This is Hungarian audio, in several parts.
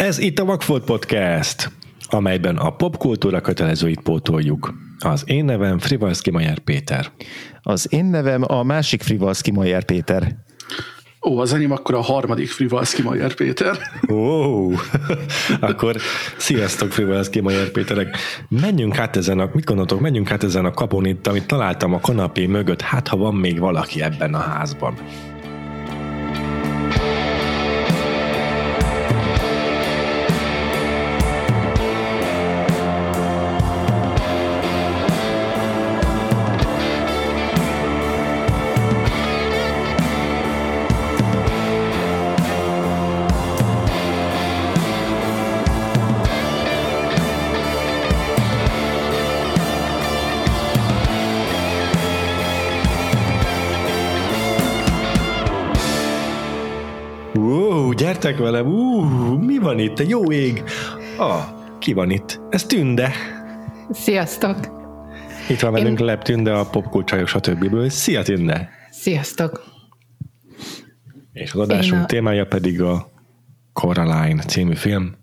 Ez itt a Vakfolt Podcast, amelyben a popkultúra kötelezőit pótoljuk. Az én nevem Frivalszky Mayer Péter. Az én nevem a másik Frivalszky Mayer Péter. Ó, az enyém akkor a harmadik Frivalszky Mayer Péter. Ó, akkor sziasztok Frivalszky Mayer Péterek. Menjünk át ezen a kapon itt, amit találtam a kanapé mögött, hát ha van még valaki ebben a házban. Gyertek velem, mi van itt? A jó ég! Ki van itt? Ez Tünde. Sziasztok! Itt van velünk Lep Tünde, a popkulcsajos, stb. Szia Tünde! Sziasztok! És az adásunk témája pedig a Coraline című film.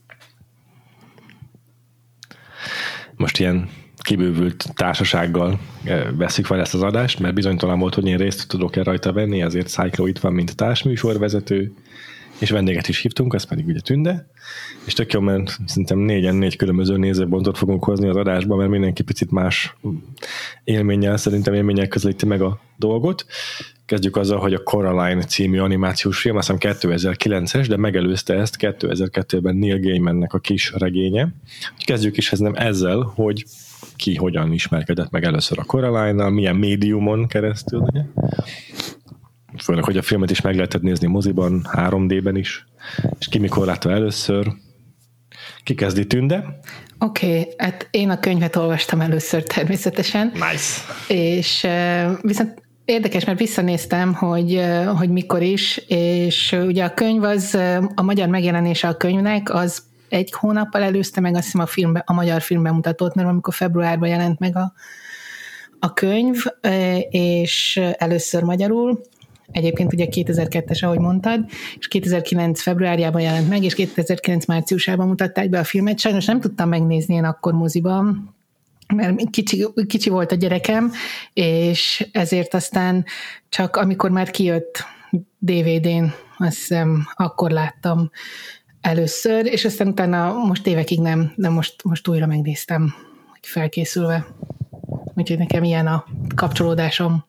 Most ilyen kibővült társasággal veszük fel ezt az adást, mert bizonytalan volt, hogy én részt tudok-e rajta venni, ezért Cyclo itt van, mint társműsorvezető, és vendéget is hívtunk, ez pedig ugye Tünde, és tök jó, mert szerintem 4 különböző nézőpontot fogunk hozni az adásba, mert mindenki picit más élménnyel közelíti meg a dolgot. Kezdjük azzal, hogy a Coraline című animációs film, azt hiszem 2009-es, de megelőzte ezt 2002-ben Neil Gaimannek a kis regénye. Kezdjük is ezzel, hogy ki hogyan ismerkedett meg először a Coraline-nal, milyen médiumon keresztül, ugye? Főleg, hogy a filmet is meg lehetett nézni moziban, 3D-ben is, és ki mikor látta először. Ki kezdi, Tünde? Oké, hát én a könyvet olvastam először természetesen. Nice. És viszont érdekes, mert visszanéztem, hogy mikor is, és ugye a könyv az, a magyar megjelenése a könyvnek, az 1 hónappal előzte meg azt hiszem a magyar filmbemutatót, mert amikor februárban jelent meg a könyv, és először magyarul, egyébként ugye 2002-es, ahogy mondtad, és 2009 februárjában jelent meg, és 2009 márciusában mutatták be a filmet. Sajnos nem tudtam megnézni én akkor moziban, mert kicsi volt a gyerekem, és ezért aztán csak amikor már kijött DVD-n, azt hiszem, akkor láttam először, és aztán utána most évekig nem, de most újra megnéztem, hogy felkészülve. Úgyhogy nekem ilyen a kapcsolódásom.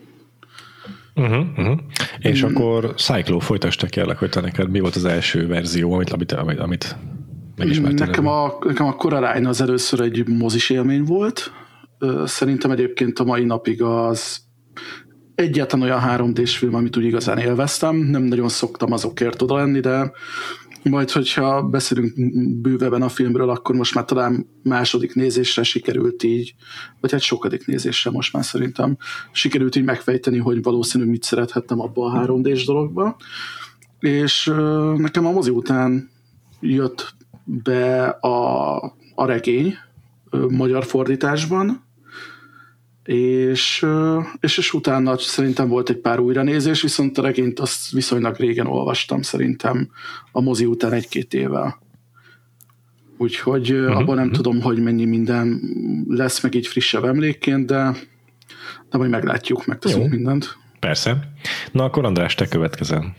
És akkor Cyclo, folytasd kérlek, hogy te neked mi volt az első verzió, amit megismertél? Nekem a Coraline az először egy mozis élmény volt. Szerintem egyébként a mai napig az egyáltalán olyan 3D-s film, amit úgy igazán élveztem. Nem nagyon szoktam azokért oda lenni, de majd, hogyha beszélünk bővebben a filmről, akkor most már talán második nézésre sikerült így, vagy hát sokadik nézésre most már szerintem sikerült így megfejteni, hogy valószínű mit szerethettem abba a 3D-s dologba. És nekem a mozi után jött be a regény magyar fordításban, és utána szerintem volt egy pár újranézés, viszont a regényt azt viszonylag régen olvastam, szerintem a mozi után 1-2 évvel. Úgyhogy abban nem tudom, hogy mennyi minden lesz meg így frissebb emlékként, de majd meglátjuk, megteszünk mindent. Persze. Na akkor András, te következel.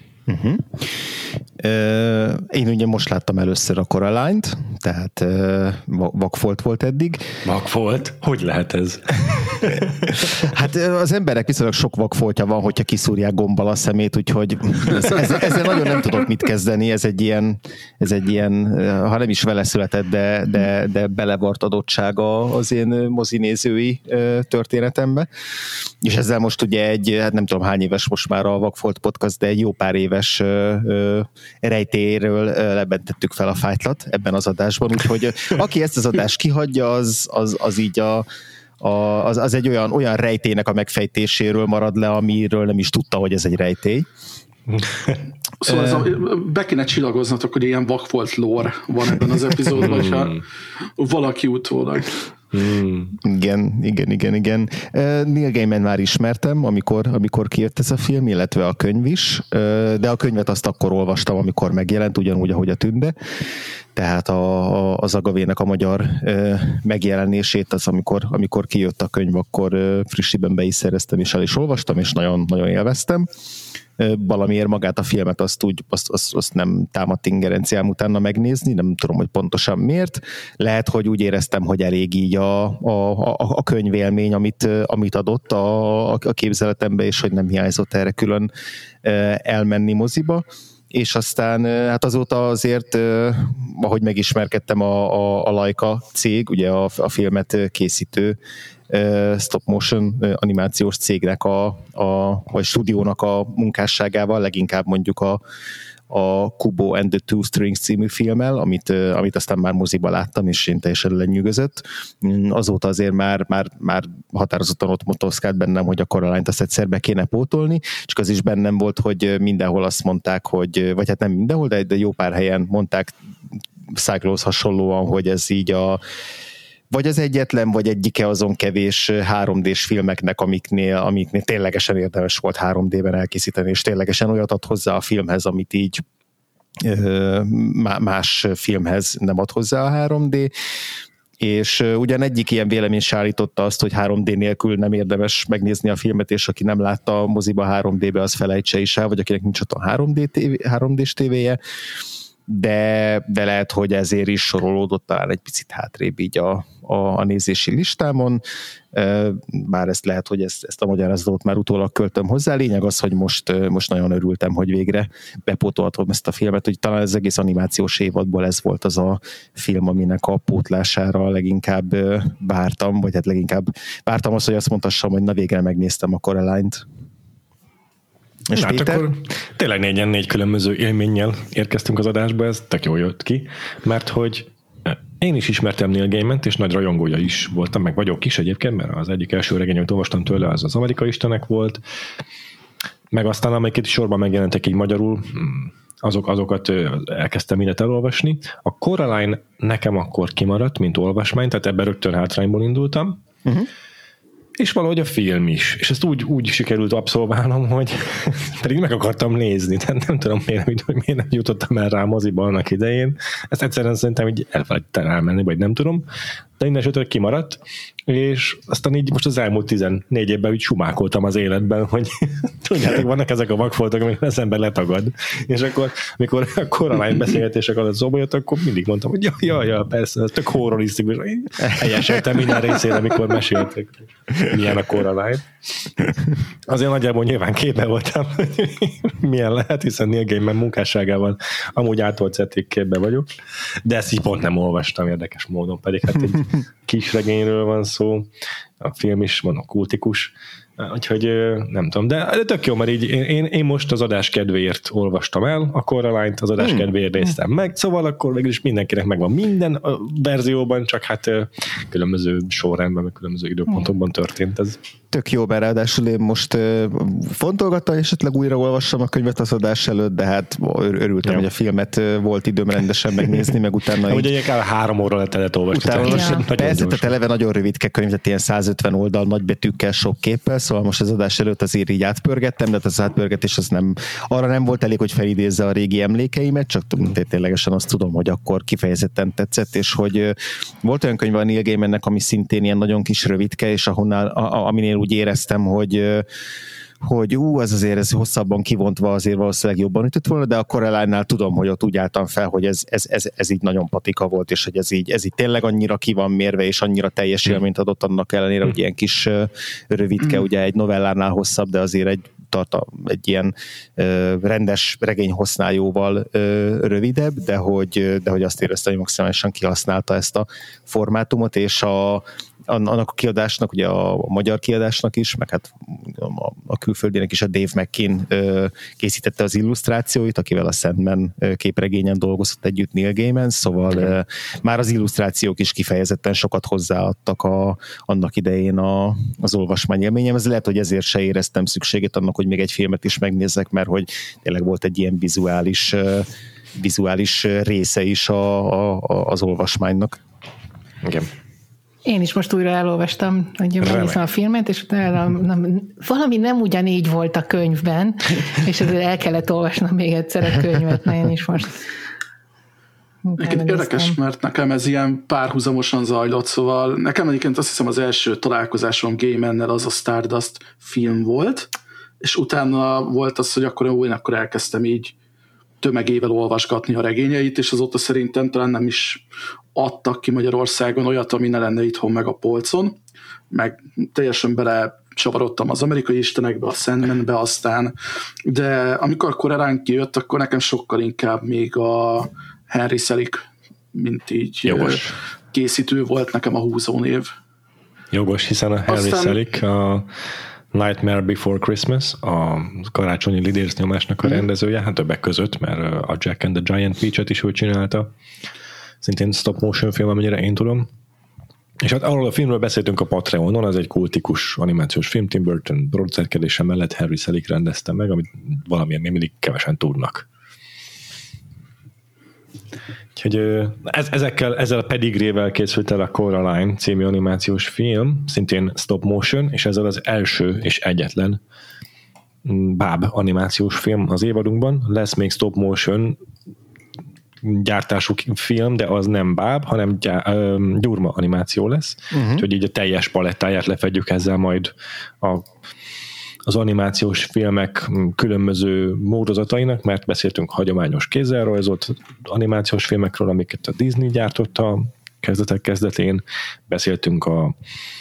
Én ugye most láttam először a Coraline-t, tehát vakfolt volt eddig. Vakfolt? Hogy lehet ez? Hát az emberek viszonylag sok vakfoltja van, hogyha kiszúrják gombbal a szemét, úgyhogy ezzel nagyon nem tudok mit kezdeni, ez egy ilyen, ha nem is vele született, de belevart adottsága az én mozinézői történetembe. És ezzel most ugye hát nem tudom hány éves most már a Vakfolt Podcast, de egy jó pár éves rejtélyéről lebentettük fel a fájtlat ebben az adásban, úgyhogy aki ezt az adást kihagyja, az így az egy olyan rejtélynek a megfejtéséről marad le, amiről nem is tudta, hogy ez egy rejtély. Szóval be kéne csillagoznatok, hogy ilyen vakfolt lore van ebben az epizódban, hogyha valaki utólag. Igen. Neil Gaiman már ismertem, amikor kijött ez a film, illetve a könyv is, de a könyvet azt akkor olvastam, amikor megjelent, ugyanúgy, ahogy a Tünde. Tehát az Agavének a magyar megjelenését, az amikor kijött a könyv, akkor frissiben be is szereztem, és el is olvastam, és nagyon, nagyon élveztem. Valamiért magát a filmet azt nem támadt ingerenciám utána megnézni, nem tudom, hogy pontosan miért. Lehet, hogy úgy éreztem, hogy elég így a könyvélmény, amit adott a képzeletembe, és hogy nem hiányzott erre külön elmenni moziba. És aztán hát azóta azért, ahogy megismerkedtem a Laika cég, ugye a filmet készítő stop motion animációs cégnek vagy stúdiónak a munkásságával, leginkább mondjuk a Kubo and the Two Strings című filmmel, amit aztán már moziba láttam, és én teljesen lenyűgözött. Azóta azért már határozottan ott motoszkált bennem, hogy a Coraline-t azt egyszer be kéne pótolni, csak az is bennem volt, hogy mindenhol azt mondták, vagy hát nem mindenhol, de jó pár helyen mondták Cyclops hasonlóan, hogy ez így vagy az egyetlen, vagy egyike azon kevés 3D-s filmeknek, amiknél ténylegesen érdemes volt 3D-ben elkészíteni, és ténylegesen olyat ad hozzá a filmhez, amit így más filmhez nem ad hozzá a 3D, és ugyan egyik ilyen vélemény se állította azt, hogy 3D nélkül nem érdemes megnézni a filmet, és aki nem látta a moziba 3D-be, az felejtse is el, vagy akinek nincs ott a 3D-s tévéje, de lehet, hogy ezért is sorolódott talán egy picit hátrébb így a nézési listámon, bár ezt lehet, hogy ezt a magyarázatot már utólag költöm hozzá. Lényeg az, hogy most nagyon örültem, hogy végre bepótolhatom ezt a filmet, hogy talán az egész animációs évadból ez volt az a film, aminek a pótlására leginkább vártam, vagy hát leginkább vártam azt, hogy azt mondhassam, hogy na végre megnéztem a Coraline-t. És hát akkor tényleg 4 különböző élménnyel érkeztünk az adásba, ez tök jól jött ki, mert hogy én is ismertem Neil Gaimant, és nagy rajongója is voltam, meg vagyok is egyébként, mert az egyik első regény, amit olvastam tőle, az Amerikai Istenek volt, meg aztán amelyiket sorban megjelentek így magyarul, azokat elkezdtem mindent elolvasni. A Coraline nekem akkor kimaradt, mint olvasmány, tehát ebben rögtön hátrányból indultam, és valahogy a film is. És ezt úgy sikerült abszolválnom, hogy pedig meg akartam nézni. Tehát nem tudom, miért nem jutottam el rá a moziba annak idején. Ezt egyszerűen szerintem így elfelejtettem elmenni, vagy nem tudom. De innen esetleg kimaradt, és aztán így most az elmúlt 14 évben úgy sumákoltam az életben, hogy tudjátok, vannak ezek a vakfoltok, amik az ember letagad. És akkor, amikor a Coraline beszélgetések alatt szóba jött, akkor mindig mondtam, hogy ja, persze, ez tök horrorisztikus. Helyeseltem minden részére, amikor meséltek, milyen a Coraline. Azért nagyjából nyilván képben voltam, hogy milyen lehet, hiszen Neil Gaiman munkásságával amúgy átoltszették képbe vagyok, de ezt így pont nem olvastam érdekes módon, pedig hát egy kis regényről van szó, a film is van, kultikus, úgyhogy nem tudom, de tök jó, mert így én most az adás kedvéért olvastam el a Coraline-t, az adás kedvéért néztem meg, szóval akkor végül is mindenkinek megvan minden verzióban, csak hát különböző sorrendben, meg különböző időpontokban történt ez. Tök jó, mert ráadásul én most fontolgattam, esetleg újra olvassam a könyvet az adás előtt, de hát örültem, hogy a filmet volt időm rendesen megnézni, meg utána ugye 3 óra lehetett olvasni. Persze, tehát eleve nagyon rövidke könyv, tehát ilyen 150 oldal nagybetűkkel, sok képpel, szóval most az adás előtt azért így átpörgettem, de az átpörgetés az arra nem volt elég, hogy felidézze a régi emlékeimet, csak ténylegesen azt tudom, hogy akkor kifejezetten tetszett, és hogy volt olyan könyv a Neil Gaimannek, ami szintén ilyen nagyon kis rövidke, és aminél úgy éreztem, hogy az azért ez hosszabban kivontva azért valószínűleg jobban ütött volna, de a Coraline-nál tudom, hogy ott úgy álltam fel, hogy ez így nagyon patika volt, és hogy ez így tényleg annyira ki van mérve, és annyira teljes élményt adott annak ellenére, hogy ilyen kis rövidke, ugye egy novellánál hosszabb, de azért egy ilyen rendes regény hossznál jóval rövidebb, de hogy azt érezte, hogy maximálisan kihasználta ezt a formátumot, és annak a kiadásnak, ugye a magyar kiadásnak is, meg hát a külföldének is a Dave McKean készítette az illusztrációit, akivel a Sandman képregényen dolgozott együtt Neil Gaiman, szóval már az illusztrációk is kifejezetten sokat hozzáadtak annak idején az olvasmány élményem. Ez lehet, hogy ezért se éreztem szükséget annak, hogy még egy filmet is megnézzek, mert hogy tényleg volt egy ilyen vizuális része is az olvasmánynak. Igen. Én is most újra elolvastam, hogy megnézem a filmet, és utána valami nem ugyanígy volt a könyvben, és ezért el kellett olvasnom még egyszer a könyvet, mert én is most érdekes, mert nekem ez ilyen párhuzamosan zajlott, szóval nekem egyébként azt hiszem az első találkozásom Gay Man-nel az a Stardust film volt, és utána volt az, hogy akkor elkezdtem így tömegével olvasgatni a regényeit, és azóta szerintem talán nem is adtak ki Magyarországon olyat, ami ne lenne itthon meg a polcon, meg teljesen bele csavarodtam az Amerikai Istenekbe, a Sandmanbe aztán, de amikor korán kijött, akkor nekem sokkal inkább még a Henry Selick, mint így jogos készítő volt nekem a húzónév. Jogos, hiszen a Henry Selick a Nightmare Before Christmas, a karácsonyi lidércnyomásnak a rendezője, hát többek között, mert a Jack and the Giant Peach-et is ő csinálta. Szintén stop motion film, amennyire én tudom. És hát arról a filmről beszéltünk a Patreonon, az egy kultikus animációs film, Tim Burton producerkedése mellett Henry Selick rendezte meg, amit valamilyen még mindig kevesen tudnak. Úgyhogy ezzel a pedigrével készült el a Coraline című animációs film, szintén stop motion, és ezzel az első és egyetlen báb animációs film az évadunkban. Lesz még stop motion gyártású film, de az nem báb, hanem gyurma animáció lesz. Úgyhogy így a teljes palettáját lefedjük ezzel majd az animációs filmek különböző módozatainak, mert beszéltünk hagyományos kézzel rajzolt animációs filmekről, amiket a Disney gyártotta kezdetek kezdetén, beszéltünk a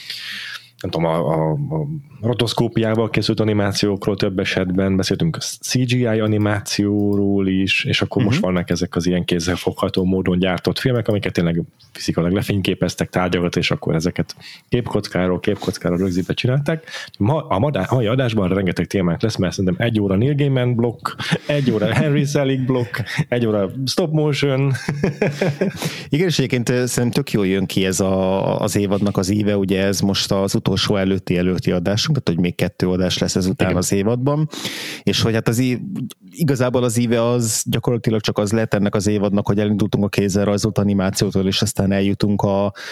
rotoszkópiával készült animációkról több esetben, beszéltünk a CGI animációról is, és akkor most vannak ezek az ilyen kézzelfogható módon gyártott filmek, amiket tényleg fizikailag lefényképeztek tárgyakat, és akkor ezeket képkockáról rögzítve csinálták. A mai adásban rengeteg témánk lesz, mert szerintem 1 óra Neil Gaiman blokk, 1 óra Henry Selick blokk, 1 óra stop motion. Igen, és egyébként szerintem tök jól jön ki ez az évadnak az íve, ugye ez most az utolsó előtti adásunk, tehát hogy még 2 adás lesz ezután igen. Az évadban, és hogy hát igazából az íve az gyakorlatilag csak az lett ennek az évadnak, hogy elindultunk a kézzel rajzolt animációtól, és aztán eljutunk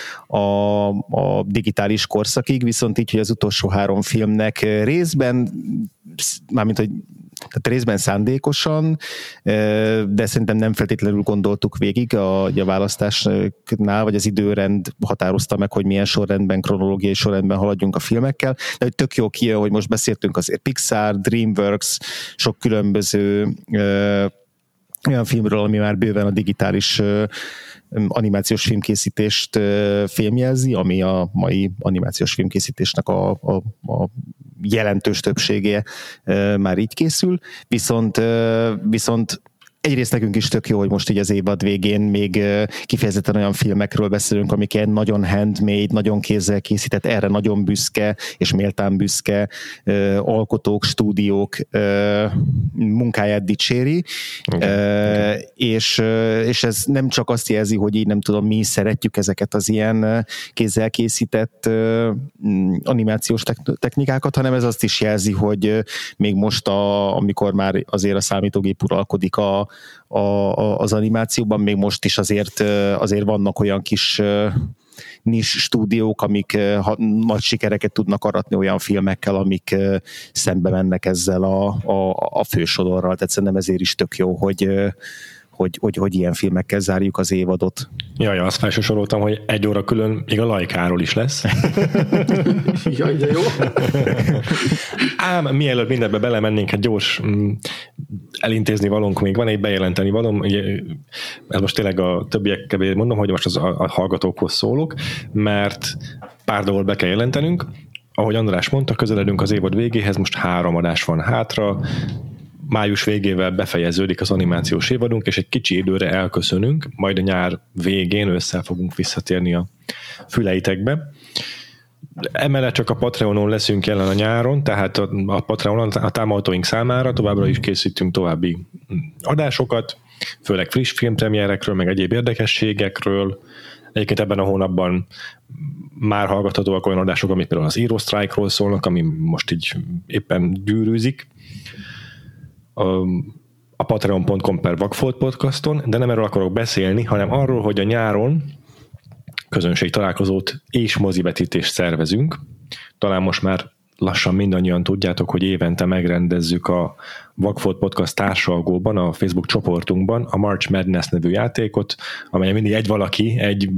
a digitális korszakig, viszont így, hogy az utolsó 3 filmnek részben, mármint, hogy tehát részben szándékosan, de szerintem nem feltétlenül gondoltuk végig a választásnál, vagy az időrend határozta meg, hogy milyen sorrendben, kronológiai sorrendben haladjunk a filmekkel, de hogy tök jó kijön, hogy most beszéltünk az Pixar, DreamWorks, sok különböző olyan filmről, ami már bőven a digitális animációs filmkészítést filmjelzi, ami a mai animációs filmkészítésnek a jelentős többsége már így készül, viszont egyrészt nekünk is tök jó, hogy most így az évad végén még kifejezetten olyan filmekről beszélünk, amik ilyen nagyon handmade, nagyon kézzel készített, erre nagyon büszke és méltán büszke alkotók, stúdiók munkáját dicséri, és ez nem csak azt jelzi, hogy így nem tudom, mi szeretjük ezeket az ilyen kézzel készített animációs technikákat, hanem ez azt is jelzi, hogy még most, amikor már azért a számítógép uralkodik az animációban, még most is azért vannak olyan kis nis stúdiók, amik nagy sikereket tudnak aratni olyan filmekkel, amik szembe mennek ezzel a fősodorral. Tehát szerintem ezért is tök jó, hogy ilyen filmekkel zárjuk az évadot. Jaj, azt felsoroltam, hogy 1 óra külön még a Lajkáról is lesz. Jaj, de jó. Ám mielőtt mindenbe belemennénk, hát gyors elintézni valónk még van, egy bejelenteni valóm, ez most tényleg a többiek kevés mondom, hogy most a hallgatókhoz szólok, mert pár dolgot be kell jelentenünk. Ahogy András mondta, közeledünk az évad végéhez, most 3 adás van hátra, május végével befejeződik az animációs évadunk, és egy kicsi időre elköszönünk, majd a nyár végén össze fogunk visszatérni a füleitekbe. Emellett csak a Patreonon leszünk jelen a nyáron, tehát a Patreonon a támogatóink számára továbbra is készítünk további adásokat, főleg friss filmpremierekről, meg egyéb érdekességekről. Egyébként ebben a hónapban már hallgathatóak olyan adások, amik például az Hero Strike-ról szólnak, ami most így éppen gyűrűzik a patreon.com/Vagfolt podcaston, de nem erről akarok beszélni, hanem arról, hogy a nyáron közönség találkozót és mozivetítést szervezünk. Talán most már lassan mindannyian tudjátok, hogy évente megrendezzük a Vagfolt Podcast társalgóban, a Facebook csoportunkban a March Madness nevű játékot, amelyen mindig egy valaki, egy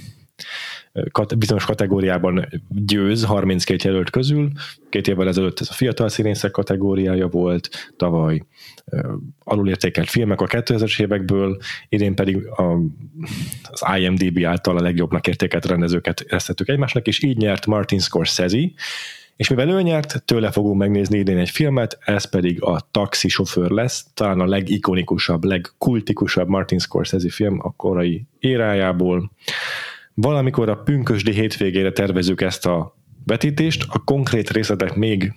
bizonyos kategóriában győz 32 jelölt közül. 2 évvel ezelőtt ez a fiatal színészek kategóriája volt, tavaly alulértékelt filmek a 2000-es évekből, idén pedig az IMDb által a legjobbnak értékelt rendezőket eresztettük egymásnak, és így nyert Martin Scorsese, és mivel ő nyert, tőle fogunk megnézni idén egy filmet, ez pedig a Taxi sofőr lesz, talán a legikonikusabb, legkultikusabb Martin Scorsese film a korai érájából. Valamikor a pünkösdi hétvégére tervezzük ezt a vetítést, a konkrét részletek még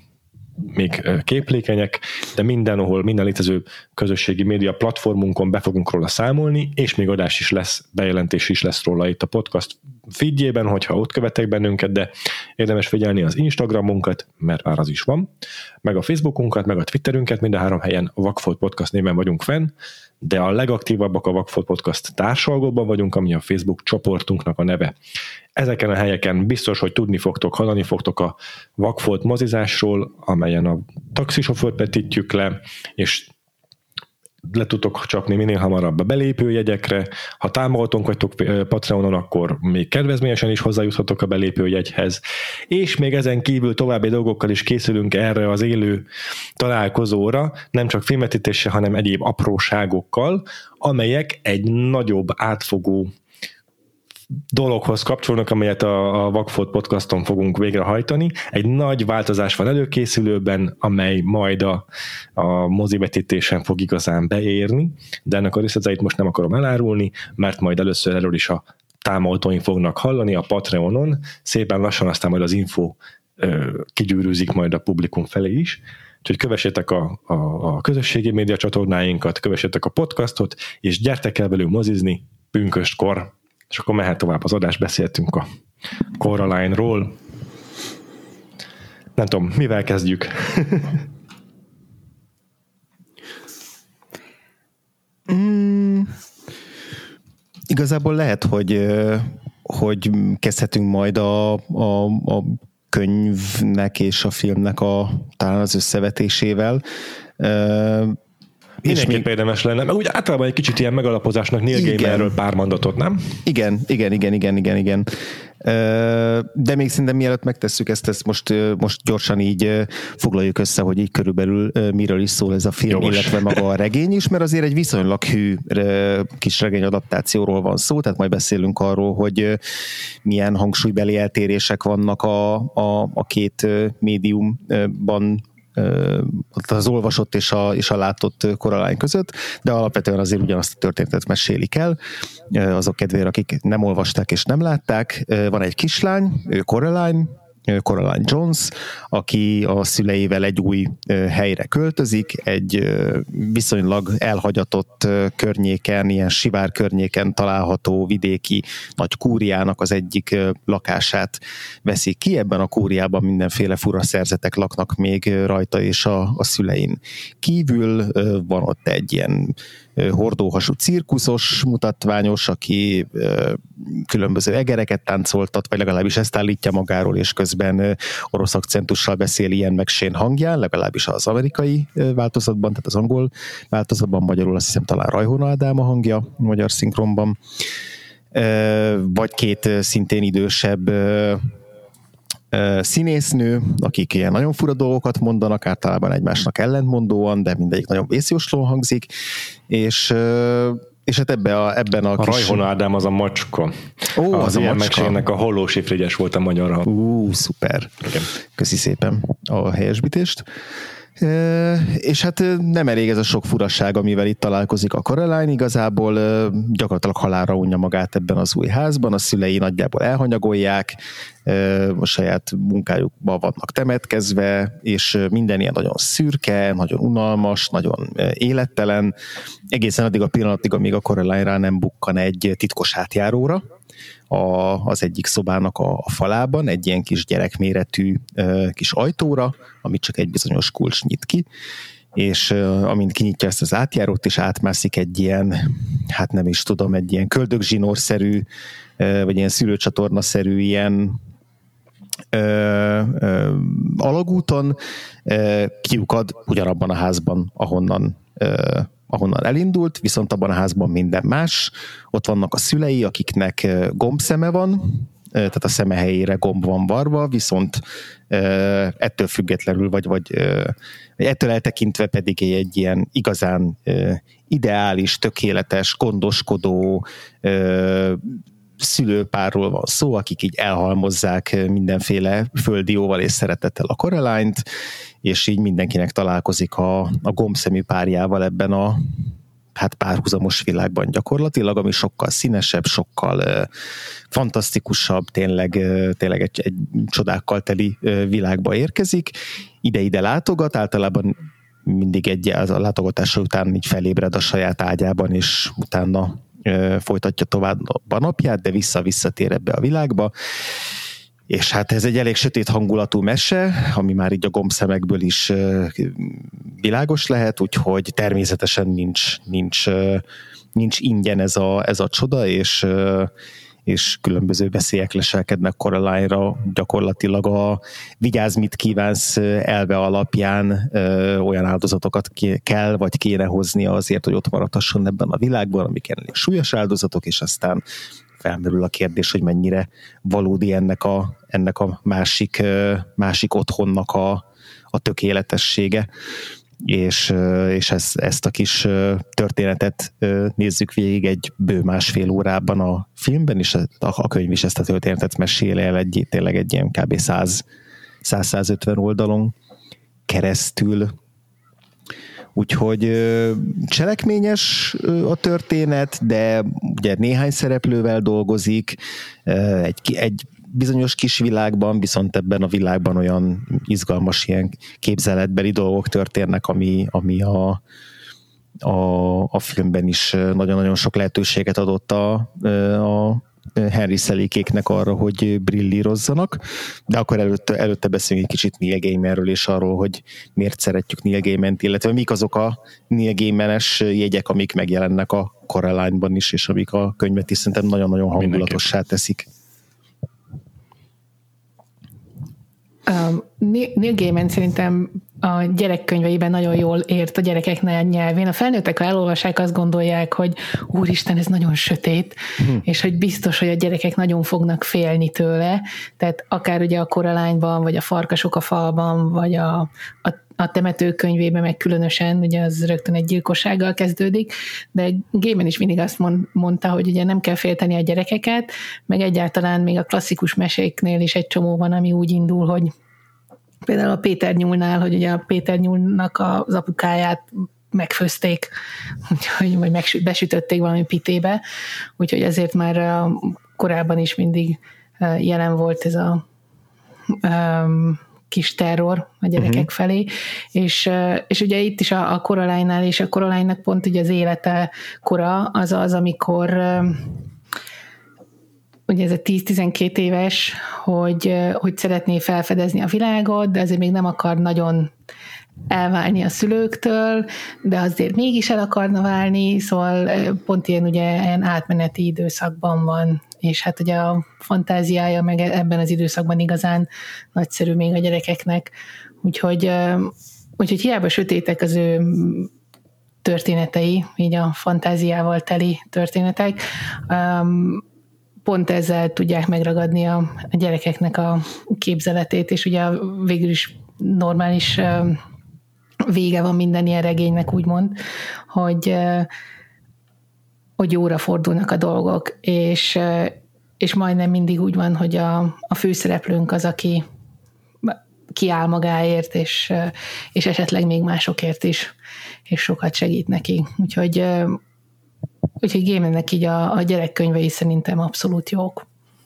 képlékenyek, de mindenhol, minden létező közösségi média platformunkon be fogunk róla számolni, és még adás is lesz, bejelentés is lesz róla itt a podcast feedjében, hogyha ott követek bennünket, de érdemes figyelni az Instagramunkat, mert már az is van, meg a Facebookunkat, meg a Twitterünket, mind a 3 helyen a Vagfolt Podcast néven vagyunk fenn, de a legaktívabbak a Vagfolt Podcast társalgóban vagyunk, ami a Facebook csoportunknak a neve. Ezeken a helyeken biztos, hogy hallani fogtok a Vagfolt mozizásról, amelyen a taxisofőrt vetítjük le, és le tudtok csapni minél hamarabb a belépőjegyekre. Ha támogatónk vagytok Patreonon, akkor még kedvezményesen is hozzájuthatok a belépőjegyhez. És még ezen kívül további dolgokkal is készülünk erre az élő találkozóra, nem csak filmvetítéssel, hanem egyéb apróságokkal, amelyek egy nagyobb átfogó dologhoz kapcsolnak, amelyet a Vagfolt Podcaston fogunk végrehajtani. Egy nagy változás van előkészülőben, amely majd a mozivetítésen fog igazán beérni, de ennek a részleteit most nem akarom elárulni, mert majd először erről is a támogatóink fognak hallani a Patreonon, szépen lassan aztán majd az info kigyűrűzik majd a publikum felé is. Úgyhogy kövessétek a közösségi média csatornáinkat, kövessétek a podcastot, és gyertek el velünk mozizni pünköstkor. És akkor mehet tovább az adás, beszéltünk a Coraline-ról. Nem tudom, mivel kezdjük? Igazából lehet, hogy kezdhetünk majd a könyvnek és a filmnek talán az összevetésével. Mindenképp érdemes lenne, meg úgy általában egy kicsit ilyen megalapozásnak Neil Gaimanről pár mondatot, nem? Igen. De még szerintem mielőtt megtesszük ezt most gyorsan így foglaljuk össze, hogy így körülbelül miről is szól ez a film, jogos. Illetve maga a regény is, mert azért egy viszonylag hű kis regény adaptációról van szó, tehát majd beszélünk arról, hogy milyen hangsúlybeli eltérések vannak a két médiumban, az olvasott és a látott Coraline között, de alapvetően azért ugyanazt a történetet mesélik el, azok kedvére, akik nem olvasták és nem látták. Van egy kislány, ő Coraline Jones, aki a szüleivel egy új helyre költözik, egy viszonylag elhagyatott környéken, ilyen sivár környéken található vidéki nagy kúriának az egyik lakását veszik ki. Ebben a kúriában mindenféle fura szerzetek laknak még rajta és a szülein kívül. Van ott egy ilyen hordóhasú cirkuszos mutatványos, aki különböző egereket táncoltat, vagy legalábbis ezt állítja magáról, és közben orosz akcentussal beszél ilyen meg Shane hangján, legalábbis az amerikai változatban, tehát az angol változatban, magyarul azt hiszem talán Rajhona Ádám a hangja magyar szinkronban. Vagy két szintén idősebb színésznő, akik ilyen nagyon fura dolgokat mondanak, általában egymásnak ellentmondóan, de mindegyik nagyon vészjóslón hangzik, és hát ebben a kis... Rajhona Ádám az a macska. Az ilyen megségnek a Hollósi Frigyes volt a magyarra. Szuper. Igen. Köszi szépen a helyesbítést. És hát nem elég ez a sok furaság, amivel itt találkozik a Coraline, igazából gyakorlatilag halálra unja magát ebben az új házban, a szülei nagyjából elhanyagolják, a saját munkájukban vannak temetkezve, és minden ilyen nagyon szürke, nagyon unalmas, nagyon élettelen, egészen addig a pillanatig, amíg a Coraline rá nem bukkan egy titkos átjáróra, az egyik szobának a falában, egy ilyen kis gyerekméretű kis ajtóra, amit csak egy bizonyos kulcs nyit ki, és amint kinyitja ezt az átjárót, és átmászik egy ilyen, hát nem is tudom, egy ilyen köldögzsinórszerű, vagy ilyen szülőcsatornaszerű ilyen alagúton, kiukad ugyanabban a házban, ahonnan elindult, viszont abban a házban minden más. Ott vannak a szülei, akiknek gombszeme van, tehát a szeme helyére gomb van varva, viszont ettől függetlenül, vagy ettől eltekintve pedig egy ilyen igazán ideális, tökéletes, gondoskodó szülőpárról van szó, akik így elhalmozzák mindenféle földi jóval és szeretettel a Coraline-t, és így mindenkinek találkozik a gombszemű párjával ebben a párhuzamos világban gyakorlatilag, ami sokkal színesebb, sokkal fantasztikusabb, tényleg egy csodákkal teli világba érkezik. Ide-ide látogat, általában mindig a látogatása után így felébred a saját ágyában, és utána folytatja tovább a napját, de visszatér ebbe a világba. És hát ez egy elég sötét hangulatú mese, ami már így a gombszemekből is világos lehet, úgyhogy természetesen nincs ingyen ez a csoda, és különböző veszélyek leselkednek Coraline-ra, gyakorlatilag a vigyázz, mit kívánsz elve alapján olyan áldozatokat kell, vagy kéne hoznia azért, hogy ott maradhasson ebben a világban, amik ennél súlyos áldozatok, és aztán felmerül a kérdés, hogy mennyire valódi ennek a másik otthonnak a tökéletessége. És ezt a kis történetet nézzük végig egy bő másfél órában a filmben, és a könyv is ezt a történetet mesél el tényleg egy ilyen kb. 100-150 oldalon keresztül. Úgyhogy cselekményes a történet, de ugye néhány szereplővel dolgozik, egy bizonyos kis világban, viszont ebben a világban olyan izgalmas ilyen képzeletbeli dolgok történnek, ami a filmben is nagyon-nagyon sok lehetőséget adott a Henry Selikéknek arra, hogy brillírozzanak, de akkor előtte beszélünk egy kicsit Neil Gaimanről és arról, hogy miért szeretjük Neil Gaimant, illetve mik azok a Neil Gaiman-es jegyek, amik megjelennek a Coraline-ban is, és amik a könyvet is szerintem nagyon-nagyon hangulatossá teszik. Neil Gaiman szerintem a gyerekkönyveiben nagyon jól ért a gyerekek nyelvén. A felnőttek, ha elolvassák, azt gondolják, hogy úristen, ez nagyon sötét, és hogy biztos, hogy a gyerekek nagyon fognak félni tőle. Tehát akár ugye a Coraline-ban, vagy a Farkasok a falban, vagy a temetőkönyvében, meg különösen, ugye az rögtön egy gyilkossággal kezdődik, de Gaiman is mindig azt mondta, hogy ugye nem kell félteni a gyerekeket, meg egyáltalán még a klasszikus meséknél is egy csomó van, ami úgy indul, hogy például a Péter Nyúlnál, hogy ugye a Péter Nyúlnak az apukáját megfőzték, vagy besütötték valami pitébe, úgyhogy ezért már korábban is mindig jelen volt ez a kis terror a gyerekek felé, és ugye itt is a Coraline-nál, és a Coraline-nak pont ugye az élete kora az, amikor ugye ez a 10-12 éves, hogy szeretné felfedezni a világot, de azért még nem akar nagyon elválni a szülőktől, de azért mégis el akarna válni, szóval pont ilyen átmeneti időszakban van, és hát ugye a fantáziája meg ebben az időszakban igazán nagyszerű még a gyerekeknek, úgyhogy hiába sötétek az ő történetei, így a fantáziával teli történetek, pont ezzel tudják megragadni a gyerekeknek a képzeletét, és ugye végül is normális vége van minden ilyen regénynek, úgymond, hogy jóra fordulnak a dolgok, és majdnem mindig úgy van, hogy a főszereplőnk az, aki kiáll magáért, és esetleg még másokért is, és sokat segít neki. Úgyhogy Gaimannek így a gyerekkönyvei szerintem abszolút jók.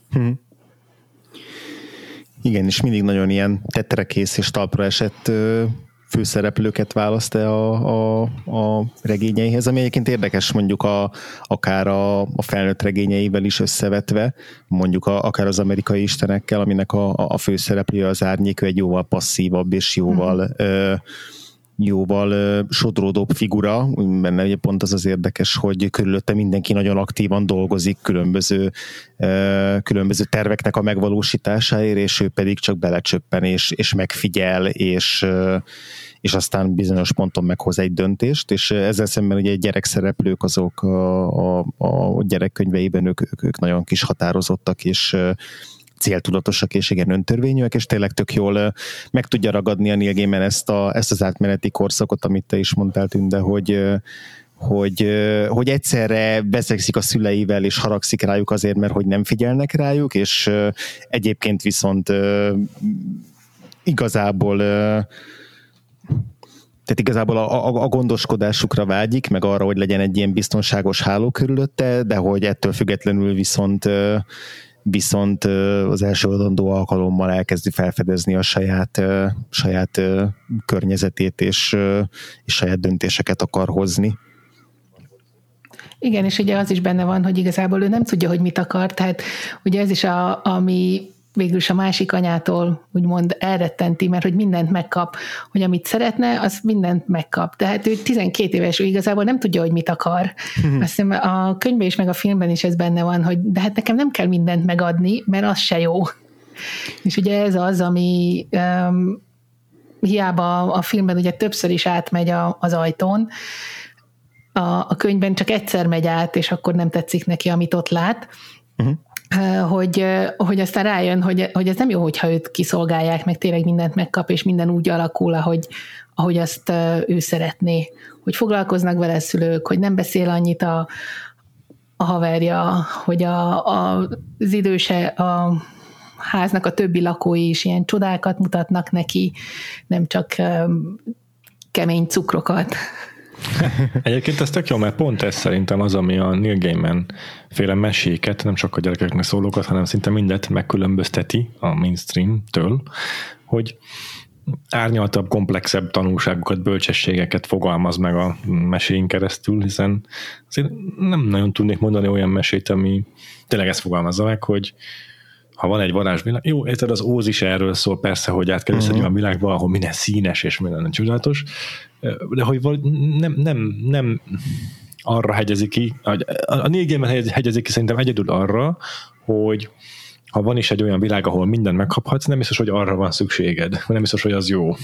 Igen, és mindig nagyon ilyen tetrekész és talpra esett főszereplőket választ a regényeihez, ami egyébként érdekes mondjuk akár a felnőtt regényeivel is összevetve, mondjuk akár az Amerikai Istenekkel, aminek a főszereplője az Árnyék, egy jóval passzívabb és jóval jóval sodródóbb figura, benne ugye pont az érdekes, hogy körülötte mindenki nagyon aktívan dolgozik különböző terveknek a megvalósításáért, és ő pedig csak belecsöppen, és megfigyel, és aztán bizonyos ponton meghoz egy döntést, és ezzel szemben ugye gyerekszereplők azok a gyerekkönyveiben ők nagyon kis határozottak, és céltudatosak és igen öntörvényűek, és tényleg tök jól meg tudja ragadni a Neil Gaiman ezt az átmeneti korszakot, amit te is mondtál, Tünde, hogy egyszerre veszekszik a szüleivel, és haragszik rájuk azért, mert hogy nem figyelnek rájuk, és egyébként viszont igazából a gondoskodásukra vágyik, meg arra, hogy legyen egy ilyen biztonságos háló körülötte, de hogy ettől függetlenül viszont az első adandó alkalommal elkezdi felfedezni a saját környezetét, és saját döntéseket akar hozni. Igen, és ugye az is benne van, hogy igazából ő nem tudja, hogy mit akar, tehát ugye ez is ami végül is a másik anyától úgymond elrettenti, mert hogy mindent megkap, hogy amit szeretne, az mindent megkap. Tehát ő 12 éves, ő igazából nem tudja, hogy mit akar. Azt hiszem a könyvben is, meg a filmben is ez benne van, hogy de hát nekem nem kell mindent megadni, mert az se jó. És ugye ez az, ami hiába a filmben ugye többször is átmegy az ajtón, a könyvben csak egyszer megy át, és akkor nem tetszik neki, amit ott lát. Hogy aztán rájön, hogy ez nem jó, hogyha őt kiszolgálják, meg tényleg mindent megkap, és minden úgy alakul, ahogy azt ő szeretné. Hogy foglalkoznak vele szülők, hogy nem beszél annyit a haverja, hogy az időse a háznak a többi lakói is ilyen csodákat mutatnak neki, nem csak kemény cukrokat. Egyébként ez tök jó, mert pont ez szerintem az, ami a Neil Gaiman féle meséket, nem csak a gyerekeknek szólókat, hanem szinte mindet megkülönbözteti a mainstream-től, hogy árnyaltabb, komplexebb tanulságokat, bölcsességeket fogalmaz meg a meséink keresztül, hiszen azért nem nagyon tudnék mondani olyan mesét, ami tényleg ezt fogalmazza meg, hogy ha van egy varázsvilág, jó, érted, az Óz is erről szól, persze, hogy át kell összedni a világba, ahol minden színes és minden csodálatos, de hogy nem arra hegyezi ki, a Neil Gaiman hegyezi ki szerintem egyedül arra, hogy ha van is egy olyan világ, ahol mindent megkaphatsz, nem biztos, hogy arra van szükséged, nem biztos, hogy az jó.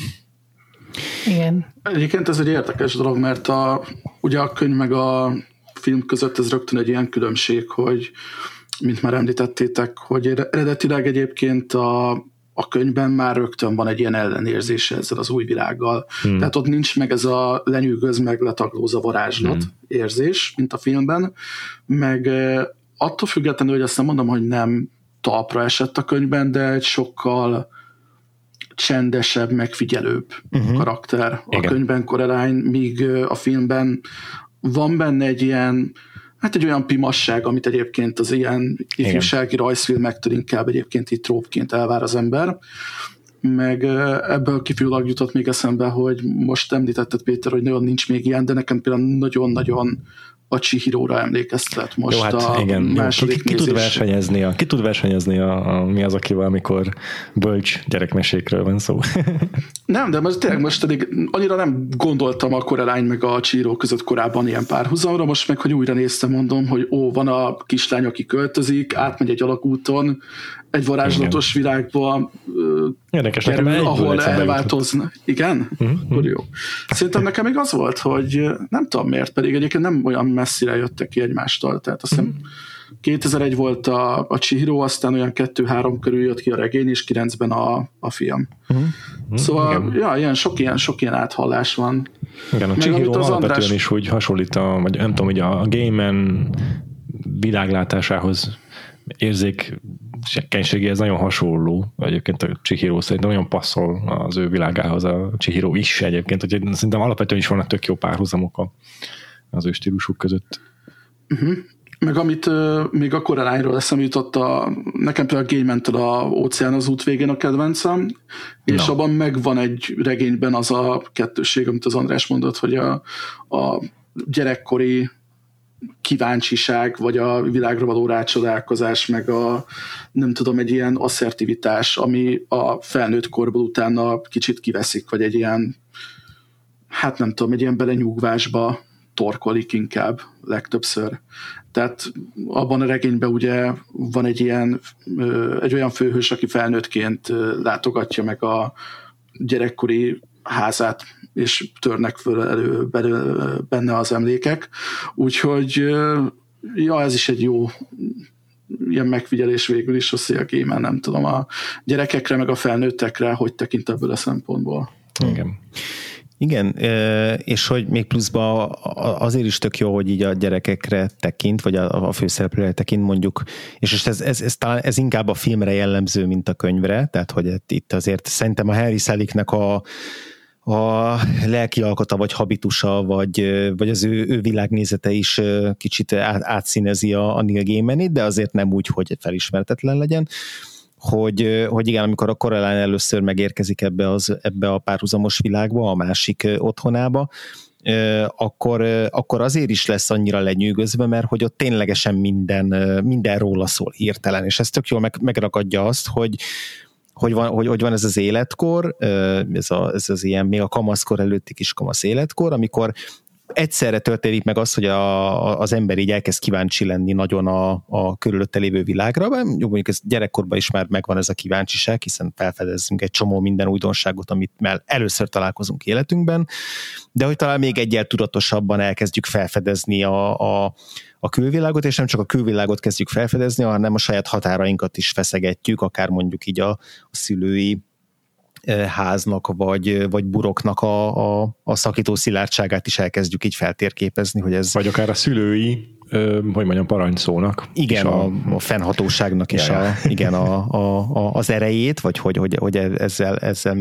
Igen. Egyébként ez egy érdekes dolog, mert ugye a könyv meg a film között ez rögtön egy ilyen különbség, hogy mint már említettétek, hogy eredetileg egyébként a könyvben már rögtön van egy ilyen ellenérzése ezzel az új világgal. Tehát ott nincs meg ez a lenyűgöz, meg letaglóz a varázslat érzés, mint a filmben, meg attól függetlenül, hogy azt nem mondom, hogy nem talpra esett a könyvben, de egy sokkal csendesebb, megfigyelőbb karakter a könyvben Coraline, míg a filmben van benne egy ilyen, hát egy olyan pimasság, amit egyébként az ilyen ifjúsági rajzfilmektől inkább egyébként itt trópként elvár az ember. Meg ebből kifejezőleg jutott még eszembe, hogy most említetted, Péter, hogy nagyon nincs még ilyen, de nekem például nagyon-nagyon a Chihiróra emlékeztet most. Jó, hát igen. Második ki tud versenyezni mi az, akivel, amikor bölcs gyerekmesékről van szó. Nem, de most tényleg annyira nem gondoltam a Coraline meg a Chihiro között korábban ilyen párhuzamra, most meg, hogy újra néztem, mondom, hogy van a kislány, aki költözik, átmegy egy alagúton, egy varázslatos világba kerül, ahol elváltozna. Igen? Akkor jó. Szerintem nekem még az volt, hogy nem tudom miért, pedig egyébként nem olyan messzire jöttek ki egymástól. Tehát azt hiszem 2001 volt a Chihiro, aztán olyan 2-3 körül jött ki a regény, és 9-ben a film. Szóval sok ilyen áthallás van. Igen, a Chihiro alapvetően is úgy hasonlít, vagy nem tudom, hogy a Gaiman világlátásához érzékenységéhez nagyon hasonló. Egyébként a Chihiro szerintem nagyon passzol az ő világához, a Chihiro is egyébként, hogy szerintem alapvetően is vannak tök jó párhuzamok az ő stílusuk között. Meg amit még a Coraline-ról eszembe jutott, nekem például a Gaimantől a Óceán az út végén a kedvencem, és abban megvan egy regényben az a kettőség, amit az András mondott, hogy a gyerekkori kíváncsiság, vagy a világra való rácsodálkozás, meg nem tudom, egy ilyen asszertivitás, ami a felnőtt korból utána kicsit kiveszik, vagy egy ilyen hát nem tudom, egy ilyen belenyugvásba torkolik inkább legtöbbször. Tehát abban a regényben ugye van egy olyan főhős, aki felnőttként látogatja meg a gyerekkori házát, és törnek föl elő benne az emlékek. Úgyhogy ez is egy jó ilyen megfigyelés végül is a Szélgémen, nem tudom, a gyerekekre meg a felnőttekre hogy tekint ebből a szempontból. Igen, és hogy még pluszban azért is tök jó, hogy így a gyerekekre tekint, vagy a főszereplőre tekint mondjuk, és ez inkább a filmre jellemző, mint a könyvre, tehát hogy itt azért szerintem a Henry Selicknek a lelki alkata, vagy habitusa, vagy az ő világnézete is kicsit átszínezi a Neil Gaimanit, de azért nem úgy, hogy felismertetlen legyen. Hogy igen, amikor a Coraline először megérkezik ebbe a párhuzamos világba, a másik otthonába, akkor azért is lesz annyira lenyűgözve, mert hogy ott ténylegesen minden róla szól hirtelen, és ez tök jól megragadja azt, hogy van ez az életkor, ez az ilyen, még a kamaszkor előtti kis kamasz életkor, amikor egyszerre történik meg az, hogy az ember így elkezd kíváncsi lenni nagyon a körülötte lévő világra, mondjuk ez gyerekkorban is már megvan ez a kíváncsiság, hiszen felfedezzünk egy csomó minden újdonságot, amit először találkozunk életünkben, de hogy talán még egyel tudatosabban elkezdjük felfedezni a külvilágot, és nem csak a külvilágot kezdjük felfedezni, hanem a saját határainkat is feszegetjük, akár mondjuk így a szülői háznak, vagy buroknak a szakító szilárdságát is elkezdjük így feltérképezni, hogy ez... Vagy akár a szülői, hogy mondjam, parancsszónak. Igen, a fennhatóságnak is az erejét, vagy hogy ezzel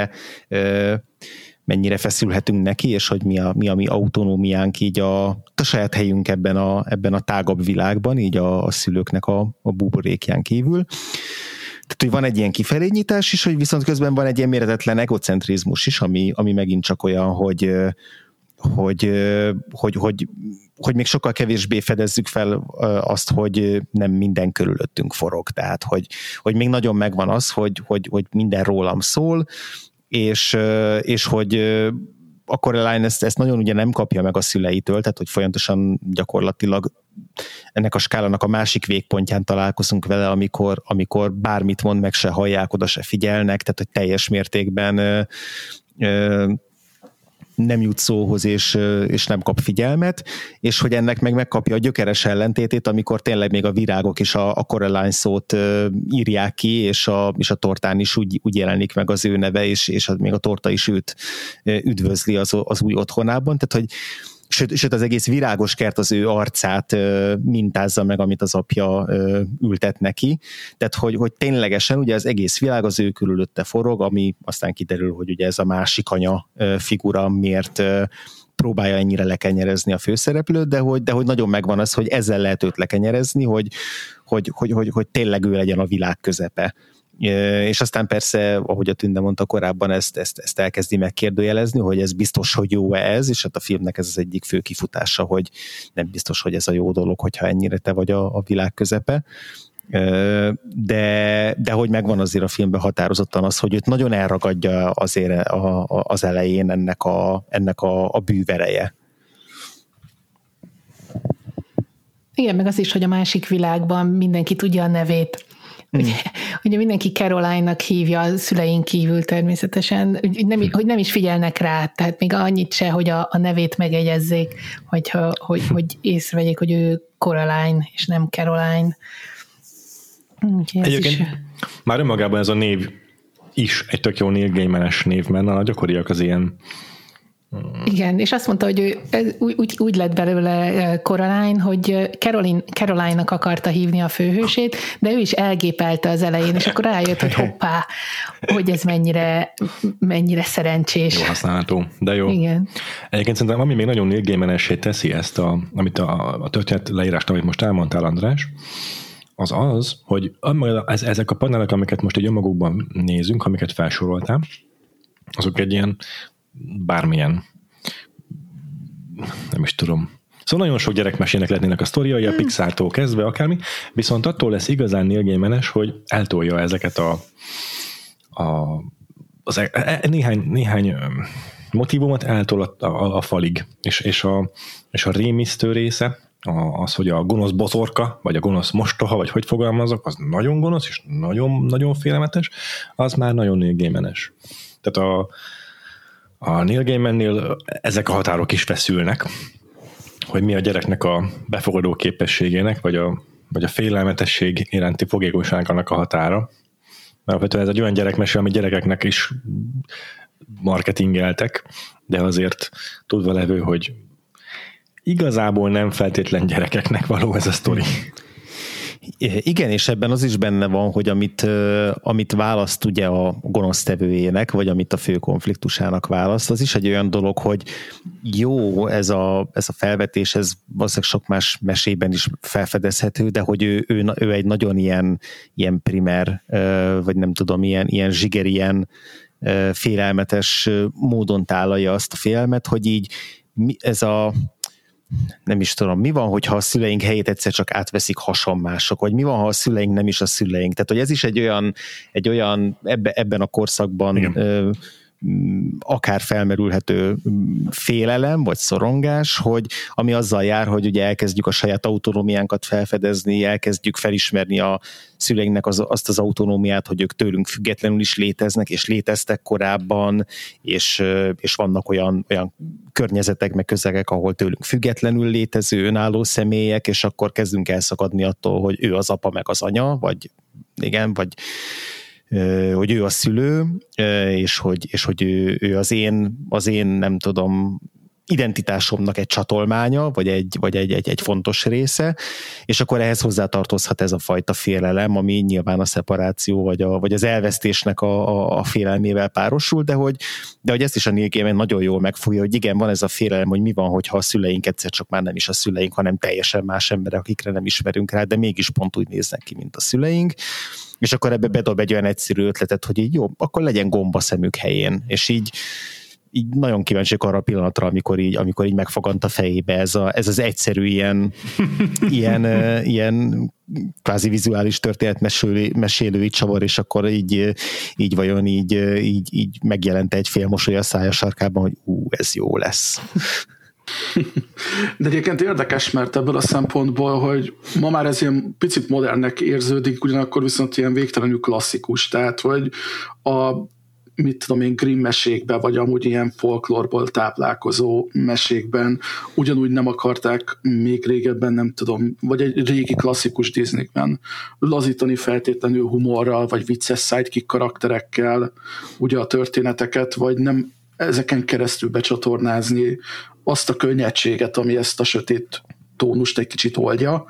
mennyire feszülhetünk neki, és hogy mi a mi autonómiánk így a saját helyünk ebben a tágabb világban, így a szülőknek a buborékján kívül. Tehát, hogy van egy ilyen kifelényítás is, hogy viszont közben van egy ilyen méretetlen egocentrizmus is, ami megint csak olyan, hogy még sokkal kevésbé fedezzük fel azt, hogy nem minden körülöttünk forog. Tehát, hogy még nagyon megvan az, hogy minden rólam szól, és hogy a Coraline ezt nagyon ugye nem kapja meg a szüleitől, tehát hogy folyamatosan gyakorlatilag ennek a skálának a másik végpontján találkozunk vele, amikor bármit mond, meg se hallják, oda se figyelnek, tehát hogy teljes mértékben nem jut szóhoz, és nem kap figyelmet, és hogy ennek megkapja a gyökeres ellentétét, amikor tényleg még a virágok is a Coraline szót írják ki, és a tortán is úgy jelenik meg az ő neve, és még a torta is őt üdvözli az új otthonában, tehát hogy sőt az egész virágos kert az ő arcát mintázza meg, amit az apja ültet neki. Tehát, hogy ténylegesen ugye az egész világ az ő körülötte forog, ami aztán kiderül, hogy ugye ez a másik anya figura miért próbálja ennyire lekenyerezni a főszereplőt, de hogy nagyon megvan az, hogy ezzel lehet őt lekenyerezni, hogy tényleg ő legyen a világ közepe. És aztán persze, ahogy a Tünde mondta korábban, ezt elkezdi megkérdőjelezni, hogy ez biztos, hogy jó-e ez, és hát a filmnek ez az egyik fő kifutása, hogy nem biztos, hogy ez a jó dolog, hogyha ennyire te vagy a világ közepe. De hogy megvan azért a filmben határozottan az, hogy őt nagyon elragadja azért az elején ennek a bűvereje. Igen, meg az is, hogy a másik világban mindenki tudja a nevét. Ugye mindenki Caroline-nak hívja a szülein kívül természetesen, hogy nem is figyelnek rá, tehát még annyit se, hogy a nevét megegyezzék, hogy észrevegyék, hogy ő Coraline, és nem Caroline. Egyébként már önmagában ez a név is egy tök jó Neil Gaiman-es név, mert nagyon gyakoriak az ilyen. Igen, és azt mondta, hogy ő úgy lett belőle Coraline, hogy Caroline-nak akarta hívni a főhősét, de ő is elgépelte az elején, és akkor rájött, hogy hoppá, hogy ez mennyire szerencsés. Jó használható, de jó. Igen. Egyébként szerintem, ami még nagyon Neil Gaiman-essé teszi ezt, amit a történet leírást, amit most elmondtál, András, az, hogy ezek a panelek, amiket most egy önmagukban nézünk, amiket felsoroltál, azok egy ilyen bármilyen, nem is tudom. Szóval nagyon sok gyerekmesének lennének a sztoriai, a Pixar-tól kezdve akármi, viszont attól lesz igazán Neil Gaiman-es, hogy eltolja ezeket néhány motívumot eltol a falig, és a rémisztő része, az, hogy a gonosz boszorka, vagy a gonosz mostoha, vagy hogy fogalmazok, az nagyon gonosz, és nagyon félelmetes, az már nagyon Neil Gaiman-es. Tehát a Neil Gaiman-nél ezek a határok is feszülnek, hogy mi a gyereknek a befogadó képességének, vagy a félelmetesség iránti fogékonyságnak annak a határa. Mert ez egy olyan gyerekmese, ami gyerekeknek is marketingeltek, de azért tudva levő, hogy igazából nem feltétlen gyerekeknek való ez a sztori. Igen, és ebben az is benne van, hogy amit választ ugye a gonosztevőjének, vagy amit a fő konfliktusának választ, az is egy olyan dolog, hogy jó, ez a felvetés, ez valószínűleg sok más mesében is felfedezhető, de hogy ő egy nagyon ilyen primer, vagy nem tudom, ilyen zsiger, ilyen félelmetes módon tálalja azt a félelmet, hogy így ez nem is tudom, mi van, hogyha a szüleink helyét egyszer csak átveszik hasonmások, vagy mi van, ha a szüleink nem is a szüleink. Tehát, hogy ez is egy olyan ebben a korszakban akár felmerülhető félelem, vagy szorongás, hogy ami azzal jár, hogy ugye elkezdjük a saját autonómiánkat felfedezni, elkezdjük felismerni a szüleinknek azt az autonómiát, hogy ők tőlünk függetlenül is léteznek, és léteztek korábban, és vannak olyan környezetek, meg közegek, ahol tőlünk függetlenül létező önálló személyek, és akkor kezdünk elszakadni attól, hogy ő az apa, meg az anya, vagy igen, vagy hogy ő a szülő, és hogy ő az én nem tudom, identitásomnak egy csatolmánya, vagy egy fontos része, és akkor ehhez hozzátartozhat ez a fajta félelem, ami nyilván a szeparáció, vagy az elvesztésnek a félelmével párosul, de hogy ezt is a Neil Gaiman nagyon jól megfogja, hogy igen, van ez a félelem, hogy mi van, hogyha a szüleink egyszer csak már nem is a szüleink, hanem teljesen más emberek, akikre nem ismerünk rá, de mégis pont úgy néznek ki, mint a szüleink, és akkor ebbe bedob egy olyan egyszerű ötletet, hogy így jó, akkor legyen gomba szemük helyén, és így nagyon kíváncsiak arra a pillanatra, amikor így megfogant a fejébe ez az egyszerű ilyen kvázi vizuális történetmesélői csavar, és akkor így vajon így megjelent egy fél mosoly a szája sarkában, hogy ez jó lesz. De egyébként érdekes, mert ebből a szempontból, hogy ma már ez ilyen picit modernnek érződik, ugyanakkor viszont ilyen végtelenül klasszikus, tehát hogy mit tudom én, Grimm mesékben, vagy amúgy ilyen folklórból táplálkozó mesékben ugyanúgy nem akarták még régebben, nem tudom, vagy egy régi klasszikus Disneyben lazítani feltétlenül humorral, vagy vicces sidekick karakterekkel ugye a történeteket, vagy nem ezeken keresztül becsatornázni azt a könnyedséget, ami ezt a sötét tónust egy kicsit oldja,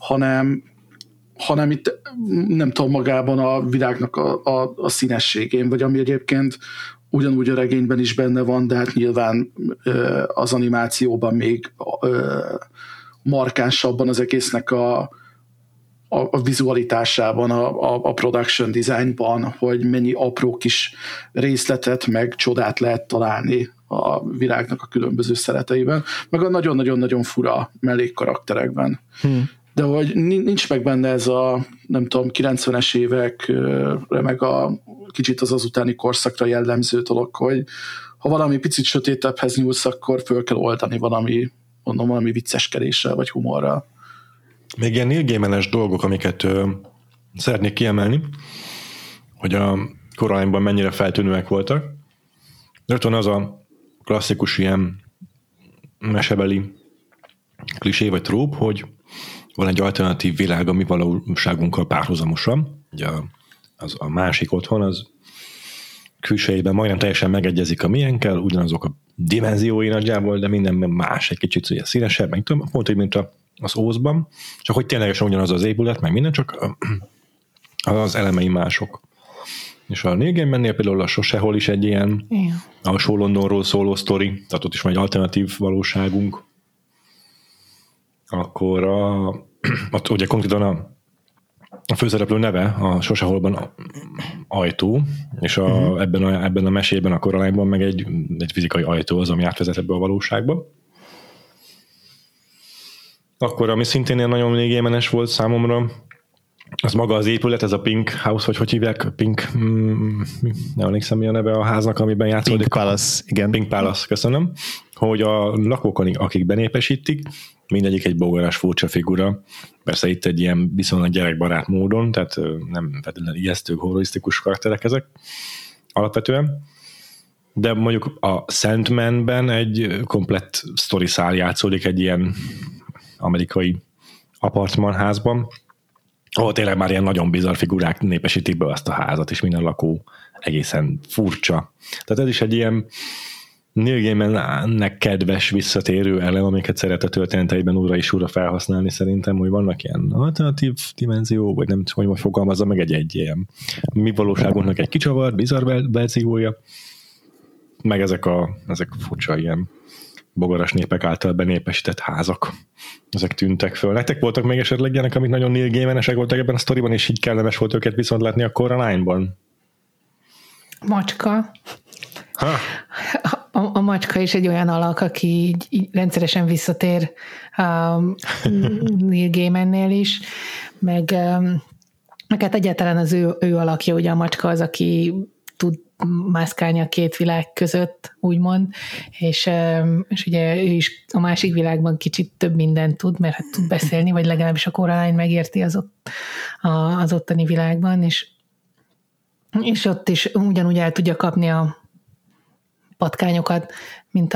hanem itt nem tudom, magában a világnak a színességén, vagy ami egyébként ugyanúgy a regényben is benne van, de hát nyilván az animációban még markánsabban az egésznek a vizualitásában, a production designban, hogy mennyi apró kis részletet, meg csodát lehet találni a világnak a különböző szereteiben, meg a nagyon-nagyon-nagyon fura mellékkarakterekben. De hogy nincs meg benne ez a, nem tudom, 90-es évekre, meg a kicsit az utáni korszakra jellemző dolog, hogy ha valami picit sötétebbhez nyúlsz, akkor föl kell oldani valami vicceskedéssel, vagy humorral. Még ilyen Neil Gaiman-es dolgok, amiket szeretnék kiemelni, hogy a Coraline-ban mennyire feltűnőek voltak. Ott van az a klasszikus ilyen mesebeli klisé vagy tróp, hogy van egy alternatív világ a mi valóságunkkal párhuzamosan. Ugye a másik otthon, az külsejében majdnem teljesen megegyezik a miénkkel, ugyanazok a dimenziói nagyjából, de minden más egy kicsit ugye színesebb, meg tudom, pont úgy, mint az Ózban, csak hogy ténylegesen ugyanaz az épület, meg minden, csak az elemei mások. És a Neil Gaimannél például a Sosehol is egy ilyen alsó Londonról szóló sztori, tehát ott is van egy alternatív valóságunk. Akkor ott ugye konkrétan a főszereplő neve a Soseholban Ajtó, és ebben a mesében, a Coraline-ban meg egy fizikai ajtó az, ami átvezet ebbe a valóságba. Akkor, ami szintén nagyon Neil Gaiman-es volt számomra, az maga az épület, ez a Pink House, vagy hogy hívják? Pink, nem emlékszem, mi a neve a háznak, amiben játszódik. Pink Palace, igen. Pink Palace, köszönöm. Hogy a lakók, akik benépesítik, mindegyik egy bogaras furcsa figura. Persze itt egy ilyen viszonylag gyerekbarát módon, tehát nem feltétlenül ijesztő, horrorisztikus karakterek ezek alapvetően. De mondjuk a Sandmanben egy komplett sztori szál játszódik egy ilyen amerikai apartmanházban, ahol tényleg már ilyen nagyon bizarr figurák népesítik be azt a házat, és minden lakó egészen furcsa. Tehát ez is egy ilyen Neil Gaimannek kedves visszatérő elem, amiket szeret a történeteiben újra és újra felhasználni szerintem, hogy vannak ilyen alternatív dimenzió, vagy nem tudom, hogy fogalmazza meg egy ilyen mi valóságunknak egy kicsavart, bizarr verziója, meg ezek furcsa ilyen bogaras népek által benépesített házak. Ezek tűntek föl. Nektek voltak még esetleg ilyenek, amik nagyon Neil Gaiman-esek voltak ebben a sztoriban, és így kellemes volt őket viszont látni a Coraline-ban? Macska. A macska is egy olyan alak, aki így rendszeresen visszatér Neil Gaimannél is, meg hát egyáltalán az ő alakja, ugye a macska az, aki tud mászkálni a két világ között, úgymond, és ugye ő is a másik világban kicsit több mindent tud, mert hát tud beszélni, vagy legalábbis a Coraline megérti az ottani világban, és ott is ugyanúgy el tudja kapni a patkányokat, mint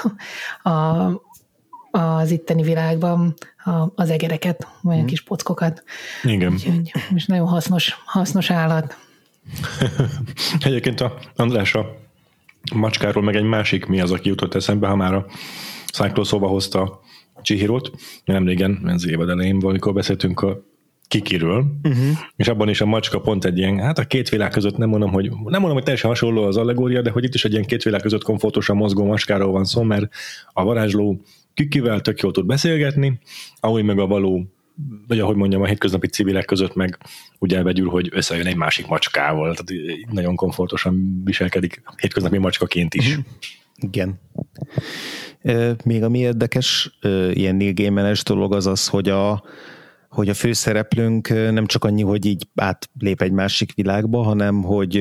az itteni világban az egereket, vagy a kis pockokat. Igen. Úgyhogy, és nagyon hasznos állat. Egyébként András a macskáról meg egy másik mi az, aki jutott eszembe, ha már a Cyclops szóba hozta Chihirot. Nem régen, ez évad elején, valamikor beszéltünk a Kikiről, és abban is a macska pont egy ilyen, hát a két világ között nem mondom, hogy teljesen hasonló az allegória, de hogy itt is egy ilyen két világ között komfortosan mozgó macskáról van szó, mert a varázsló Kikivel tök jól tud beszélgetni, ahogy meg a való, vagy ahogy mondjam, a hétköznapi civilek között meg úgy elvegyül, hogy összejön egy másik macskával, tehát nagyon komfortosan viselkedik hétköznapi macskaként is. Igen. Még ami érdekes, ilyen Neil Gaiman-es dolog az, hogy a főszereplőnk nem csak annyi, hogy így átlép egy másik világba, hanem hogy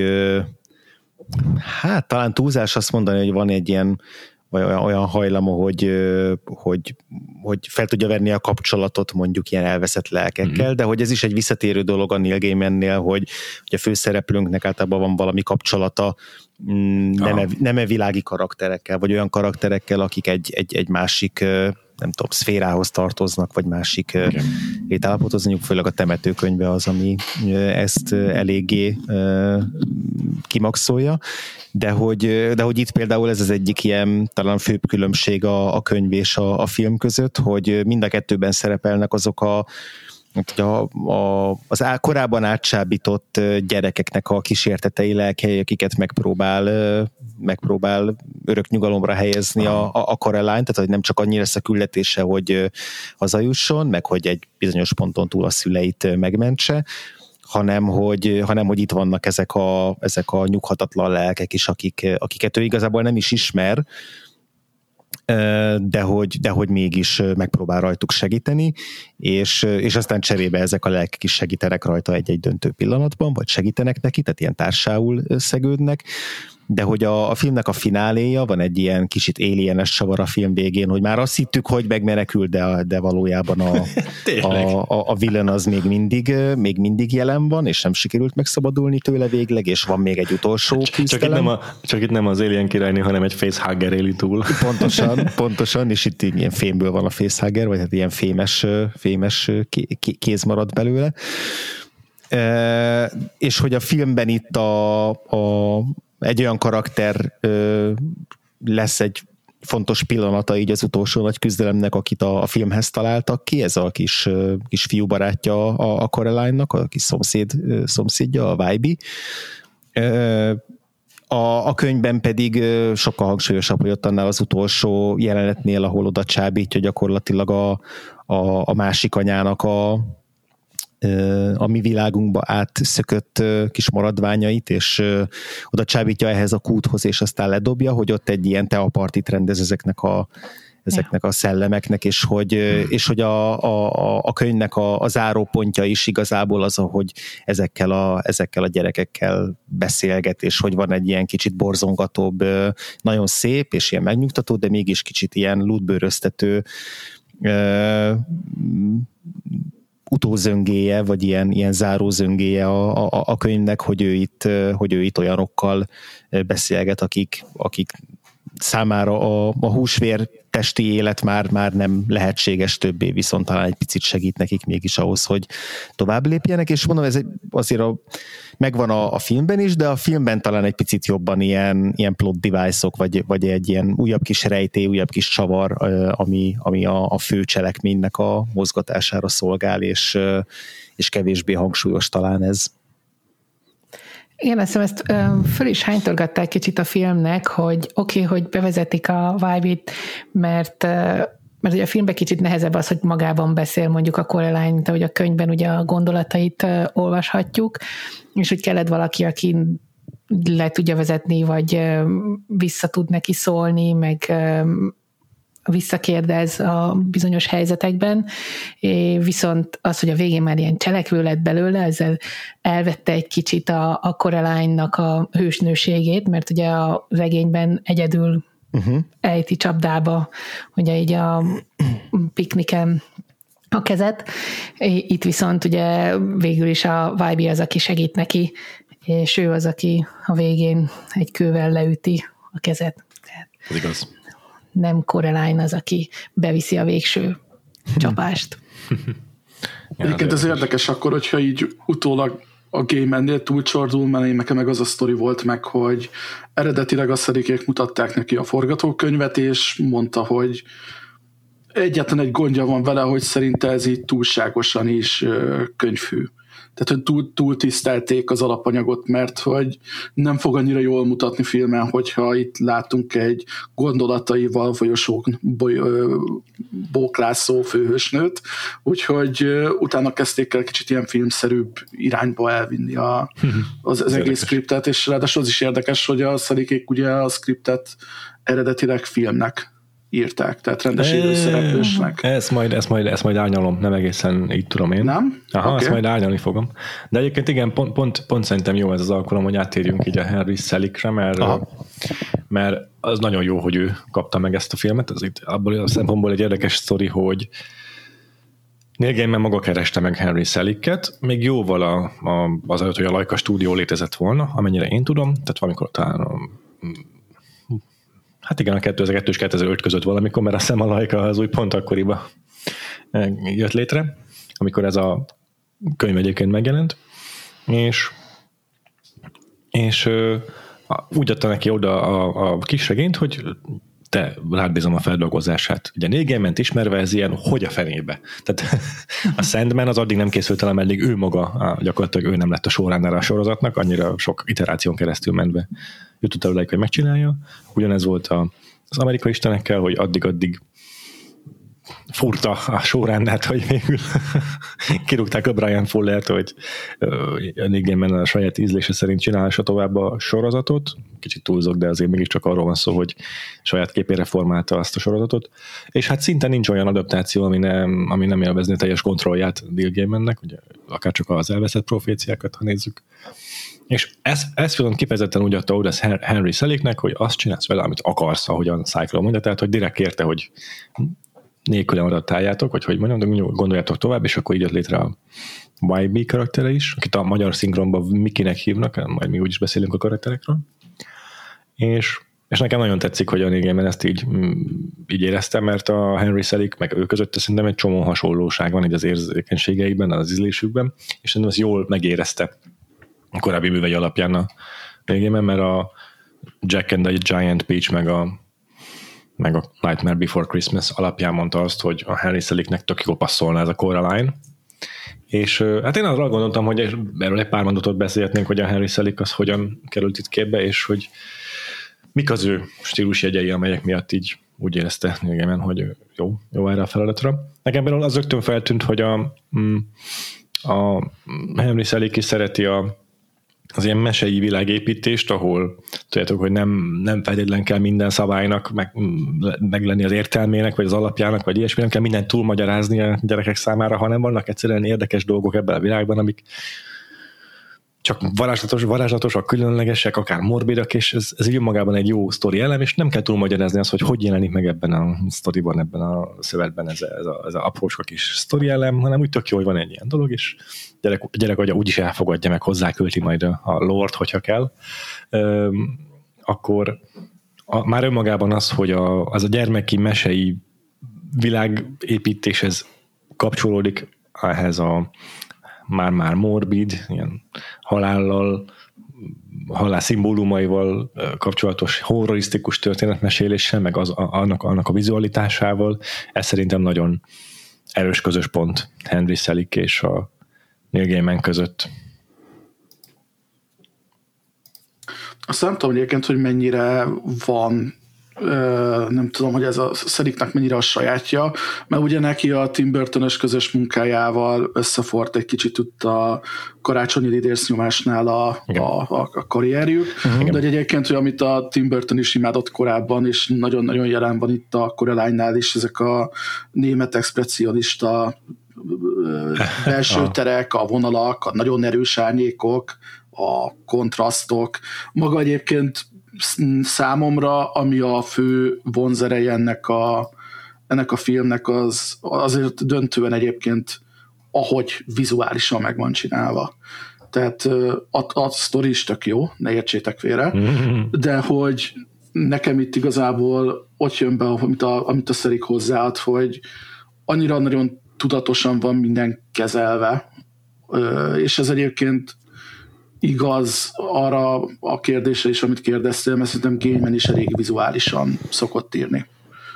hát talán túlzás azt mondani, hogy van egy ilyen vagy olyan hajlama, hogy fel tudja venni a kapcsolatot mondjuk ilyen elveszett lelkekkel, de hogy ez is egy visszatérő dolog a Neil Gaimannél, hogy a főszereplőnknek általában van valami kapcsolata nem világi karakterekkel, vagy olyan karakterekkel, akik egy másik nem tudom, szférához tartoznak, vagy másik létállapothoz, mondjuk főleg a Temetőkönyve az, ami ezt eléggé kimaxolja, de hogy itt például ez az egyik ilyen talán főbb különbség a könyv és a film között, hogy mind a kettőben szerepelnek azok az korábban átsábított gyerekeknek a kísértetei lelkei, akiket megpróbál örök nyugalomra helyezni a Coraline, tehát hogy nem csak annyi lesz a küldetése, hogy hazajusson, meg hogy egy bizonyos ponton túl a szüleit megmentse, hanem hogy itt vannak ezek a nyughatatlan lelkek is, akiket ő igazából nem is ismer, de hogy mégis megpróbál rajtuk segíteni, és aztán cserébe ezek a lelkek is segítenek rajta egy döntő pillanatban, vagy segítenek neki, tehát ilyen társául szegődnek, de hogy a filmnek a fináléja, van egy ilyen kicsit alienes csavar a film végén, hogy már azt hittük, hogy megmenekül, de valójában a villain az még mindig jelen van, és nem sikerült megszabadulni tőle végleg, és van még egy utolsó küzdelem. Csak itt nem az Alien királynő, hanem egy facehugger éli túl. Pontosan, és itt ilyen fémből van a facehugger, vagy hát ilyen fémes kéz marad belőle. És hogy a filmben itt egy olyan karakter lesz egy fontos pillanata így az utolsó nagy küzdelemnek, akit a filmhez találtak ki, ez a kis fiú barátja a Coraline-nak, a kis szomszédja, a Vibe. A könyvben pedig sokkal hangsúlyosabb, hogy ott annál az utolsó jelenetnél, ahol oda csábítja gyakorlatilag a másik anyának a mi világunkba átszökött kis maradványait, és oda csábítja ehhez a kúthoz, és aztán ledobja, hogy ott egy ilyen teapartit rendez ezeknek a szellemeknek, és hogy a könyvnek a zárópontja is igazából az, hogy ezekkel a gyerekekkel beszélget, és hogy van egy ilyen kicsit borzongatóbb, nagyon szép, és ilyen megnyugtató, de mégis kicsit ilyen lútbőröztető utózöngéje, vagy ilyen zárózöngéje a könyvnek, hogy ő itt olyanokkal beszélget, akik számára a húsvér testi élet már nem lehetséges többé, viszont talán egy picit segít nekik mégis ahhoz, hogy tovább lépjenek, és mondom, ez azért megvan a filmben is, de a filmben talán egy picit jobban ilyen plot device-ok, vagy egy ilyen újabb kis rejtély, újabb kis csavar, ami a fő cselekménynek a mozgatására szolgál, és kevésbé hangsúlyos talán ez. Én azt hiszem, ezt föl is hánytorgatták kicsit a filmnek, hogy oké, hogy bevezetik a vibe-it, mert ugye a filmben kicsit nehezebb az, hogy magában beszél mondjuk a Coraline, mint ahogy a könyvben ugye a gondolatait olvashatjuk, és hogy kellett valaki, aki le tudja vezetni, vagy vissza tud neki szólni, meg visszakérdez a bizonyos helyzetekben, viszont az, hogy a végén már ilyen cselekvő lett belőle, ezzel elvette egy kicsit a Coraline-nak a hősnőségét, mert ugye a regényben egyedül ejti csapdába, ugye így a pikniken a kezet. Itt viszont ugye végül is a Vibe az, aki segít neki, és ő az, aki a végén egy kővel leüti a kezet. Ez igaz. Nem Coraline az, aki beviszi a végső csapást. Egyébként ez érdekes akkor, hogyha így utólag a Gaimannél túlcsordul, mert nekem meg az a sztori volt meg, hogy eredetileg a Szelikék mutatták neki a forgatókönyvet, és mondta, hogy egyetlen egy gondja van vele, hogy szerinte ez így túlságosan is könyvhű. Tehát, hogy túl tisztelték az alapanyagot, mert hogy nem fog annyira jól mutatni filmen, hogyha itt látunk egy gondolataival folyosók bóklászó főhősnőt, úgyhogy utána kezdték el kicsit ilyen filmszerűbb irányba elvinni az egész skriptet, és ráadásul az is érdekes, hogy a Szelikék ugye a skriptet eredetileg filmnek írták, tehát rendes élőszereplősnek. Ezt majd árnyalom, nem egészen így tudom én. Nem? Aha, okay. Ezt majd árnyalni fogom. De egyébként igen, pont szerintem jó ez az alkalom, hogy áttérjünk így a Henry Selickre, mert az nagyon jó, hogy ő kapta meg ezt a filmet. Ez itt abból a szempontból egy érdekes sztori, hogy Neil Gaiman maga kereste meg Henry Selicket, még jóval azelőtt, hogy a Laika stúdió létezett volna, amennyire én tudom, tehát valamikor talán hát igen, a 2002 és 2005 között valamikor, mert azt hiszem a Laika az úgy pont akkoriban jött létre, amikor ez a könyv egyébként megjelent, és úgy adta neki oda a kis regényt, hogy te rád bízom a feldolgozását. Ugye Neil Gaimant ismerve ez ilyen, hogy a fenébe. Tehát a Sandman az addig nem készült el, ameddig ő maga, gyakorlatilag ő nem lett a showrunner a sorozatnak, annyira sok iteráción keresztül mentve jutott el, hogy megcsinálja. Ugyanez volt az Amerikai Istenekkel, hogy addig furta a showrunnert, hogy végül kirúgták a Brian Fullert, hogy Neil Gaiman a saját ízlése szerint csinálhassa tovább a sorozatot. Kicsit túlzok, de azért mégiscsak arról van szó, hogy saját képére formálta azt a sorozatot. És hát szinte nincs olyan adaptáció, ami nem élvezni teljes kontrollját Neil Gaimannek, ugye akár csak az elveszett proféciákat, ha nézzük. És ezt viszont kifejezetten úgy adta oda Henry Selicknek, hogy azt csinálsz vele, amit akarsz, ahogyan Cyclone mondja, tehát hogy direkt kérte, hogy nélkülem adaptáljátok, vagy hogy mondjam, gondoljátok tovább, és akkor így jött létre a YB karaktere is, akit a magyar szinkronban Mikinek hívnak, majd mi úgyis beszélünk a karakterekről. És nekem nagyon tetszik, hogy a Neil Gaiman ezt így érezte, mert a Henry Selick meg ő között szerintem egy csomó hasonlóság van így az érzékenységeikben, az ízlésükben, és szerintem ezt jól megérezte a korábbi művei alapján a Neil Gaiman, mert a Jack and the Giant Peach meg a Nightmare Before Christmas alapján mondta azt, hogy a Henry Selicknek tök jó passzolna ez a Coraline. És hát én arra gondoltam, hogy erről egy pár mondatot beszélhetnénk, hogy a Henry Selick az hogyan került itt képbe, és hogy mik az ő stílusjegyei, amelyek miatt így úgy érezte Neil Gaiman, hogy jó erre a feladatra. Nekem például az rögtön feltűnt, hogy a Henry Selick is szereti az ilyen mesei világépítést, ahol tudjátok, hogy nem feltétlen kell minden szabálynak meg lenni az értelmének, vagy az alapjának, vagy ilyesmi, nem kell mindent túlmagyarázni a gyerekek számára, hanem vannak egyszerűen érdekes dolgok ebben a világban, amik csak varázslatosak, különlegesek, akár morbidak, és ez így magában egy jó sztori elem, és nem kell túlmagyarázni azt, hogy jelenik meg ebben a sztoriban, ebben a szövetben ez a aprócska kis sztori elem, hanem úgy tök jó, hogy van egy ilyen dolog, és a gyerek agya úgyis elfogadja, meg hozzákölti majd a lore-t, hogyha kell. Akkor már önmagában az, hogy az a gyermeki mesei világépítéshez kapcsolódik ehhez a már morbid, ilyen halál szimbólumaival kapcsolatos horrorisztikus történetmeséléssel, meg annak a vizualitásával, ez szerintem nagyon erős közös pont Henry Selick és a Neil Gaiman között. Azt nem tudom egyébként, hogy mennyire van, nem tudom, hogy ez a Selicknek mennyire a sajátja, mert ugye neki a Tim Burton-ös közös munkájával összefort egy kicsit ott a karácsonyi lidércnyomásnál a karrierjük, de hogy egyébként, hogy amit a Tim Burton is imádott korábban, és nagyon-nagyon jelen van itt a Coraline-nál is, ezek a német expresszionista belső terek, a vonalak, a nagyon erős árnyékok, a kontrasztok. Maga egyébként számomra, ami a fő vonzereje ennek a filmnek, az azért döntően egyébként, ahogy vizuálisan meg van csinálva. Tehát a sztori is tök jó, ne értsétek félre, de hogy nekem itt igazából ott jön be, amit a Selick hozzáad, hogy annyira nagyon tudatosan van minden kezelve, és ez egyébként igaz arra a kérdésre is, amit kérdeztél, mert szerintem Gaiman is elég vizuálisan szokott írni.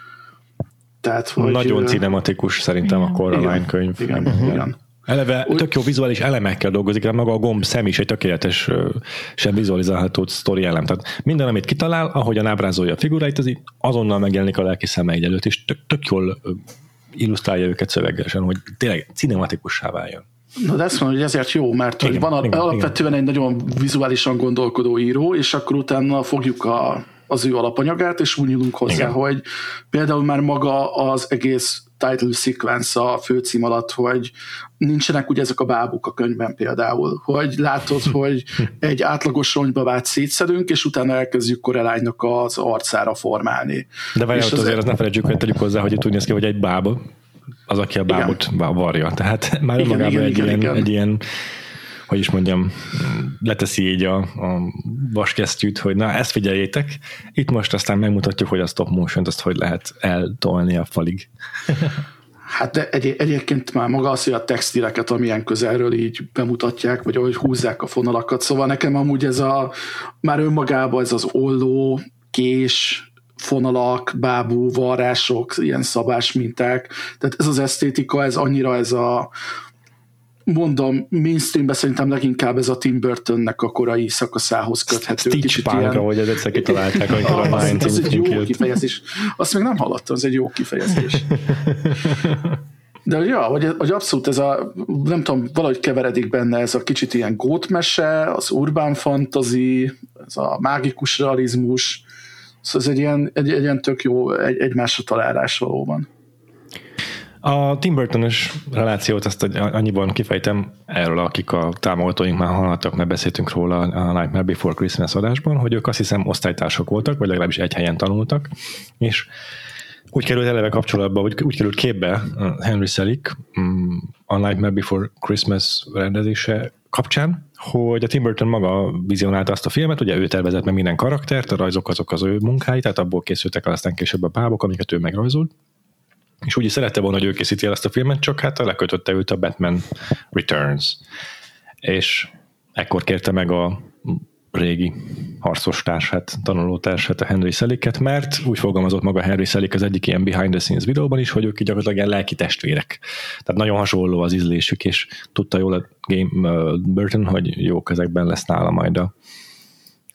Tehát, hogy nagyon cinematikus szerintem a Coraline könyv. Igen. Eleve tök jó vizuális elemekkel dolgozik, de maga a gomb szem is egy tökéletes, sem vizualizálható sztori elem. Tehát minden, amit kitalál, ahogyan ábrázolja a figuráit, az azonnal megjelenik a lelki szemeid előtt, és tök jól illusztrálja őket szövegesen, hogy tényleg cinematikussá váljon. Na de ezt mondom, hogy ezért jó, mert igen, hogy van alapvetően egy nagyon vizuálisan gondolkodó író, és akkor utána fogjuk az ő alapanyagát, és úgy nyúlunk hozzá, hogy például már maga az egész title sequence a főcím alatt, hogy nincsenek ugye ezek a bábuk a könyvben például, hogy látod, hogy egy átlagos ronybabát szétszedünk, és utána elkezdjük Coraline-nak az arcára formálni. De várjál, azért azt ne felejtsük, hogy tegyük hozzá, hogy itt úgy néz ki, hogy egy bába, az, aki a bábot varja. Tehát már önmagában egy ilyen, hogy is mondjam, leteszi így a vaskesztyűt, hogy na, ezt figyeljétek, itt most aztán megmutatjuk, hogy a stop motion-t azt hogy lehet eltolni a falig. Hát de egyébként már maga az, hogy a textileket, amilyen közelről így bemutatják, vagy ahogy húzzák a fonalakat, szóval nekem amúgy már önmagában ez az olló, kés, fonalak, bábú, varrások, ilyen szabás minták, tehát ez az esztétika, ez annyira mondom, mainstreamben szerintem leginkább ez a Tim Burtonnek a korai szakaszához köthető. Stitch punk, ahogy ezt kitalálták, amikor a Nine az egy jó kifejezés. Azt még nem hallottam, ez egy jó kifejezés. De ja, hogy abszolút ez nem tudom, valahogy keveredik benne ez a kicsit ilyen gótmese, az urban fantasy, ez a mágikus realizmus, szóval ez egy ilyen tök jó egymásra találás valóban. A Tim Burton-ös relációt azt annyiban kifejtem erről, akik a támogatóink már hallhattak, mert beszéltünk róla a Nightmare Before Christmas adásban, hogy ők azt hiszem osztálytársak voltak, vagy legalábbis egy helyen tanultak, és úgy került eleve kapcsolatba, vagy úgy került képbe Henry Selick a Nightmare Before Christmas rendezése kapcsán, hogy a Tim Burton maga vizionálta azt a filmet, ugye ő tervezett meg minden karaktert, a rajzok azok az ő munkái, tehát abból készültek el aztán később a bábok, amiket ő megrajzolt, és úgy is szerette volna, hogy ő készíti el ezt a filmet, csak hát lekötötte őt a Batman Returns. És ekkor kérte meg a régi harcos társát, tanulótársát, a Henry Selicket, mert úgy fogalmazott maga Henry Selick az egyik ilyen behind the scenes videóban is, hogy ők gyakorlatilag ilyen lelki testvérek. Tehát nagyon hasonló az ízlésük, és tudta jól a Burton, hogy jó kezekben lesz nála majd a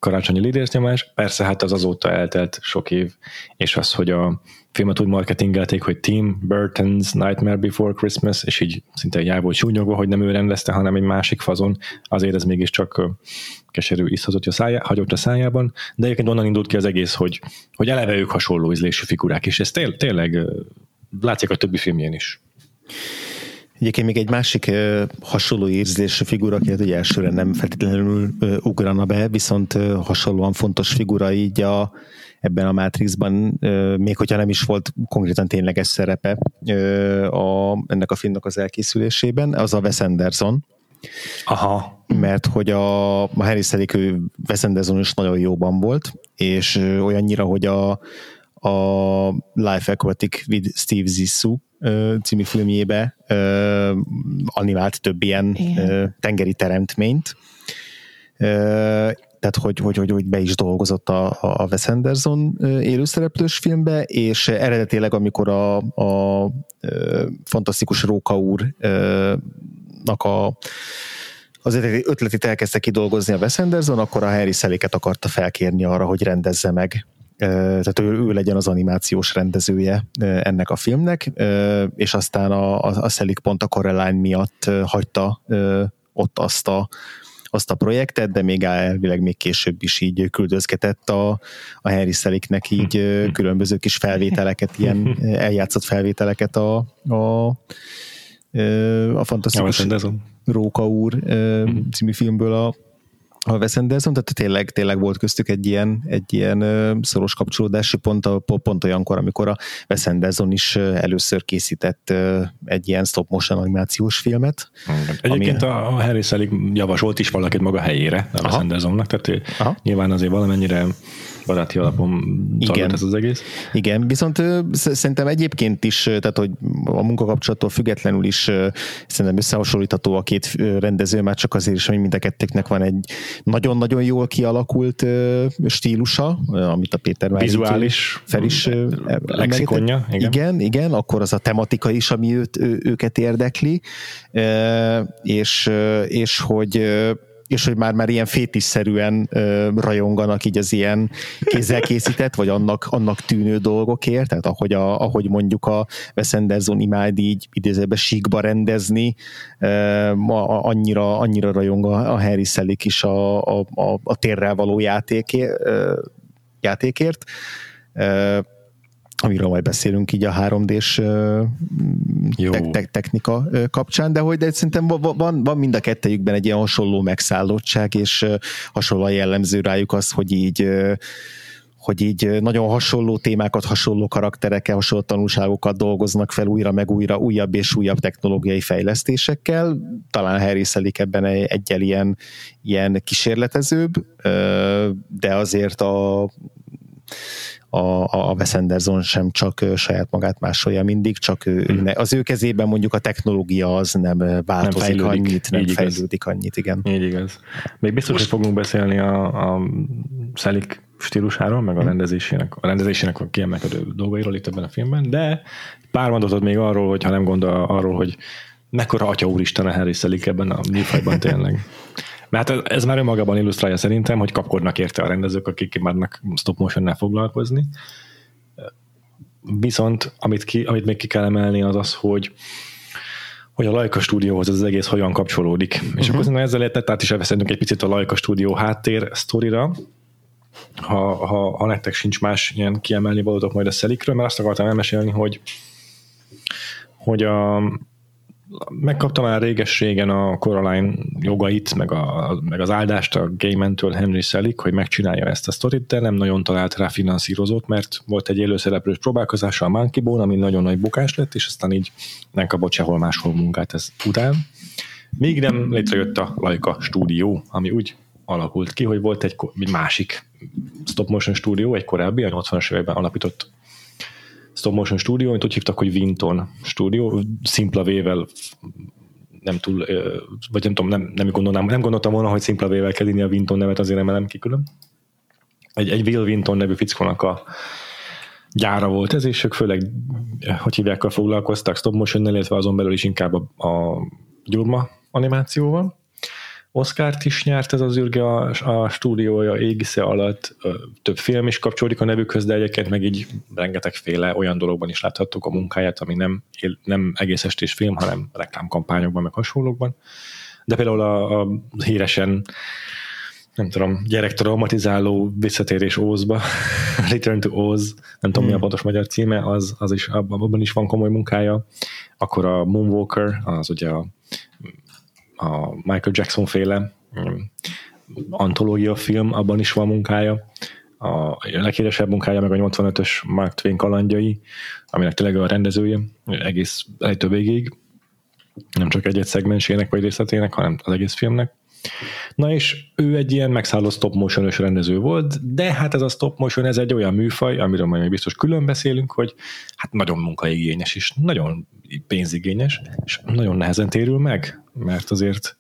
karácsonyi lidércnyomás. Persze hát az azóta eltelt sok év, és az, hogy a filmet úgy marketingelték, hogy Tim Burton's Nightmare Before Christmas, és így szinte jár volt súnyogva, hogy nem ő rendezte, hanem egy másik fazon, azért ez mégiscsak keserű ízt hagyott a szájában, de egyébként onnan indult ki az egész, hogy eleve ők hasonló ízlésű figurák, és ez tényleg látszik a többi filmjén is. Egyébként még egy másik hasonló érzésű figura, aki ugye elsőre nem feltétlenül ugrana be, viszont hasonlóan fontos figura így ebben a Matrixban, még hogyha nem is volt konkrétan tényleges szerepe ennek a filmnek az elkészülésében, az a Wes Anderson. Aha. Mert hogy a Harry Selick, Wes Anderson is nagyon jóban volt, és olyannyira, hogy a Life Aquatic with Steve Zissou című filmjébe animált több ilyen tengeri teremtményt. Tehát, hogy be is dolgozott a Wes Anderson élőszereplős filmbe, és eredetileg, amikor a fantasztikus Róka úrnak az ötletét elkezdte kidolgozni a Wes Anderson, akkor a Harry Selicket akarta felkérni arra, hogy rendezze meg. Tehát ő legyen az animációs rendezője ennek a filmnek, és aztán a Selick pont a Coraline miatt hagyta ott azt a projektet, de még elvileg még később is így küldözgetett a Harry Selicknek így különböző kis felvételeket, ilyen eljátszott felvételeket a fantasztikus Róka úr című filmből a Wes Anderson, tehát tényleg volt köztük egy ilyen szoros kapcsolódási pont olyankor, amikor a Wes Anderson is először készített egy ilyen stop motion animációs filmet. Egyébként a Harry Selick javasolt is valakit maga helyére a Wes Andersonnak, tehát nyilván azért valamennyire baráti alapon zajlott ez az egész. Igen, viszont szerintem egyébként is, tehát hogy a munkakapcsolattól függetlenül is szerintem összehasonlítható a két rendező, már csak azért is, hogy mind a kettőknek van egy nagyon-nagyon jól kialakult stílusa, amit a Péter már vizuális fel is lexikonja. Igen, akkor az a tematika is, ami őket érdekli, és hogy már ilyen fétisszerűen rajonganak így az ilyen kézzel készített, vagy annak tűnő dolgokért, tehát ahogy mondjuk a Wes Anderson imád így idézőben síkba rendezni, annyira rajong a Harry Selick is a térrel való játékért, amiről majd beszélünk így a 3D-s technika kapcsán, de szerintem van mind a kettejükben egy ilyen hasonló megszállottság, és hasonló jellemző rájuk az, hogy így nagyon hasonló témákat, hasonló karakterekkel, hasonló tanulságokat dolgoznak fel újra meg újra, újabb és újabb technológiai fejlesztésekkel. Talán Harry Selick ebben egyel ilyen kísérletezőbb, de azért a Wes Anderson sem csak saját magát másolja mindig, csak az ő kezében mondjuk a technológia az nem változik annyit, nem fejlődik annyit, igen. Így igaz. Még biztos, hogy fogunk beszélni a Selick stílusáról, meg a rendezésének a kiemelkedő dolgairól itt ebben a filmben, de pár mondatot még arról, hogyha nem gondol arról, hogy mekkora atya úristen a Harry Selick ebben a műfajban tényleg. Mert ez már önmagában illusztrálja szerintem, hogy kapkodnak érte a rendezők, akik imádnak stop motionnel foglalkozni. Viszont amit még ki kell emelni az az, hogy a Laika stúdióhoz az egész hogyan kapcsolódik. És akkor szerintem ezzel lehetett át is elveszedünk egy picit a Laika stúdió háttér sztorira, ha nektek sincs más ilyen kiemelni valótok majd a Selickről, mert azt akartam elmesélni, hogy megkaptam már réges-régen a Coraline jogait, meg az áldást a Gaiman-től Henry Selick, hogy megcsinálja ezt a sztorit, de nem nagyon talált rá finanszírozót, mert volt egy élőszereplős próbálkozása a Monkey Bone, ami nagyon nagy bukás lett, és aztán így nem kapott sehol máshol munkát ez után. Még nem létrejött a Laika stúdió, ami úgy alakult ki, hogy volt egy másik stop motion stúdió, egy korábbi, a 80-as években alapított stop motion stúdió, amit úgy hívtak, hogy Vinton stúdió, szimpla V-vel nem túl, vagy nem tudom, nem gondoltam volna, hogy szimpla V-vel kell írni a Vinton nevet, azért emelem ki külön. Egy Will Vinton nevű fickónak a gyára volt ez, és ők főleg, hogy hívják, foglalkoztak stop motionnel, illetve azon belül is inkább a gyurma animációval. Oscart is nyert ez az űrge a stúdiója égisze alatt, több film is kapcsolódik a nevükhöz, de egyébként meg így rengetegféle olyan dologban is láthattuk a munkáját, ami nem egész estés film, hanem reklámkampányokban, meg hasonlókban. De például a híresen, nem tudom, gyerektraumatizáló visszatérés Ozba, Return to Oz, nem tudom, mi a pontos magyar címe, az is, abban is van komoly munkája. Akkor a Moonwalker, az ugye a Michael Jackson féle antológia film, abban is van munkája. A leghíresebb munkája meg a 85-ös Mark Twain kalandjai, aminek tényleg a rendezője egész elejétől végig, nem csak egy szegmensének vagy részletének, hanem az egész filmnek. Na és ő egy ilyen megszálló stop motion-ös rendező volt, de hát ez a stop motion, ez egy olyan műfaj, amiről majd biztos külön beszélünk, hogy hát nagyon munkaigényes is, nagyon pénzigényes, és nagyon nehezen térül meg, mert azért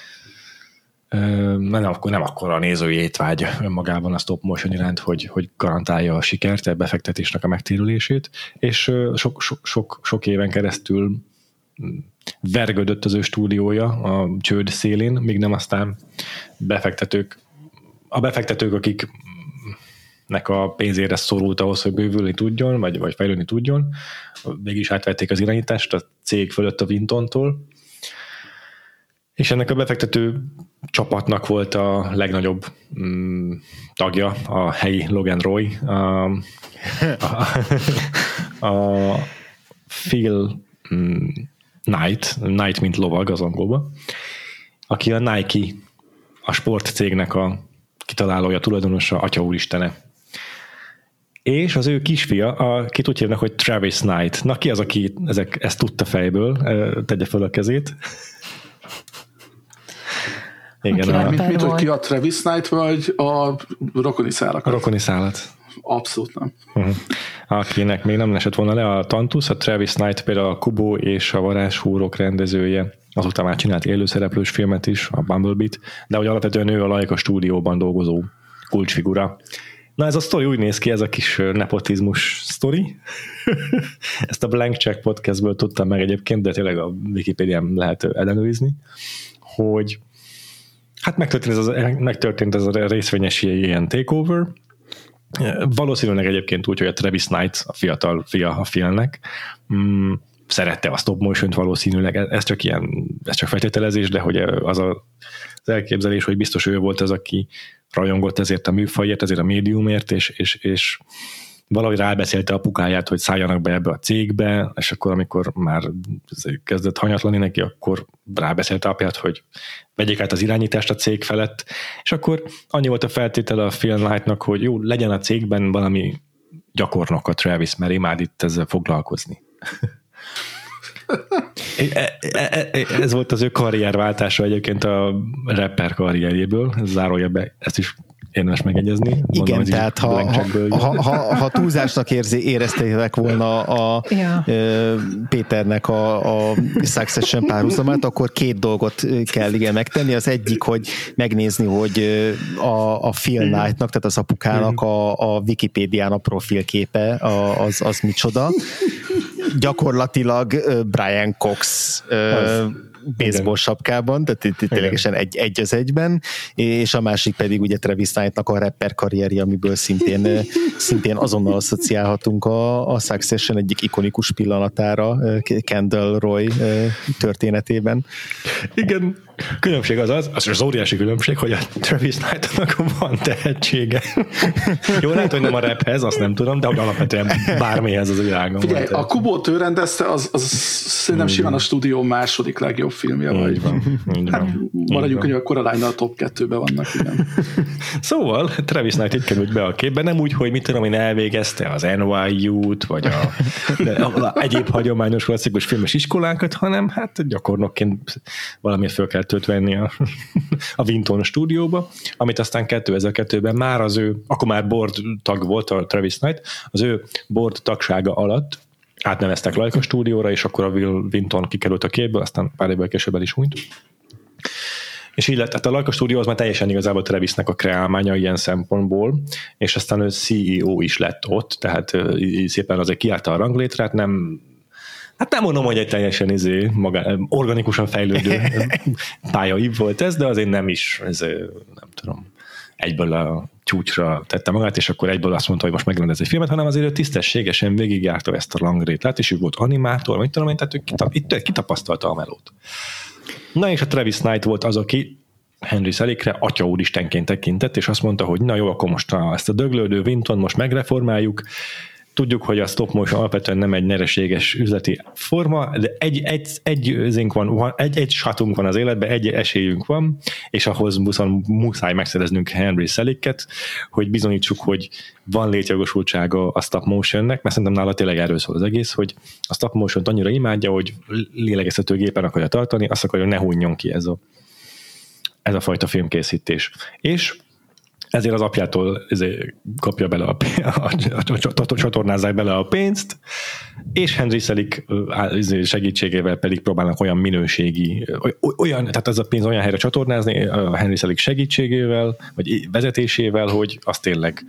nem akkora a nézői étvágy önmagában a stop motion iránt, hogy garantálja a sikert, a befektetésnek a megtérülését, és sok éven keresztül vergődött az ő stúdiója a csőd szélén, míg nem aztán befektetők, akiknek a pénzére szorult ahhoz, hogy bővülni tudjon, vagy fejlődni tudjon, mégis átvették az irányítást a cég fölött a Vintontól, és ennek a befektető csapatnak volt a legnagyobb tagja, a helyi Logan Roy, a Phil Knight, mint lovag az angolban, aki a Nike, a sportcégnek a kitalálója, tulajdonosa, atya úristene. És az ő kisfia, akit úgy hívnak, hogy Travis Knight. Na ki az, aki ezt tudta fejből? Tegye fel a kezét. Igen, mit, hogy ki a Travis Knight, vagy a rokoni szálakat? A rokoni szálat. Abszolút nem. Akinek még nem esett volna le a tantusz, a Travis Knight például a Kubo és a Varázshúrok rendezője, azután már csinált élőszereplős filmet is, a Bumblebee-t, de hogy alapvetően ő a Laika stúdióban dolgozó kulcsfigura. Na ez a sztori úgy néz ki, ez a kis nepotizmus sztori. Ezt a Blank Check podcastből tudtam meg egyébként, de tényleg a Wikipédián lehet ellenőrizni, hogy hát megtörtént ez a részvényes ilyen takeover. Valószínűleg egyébként úgy, hogy a Travis Knight, a fiatal fia a Philnek, szerette a stop motion-t valószínűleg, ez csak feltételezés, de hogy az elképzelés, hogy biztos ő volt az, aki rajongott ezért a műfajért, ezért a médiumért, és valahogy rábeszélte apukáját, hogy szálljanak be ebbe a cégbe, és akkor, amikor már kezdett hanyatlani neki, akkor rábeszélte apját, hogy vegyék át az irányítást a cég felett, és akkor annyi volt a feltétele a Phil Knightnak, hogy jó, legyen a cégben valami gyakornok a Travis, mert imád itt ezzel foglalkozni. Ez volt az ő karrierváltása egyébként a rapper karrierjéből, zárója be, ezt is érdemes megegyezni. Igen, tehát ha túlzásnak éreztétek volna a Péternek a Succession párhuzamát, akkor két dolgot kell megtenni. Az egyik, hogy megnézni, hogy a Phil Knightnak, tehát az apukának a Wikipédián a profilképe, az micsoda. Gyakorlatilag Brian Cox baseball sapkában, tehát ténylegesen egy az egyben, és a másik pedig ugye Travis Knightnak a rapper karrierje, amiből szintén azonnal asszociálhatunk a Succession egyik ikonikus pillanatára, Kendall Roy történetében. Igen, különbség az óriási különbség, hogy a Travis Knightnak van tehetsége. Jó, lehet, hogy nem a raphez, azt nem tudom, de hogy alapvetően bármihez az világon. Figyelj, a Kubót ő rendezte, az szerintem simán a stúdió második legjobb filmje, vagy van. Hát maradjunk, hogy a Coraline a top 2-ben vannak, igen. Szóval Travis Knight itt került be a képbe, nem úgy, hogy mit tudom én, elvégezte az NYU-t, vagy a egyéb hagyományos klasszikus filmes iskolákat, hanem hát gyakornokként valamiért föl kell venni a Vinton stúdióba, amit aztán 2002-ben már akkor már board tag volt a Travis Knight, az ő board tagsága alatt átneveztek Laika stúdióra, és akkor a Will Vinton kikerült a képből, aztán pár évvel később el is hunyt. És így lett, tehát a Laika stúdió az már teljesen igazából Travisnek a kreálmánya ilyen szempontból, és aztán ő CEO is lett ott, tehát szépen azért kiállta a ranglétrát, Hát nem mondom, hogy egy teljesen organikusan fejlődő pályaív volt ez, de azért nem is, nem tudom, egyből a csúcsra tette magát, és akkor egyből azt mondta, hogy most megrendez egy filmet, hanem azért ő tisztességesen végigjárta ezt a langrétlát, és ő volt animátor, mit tudom én, tehát ő kitapasztalta a melót. Na és a Travis Knight volt az, aki Henry Selickre atya úristenként tekintett, és azt mondta, hogy na jó, akkor most ezt a döglődő Vinton most megreformáljuk. Tudjuk, hogy a stop motion alapvetően nem egy nyereséges üzleti forma, de egy shotunk van az életben, egy esélyünk van, és ahhoz muszáj megszereznünk Henry Selicket, hogy bizonyítsuk, hogy van létjogosultsága a stop motionnek, mert szerintem nála tényleg erről szól az egész, hogy a stop motion-t annyira imádja, hogy lélegeztető gépen akarja tartani, azt akarja, hogy ne hunjon ki ez a fajta filmkészítés. És ezért az apjától kapja bele a csatornázzák bele a pénzt, és Henry Selick segítségével pedig próbálnak olyan minőségi, tehát ez a pénz olyan helyre csatornázni a Henry Selick segítségével, vagy vezetésével, hogy az tényleg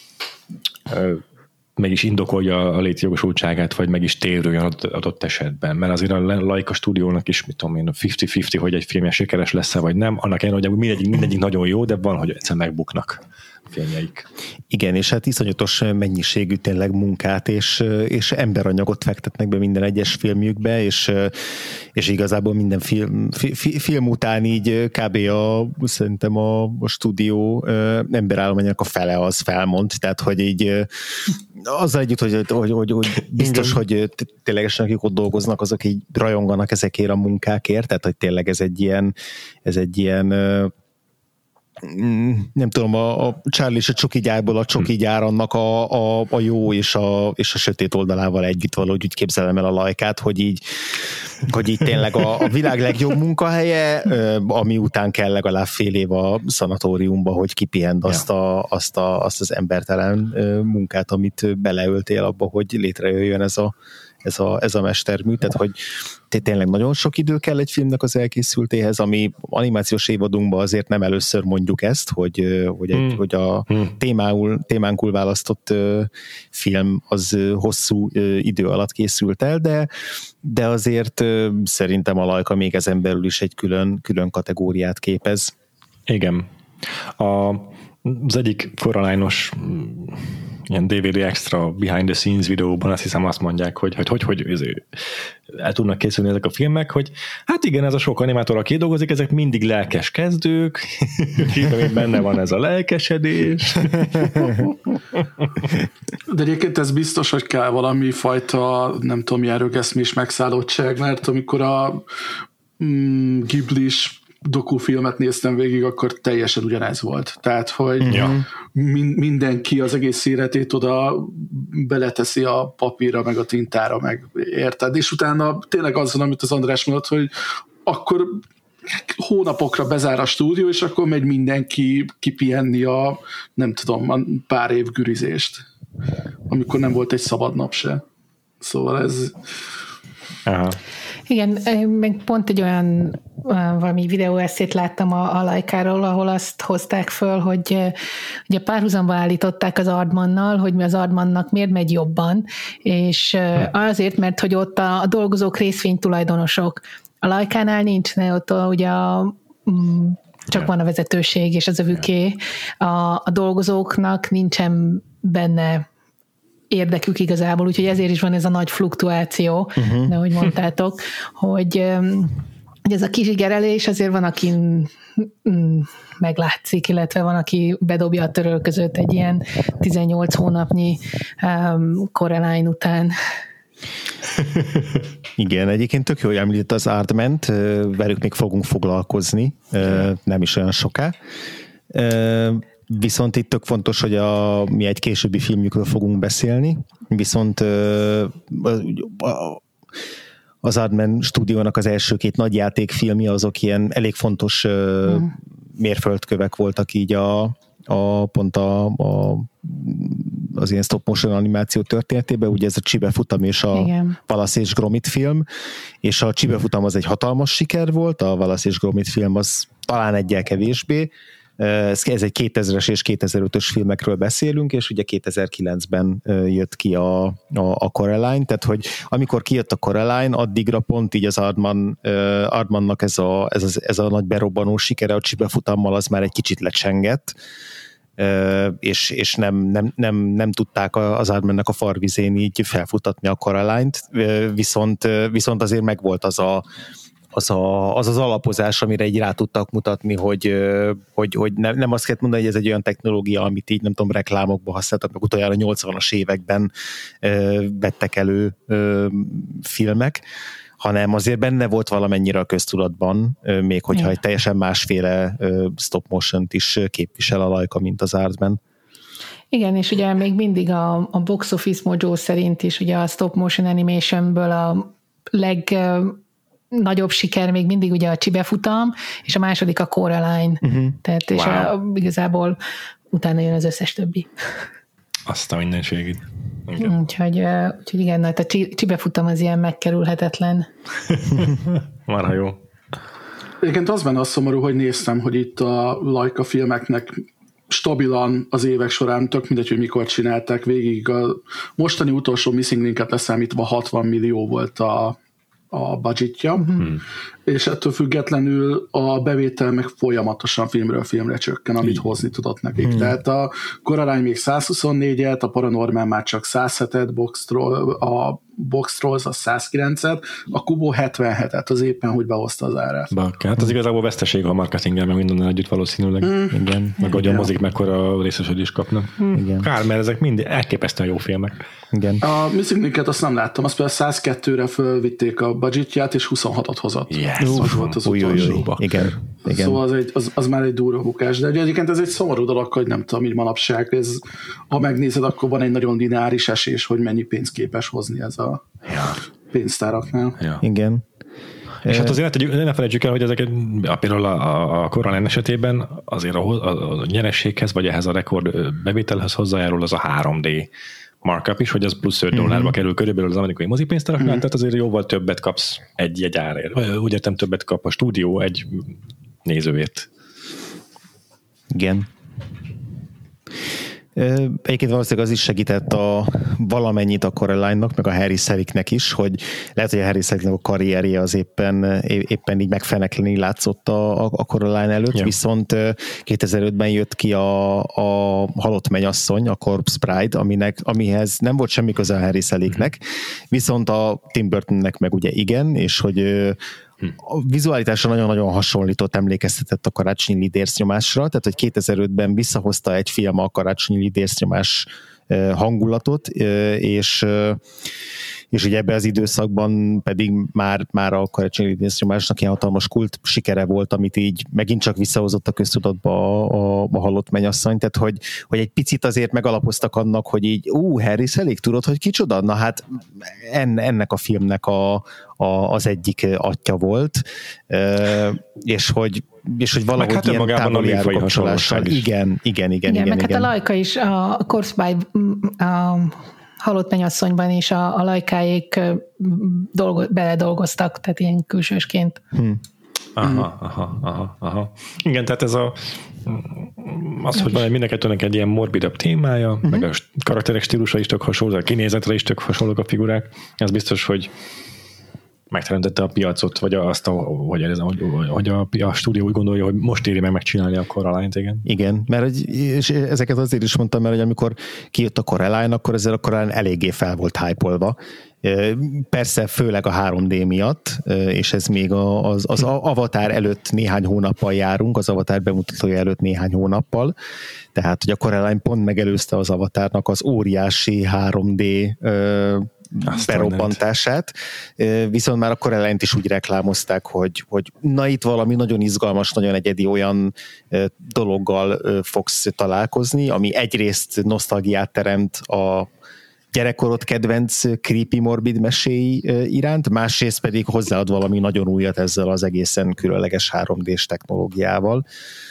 meg is indokolja a létjogosultságát, vagy meg is térüljön adott esetben. Mert azért a Laika stúdiónak is, mit tudom én, 50-50, hogy egy filmje sikeres lesz-e, vagy nem. Annak ellenére, hogy mindegyik nagyon jó, de van, hogy egyszer megbuknak filmjeik. Igen, és hát iszonyatos mennyiségű tényleg munkát és emberanyagot fektetnek be minden egyes filmjükbe, és igazából minden film után így kb. Szerintem a stúdió emberállományának a fele az felmond, tehát hogy így azzal együtt, hogy biztos, igen, hogy ténylegesen akik ott dolgoznak, azok így rajonganak ezekért a munkákért, tehát hogy tényleg ez egy ilyen nem tudom, a Charlie és a csoki gyárból a csoki gyár annak a jó és a sötét oldalával együtt valahogy úgy képzelem el a Laikát, hogy így tényleg a világ legjobb munkahelye, ami után kell legalább fél év a szanatóriumba, hogy kipihend azt az embertelen munkát, amit beleöltél abba, hogy létrejöjjön ez a mestermű, tehát hogy tényleg nagyon sok idő kell egy filmnek az elkészültéhez, ami animációs évadunkban azért nem először mondjuk ezt, hogy a témánkul választott film az hosszú idő alatt készült el, de azért szerintem a Laika még ezen belül is egy külön kategóriát képez. Igen. Az egyik Coraline-os ilyen DVD extra behind the scenes videóban azt hiszem azt mondják, hogy el tudnak készülni ezek a filmek, hogy hát igen, ez a sok animátor, aki dolgozik, ezek mindig lelkes kezdők, még benne van ez a lelkesedés. De egyébként ez biztos, hogy kell valami fajta, nem tudom, ilyen rögeszmés megszállottság, mert amikor a Ghibli-s dokufilmet néztem végig, akkor teljesen ugyanez volt. Tehát, hogy mindenki az egész életét oda beleteszi a papírra, meg a tintára, meg érted? És utána tényleg az van, amit az András mondott, hogy akkor hónapokra bezár a stúdió, és akkor megy mindenki kipihenni a, nem tudom, a pár év gürizést, amikor nem volt egy szabad nap se. Szóval ez... Aha. Igen, meg pont egy olyan valami videóesszét láttam a Laikáról, ahol azt hozták föl, hogy ugye párhuzamba állították az Aardmannal, hogy mi az Aardmannak miért megy jobban, és azért, mert hogy ott a dolgozók részvénytulajdonosok. A Laikánál nincs, ott ugye csak van a vezetőség és az övüké. A dolgozóknak nincsen benne érdekük igazából, úgyhogy ezért is van ez a nagy fluktuáció, de ahogy mondtátok, hogy ez a kizsigerelés azért van, aki meglátszik, illetve van, aki bedobja a törölközőt egy ilyen 18 hónapnyi Coraline után. Igen, egyébként tök jó, hogy említett az Aardment, velük még fogunk foglalkozni, nem is olyan soká. Viszont itt tök fontos, hogy mi egy későbbi filmjükről fogunk beszélni, viszont az Aardman stúdiónak az első 2 nagy játékfilmje azok ilyen elég fontos mérföldkövek voltak így pont az ilyen stop motion animáció történetében, ugye ez a Csibefutam és a Wallace és Gromit film, és a Csibefutam az egy hatalmas siker volt, a Wallace és Gromit film az talán egyel kevésbé, Ez egy 2000-es és 2005-ös filmekről beszélünk, és ugye 2009-ben jött ki a Coraline, tehát hogy amikor kijött a Coraline, addigra pont így az Aardmannak ez a nagy berobbanó sikere a csibefutammal az már egy kicsit lecsengett, és nem tudták az Aardmannek a farvizén így felfutatni a Coraline-t, viszont azért megvolt az alapozás, amire így rá tudtak mutatni, hogy nem azt kell mondani, hogy ez egy olyan technológia, amit így nem tudom, reklámokban használtak, meg utoljára 80-as években vettek elő filmek, hanem azért benne volt valamennyire a köztudatban, még hogyha egy teljesen másféle stop motion-t is képvisel a Laika, mint az Aardman. Igen, és ugye még mindig a Box Office Mojo szerint is ugye a stop motion animationből a legnagyobb siker még mindig ugye a Csibefutam, és a második a Coraline. Tehát és igazából utána jön az összes többi. Azt a mindenségét. Úgyhogy igen, a Csibefutam az ilyen megkerülhetetlen. Marha jó. Egyébként az benne a szomorú, hogy néztem, hogy itt a Laika filmeknek stabilan az évek során, tök mindegy, hogy mikor csinálták végig. A mostani utolsó Missing Link-et leszámítva 60 millió volt a budgetja, és ettől függetlenül a bevétel meg folyamatosan filmről filmre csökken, amit hozni tudott nekik. Tehát a Coraline még 124-et, a Paranormal már csak 107-et, a Box Trolls az 109-et, a Kubo 77-et, az éppen, hogy behozta az árát. Hát az igazából veszteség a marketinggel, meg mindennel együtt valószínűleg. Igen. Meg hogy a mozik mekkora részesedést kapnak. Igen. Kár, mert ezek mind elképesztően jó filmek. Igen. A Missing Link-et azt nem láttam, azt például 102-re fölvitték a budgetját, és 26-ot hozott. Yes. Az volt az utolsó. Igen. Szóval az már egy durva bukás, de egyébként ez egy szomorú dolog, hogy nem tudom, így manapság, ha megnézed, akkor van egy nagyon lineáris esés, hogy mennyi pénzt képes hozni ez a pénztáraknál. Ja. Igen. És hát azért ne felejtsük el, hogy ezeket például a Coraline esetében azért a nyerességhez, vagy ehhez a rekord bevételhez hozzájárul az a 3D markup is, hogy az plusz $5 kerül körülbelül az amerikai mozipénztáraknál, tehát azért jóval többet kapsz egy jegyárért. Úgy értem, többet kap a stúdió egy nézőért. Igen. Egyébként valószínűleg az is segített valamennyit a Coraline-nak, meg a Harry Selicknek is, hogy lehet, hogy a Harry Selicknek a karrierje az éppen így megfenekleni látszott a Coraline előtt, viszont 2005-ben jött ki a Halott mennyasszony, a Corpse Bride, amihez nem volt semmi köze a Harry Selicknek, viszont a Tim Burtonnek meg ugye igen, és hogy a vizualitásra nagyon-nagyon hasonlított, emlékeztetett a Karácsonyi lidércnyomásra, tehát hogy 2005-ben visszahozta egy film a Karácsonyi lidércnyomás hangulatot, és ugye ebben az időszakban pedig már a Karácsonyi lidércnyomásnak ilyen hatalmas kult sikere volt, amit így megint csak visszahozott a köztudatba a Halott mennyasszony, tehát hogy egy picit azért megalapoztak annak, hogy így Harry Selick, tudod, hogy kicsoda? Na hát ennek a filmnek az egyik atya volt, és hogy valahogy hát ilyen távoli kapcsolással. Igen. Meg hát a Laika is, a Corpse Bride, a Halott mennyasszonyban is a Laikáék beledolgoztak, tehát ilyen külsősként. Aha. Igen, tehát ez hogy van mind a kettőnek egy ilyen morbidabb témája, meg a karakterek stílusa is tök hasonló, a kinézetre is tök hasonlók a figurák. Ez biztos, hogy megteremtette a piacot, vagy azt, hogy a stúdió úgy gondolja, hogy most éri meg megcsinálni a Coraline-t, igen. Igen, mert és ezeket azért is mondtam, mert hogy amikor kijött a Coraline, akkor ezzel a Coraline eléggé fel volt hype-olva. Persze főleg a 3D miatt, és ez még az Avatar előtt néhány hónappal járunk, az Avatar bemutatója előtt néhány hónappal, tehát hogy a Coraline pont megelőzte az Avatarnak az óriási 3D berobbantását, viszont már a Coraline-t is úgy reklámozták, hogy na itt valami nagyon izgalmas, nagyon egyedi olyan dologgal fogsz találkozni, ami egyrészt nosztalgiát teremt a gyerekkorod kedvenc creepy morbid meséi iránt, másrészt pedig hozzáad valami nagyon újat ezzel az egészen különleges 3D-s technológiával.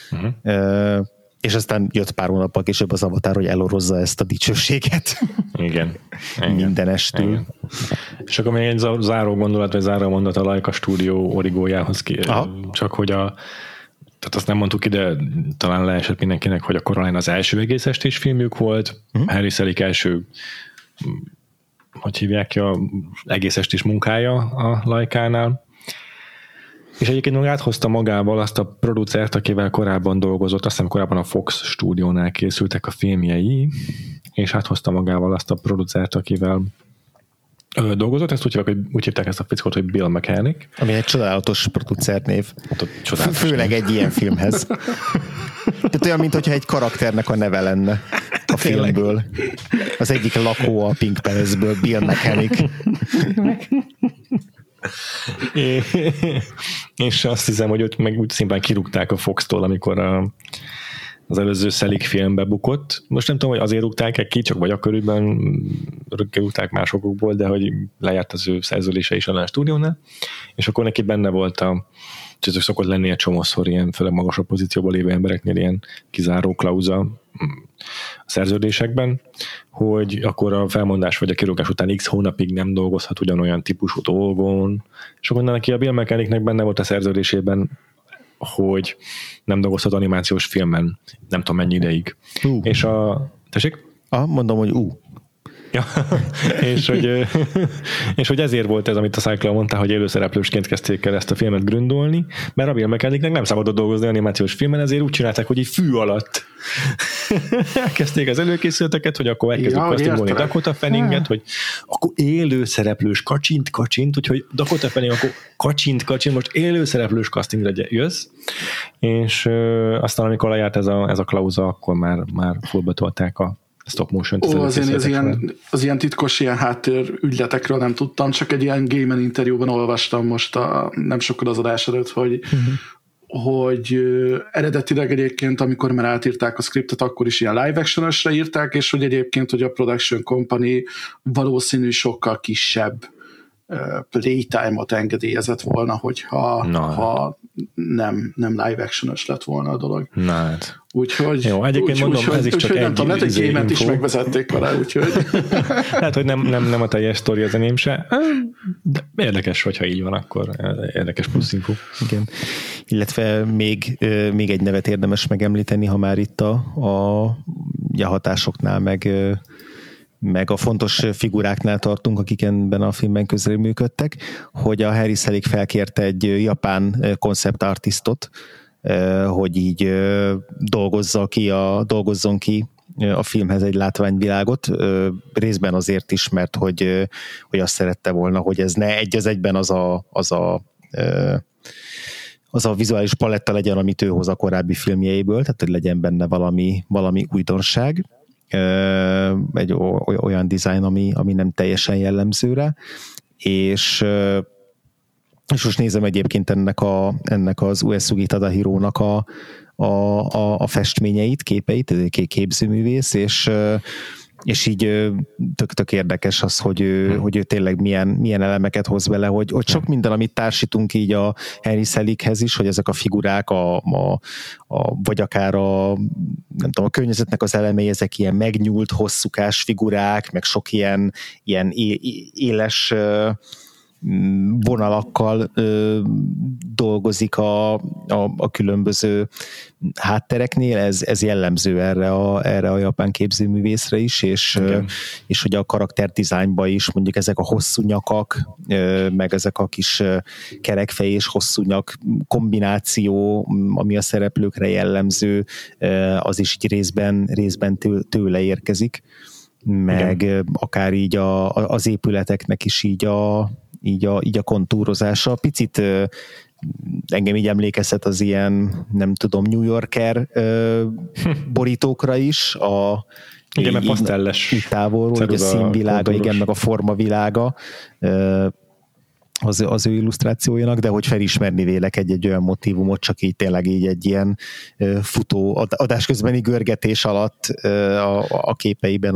És aztán jött pár hónappal később az Avatar, hogy elorozza ezt a dicsőséget. Igen. Mindenestül. Igen. És akkor még egy záró gondolat, vagy záró mondat a Laika stúdió origójához, csak hogy tehát azt nem mondtuk ide, talán leesett mindenkinek, hogy a Coraline az első egész estés filmjük volt, Harry Selick első, hogy hívják ki, a egész estés munkája a Laicánál. És egyébként meg áthozta magával azt a producert, akivel korábban dolgozott, azt hiszem korábban a Fox stúdiónál készültek a filmjei, és áthozta magával azt a producert, akivel dolgozott, ezt úgy hívták ezt a fickót, hogy Bill Mechanic. Ami egy csodálatos producernév. Főleg egy ilyen filmhez. Tehát olyan, mintha egy karakternek a neve lenne a filmből. Az egyik lakó a Pink Palace-ből, Bill Mechanic. És azt hiszem, hogy őt meg úgy szimplán kirúgták a Fox-tól, amikor az előző Selick filmbe bukott. Most nem tudom, hogy azért rúgták ki, csak vagy a körülben rúgták más okokból, de hogy lejárt az ő szerződése is a stúdiónál, és akkor neki benne volt és szokott lenni egy csomószor ilyen főleg magasabb pozícióban lévő embereknél ilyen kizáró klauza a szerződésekben, hogy akkor a felmondás vagy a kirúgás után x hónapig nem dolgozhat ugyanolyan típusú dolgon, és akkor neki a Bill Mechanicnek benne volt a szerződésében, hogy nem dolgozhat animációs filmen, nem tudom mennyi ideig. És tessék? Mondom, hogy Ja, és hogy ezért volt ez, amit a Cyclone mondta, hogy élőszereplősként kezdték el ezt a filmet gründolni, mert a Bill Mechanicnek nem szabadott dolgozni animációs filmen, ezért úgy csinálták, hogy így fű alatt kezdték az előkészületeket, hogy akkor elkezdjük castingolni Dakota Fanninget, hogy akkor élőszereplős kacsint, úgyhogy Dakota Fanning akkor kacsint, most élőszereplős castingra jössz, és aztán amikor lejárt ez a klauza, akkor már fullba tolták a stop motion. Az ilyen titkos ilyen háttér ügyletekről nem tudtam, csak egy ilyen Gaiman interjúban olvastam most nem sokkal az adás előtt, hogy eredetileg egyébként, amikor már átírták a scriptet, akkor is ilyen live action-ösre írták, és hogy egyébként, hogy a production company valószínű sokkal kisebb playtime-ot engedélyezett volna, hogyha nem live action-ös lett volna a dolog. Na hát. Úgyhogy jó, egyébként mondom, ez is csak nem tudom, lehet, hogy Game-et is megvezették vele, úgyhogy lehet, hogy nem a teljes sztori az enyém se, de érdekes, hogyha így van, akkor érdekes plusz info. Igen. Illetve még egy nevet érdemes megemlíteni, ha már itt a hatásoknál, meg a fontos figuráknál tartunk, akik ebben a filmben közreműködtek, hogy a Harry Selick felkérte egy japán concept artistot, hogy így dolgozzon ki a filmhez egy látványvilágot, részben azért is, mert hogy azt szerette volna, hogy ez ne egy az egyben az a vizuális paletta legyen, amit ő hoz a korábbi filmjeiből, tehát hogy legyen benne valami újdonság, egy olyan design, ami nem teljesen jellemző, és most nézem egyébként ennek az Uesugi Tadahiro-nak a festményeit, képeit, ez egy képzőművész, és így tök érdekes az, hogy ő tényleg milyen elemeket hoz bele, hogy sok minden, amit társítunk így a Harry Selickhez is, hogy ezek a figurák, vagy akár nem tudom, a környezetnek az elemei, ezek ilyen megnyúlt, hosszúkás figurák, meg sok ilyen éles vonalakkal dolgozik a különböző háttereknél, ez jellemző erre a japán képzőművészre is, és hogy a karakterdizájnban is mondjuk ezek a hosszú nyakak, meg ezek a kis kerekfej és hosszú nyak kombináció, ami a szereplőkre jellemző, az is így részben tőle érkezik, meg igen. Akár így az épületeknek is így a kontúrozása. Picit engem így emlékeztet az ilyen, nem tudom, New Yorker borítókra is. Igen, mert pasztelles. Így távolról, a színvilága, igen, meg a formavilága az ő illusztrációjának, de hogy felismerni vélek egy olyan motívumot, csak így tényleg így egy ilyen futó adás közbeni görgetés alatt a képeiben,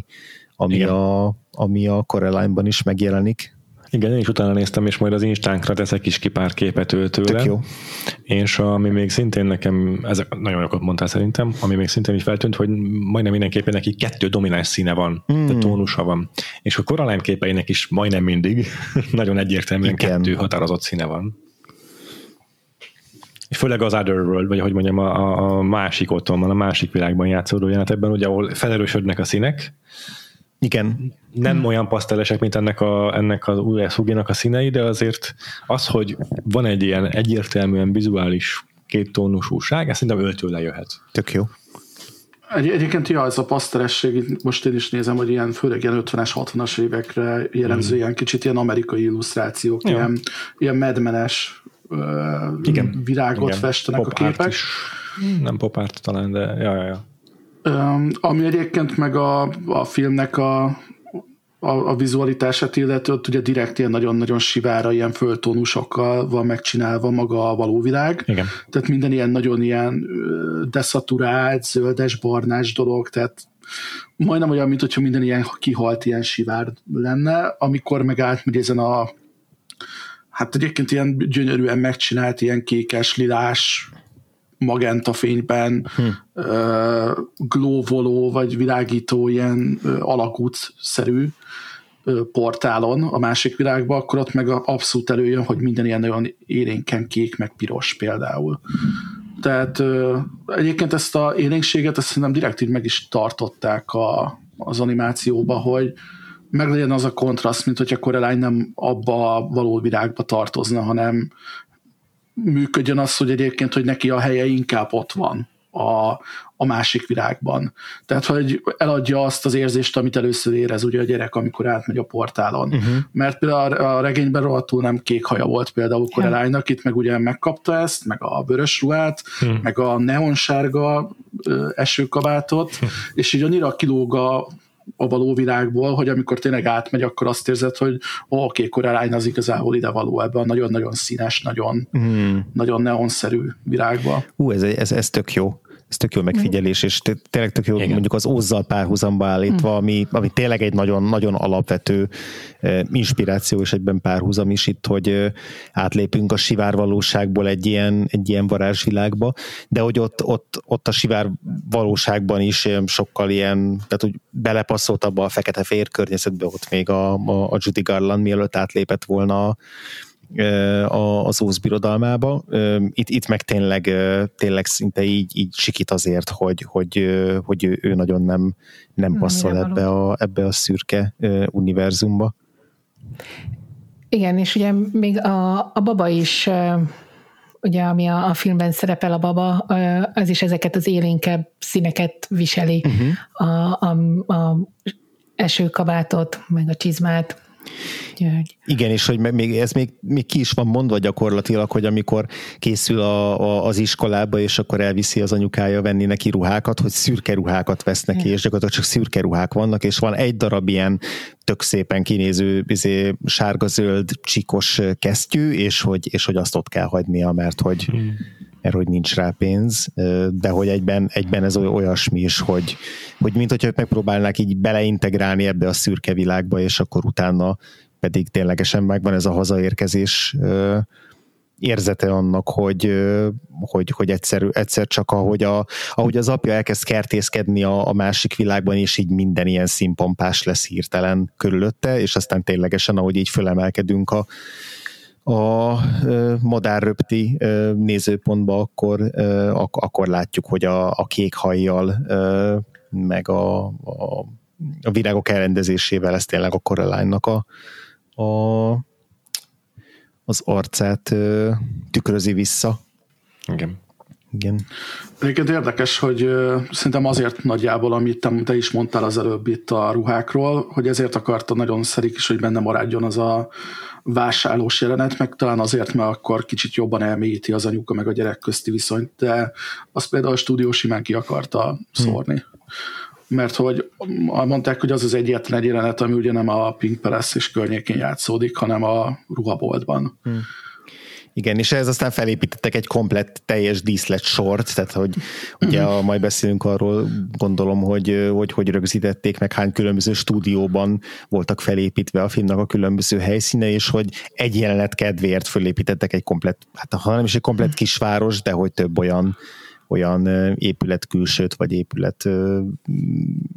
ami a Coraline-ban is megjelenik. Igen, én is utána néztem, és majd az Instánkra teszek is ki pár képet tőle. Tök jó. És ami még szintén nekem, ezek nagyon jókat mondtál szerintem, ami még szintén így feltűnt, hogy majdnem minden képen neki 2 domináns színe van, de tónusa van. És a Coraline képeinek is majdnem mindig nagyon egyértelműen igen. 2 határozott színe van. főleg az Otherworld, vagy hogy mondjam, a másik otthonban, a másik világban játszódó jelenetekben, ugye, ahol felerősödnek a színek. Igen. Nem olyan pasztelesek, mint ennek az új SUG-nak a színei, de azért az, hogy van egy ilyen egyértelműen vizuális kéttónusúság, ezt szerintem őtől lejöhet. Tök jó. Egyébként ez a pasztelesség, most én is nézem, hogy ilyen, főleg ilyen 50-es, 60-as évekre jellemző ilyen kicsit ilyen amerikai illusztrációk, ilyen madmenes virágot festenek pop a képek. Nem pop art talán, de ja. Ami egyébként meg a filmnek a vizualitását illető, ott ugye direkt ilyen nagyon-nagyon sivára, ilyen föltónusokkal van megcsinálva maga a való világ. Igen. Tehát minden ilyen nagyon ilyen deszaturált, zöldes, barnás dolog, tehát majdnem olyan, mint hogyha minden ilyen kihalt ilyen sivár lenne, amikor meg átmegy ezen hát egyébként ilyen gyönyörűen megcsinált, ilyen kékes, lilás, magenta fényben glóvoló vagy világító ilyen alagút-szerű portálon a másik világba, akkor ott meg abszolút előjön, hogy minden ilyen nagyon élénken kék, meg piros például. Tehát egyébként ezt a élénkséget azt szerintem direkt így meg is tartották az animációba, hogy meg legyen az a kontraszt, mint hogyha Coraline nem abba a való világba tartozna, hanem működjön az, hogy egyébként, hogy neki a helye inkább ott van a másik világban. Tehát, hogy eladja azt az érzést, amit először érez ugye a gyerek, amikor átmegy a portálon. Mert például a regényben rohadtul nem kék haja volt például Coraline-nak, itt meg ugye megkapta ezt, meg a vörös ruhát, meg a neonsárga esőkabátot, és így annyira kilóg a való világból, hogy amikor tényleg átmegy, akkor azt érzed, hogy oké, Coraline az igazából ide való ebben a nagyon-nagyon színes, nagyon neonszerű világba. Ez tök jó. Ez tök jó megfigyelés, és tényleg tök jó, mondjuk az Ózzal párhuzamba állítva, ami tényleg egy nagyon-nagyon alapvető inspiráció, és egyben párhuzam is itt, hogy átlépünk a sivárvalóságból egy ilyen varázsvilágba, de hogy ott a sivárvalóságban is sokkal ilyen, tehát úgy belepasszolt abba a fekete-fehér környezetbe, ott még a Judy Garland mielőtt átlépett volna az Óz birodalmába. Itt meg tényleg szinte így sikít azért, hogy ő nagyon nem passzol ebbe a szürke univerzumba. Igen, és ugye még a baba is, ugye ami a filmben szerepel a baba, az is ezeket az élénkebb színeket viseli. A esőkabátot, meg a csizmát. Igen, és hogy ez még ki is van mondva gyakorlatilag, hogy amikor készül az iskolába, és akkor elviszi az anyukája venni neki ruhákat, hogy szürke ruhákat vesz neki, és gyakorlatilag csak szürke ruhák vannak, és van egy darab ilyen tök szépen kinéző sárga-zöld csíkos kesztyű, és hogy azt ott kell hagynia, mert hogy nincs rá pénz, de hogy egyben ez olyasmi is, hogy mint hogyha megpróbálnák így beleintegrálni ebbe a szürke világba, és akkor utána pedig ténylegesen megvan ez a hazaérkezés érzete annak, hogy egyszer csak ahogy az apja elkezd kertészkedni a másik világban, és így minden ilyen színpompás lesz hirtelen körülötte, és aztán ténylegesen, ahogy így fölemelkedünk a madárröpti nézőpontba, akkor látjuk, hogy a kék hajjal meg a virágok elrendezésével ez tényleg a Coraline-nak az arcát tükrözi vissza. Igen. Egyébként érdekes, hogy szerintem azért nagyjából, amit te is mondtál az előbb itt a ruhákról, hogy ezért akarta nagyon Szerik is, hogy benne maradjon az a vásárlós jelenet, meg talán azért, mert akkor kicsit jobban elmélyíti az anyuka meg a gyerek közti viszonyt, de azt például a stúdió simán ki akarta szórni. Mert hogy mondták, hogy az egyetlen egy jelenet, ami ugye nem a Pink Palace és környékén játszódik, hanem a ruhaboltban. Igen, és ehhez aztán felépítettek egy komplett teljes díszlet sort, tehát hogy ugye majd beszélünk arról, gondolom, hogy rögzítették, meg hány különböző stúdióban voltak felépítve a filmnek a különböző helyszíne, és hogy egy jelenet kedvéért felépítettek egy komplett, hát ha nem is egy komplett kisváros, de hogy több olyan épület külsőt, vagy épület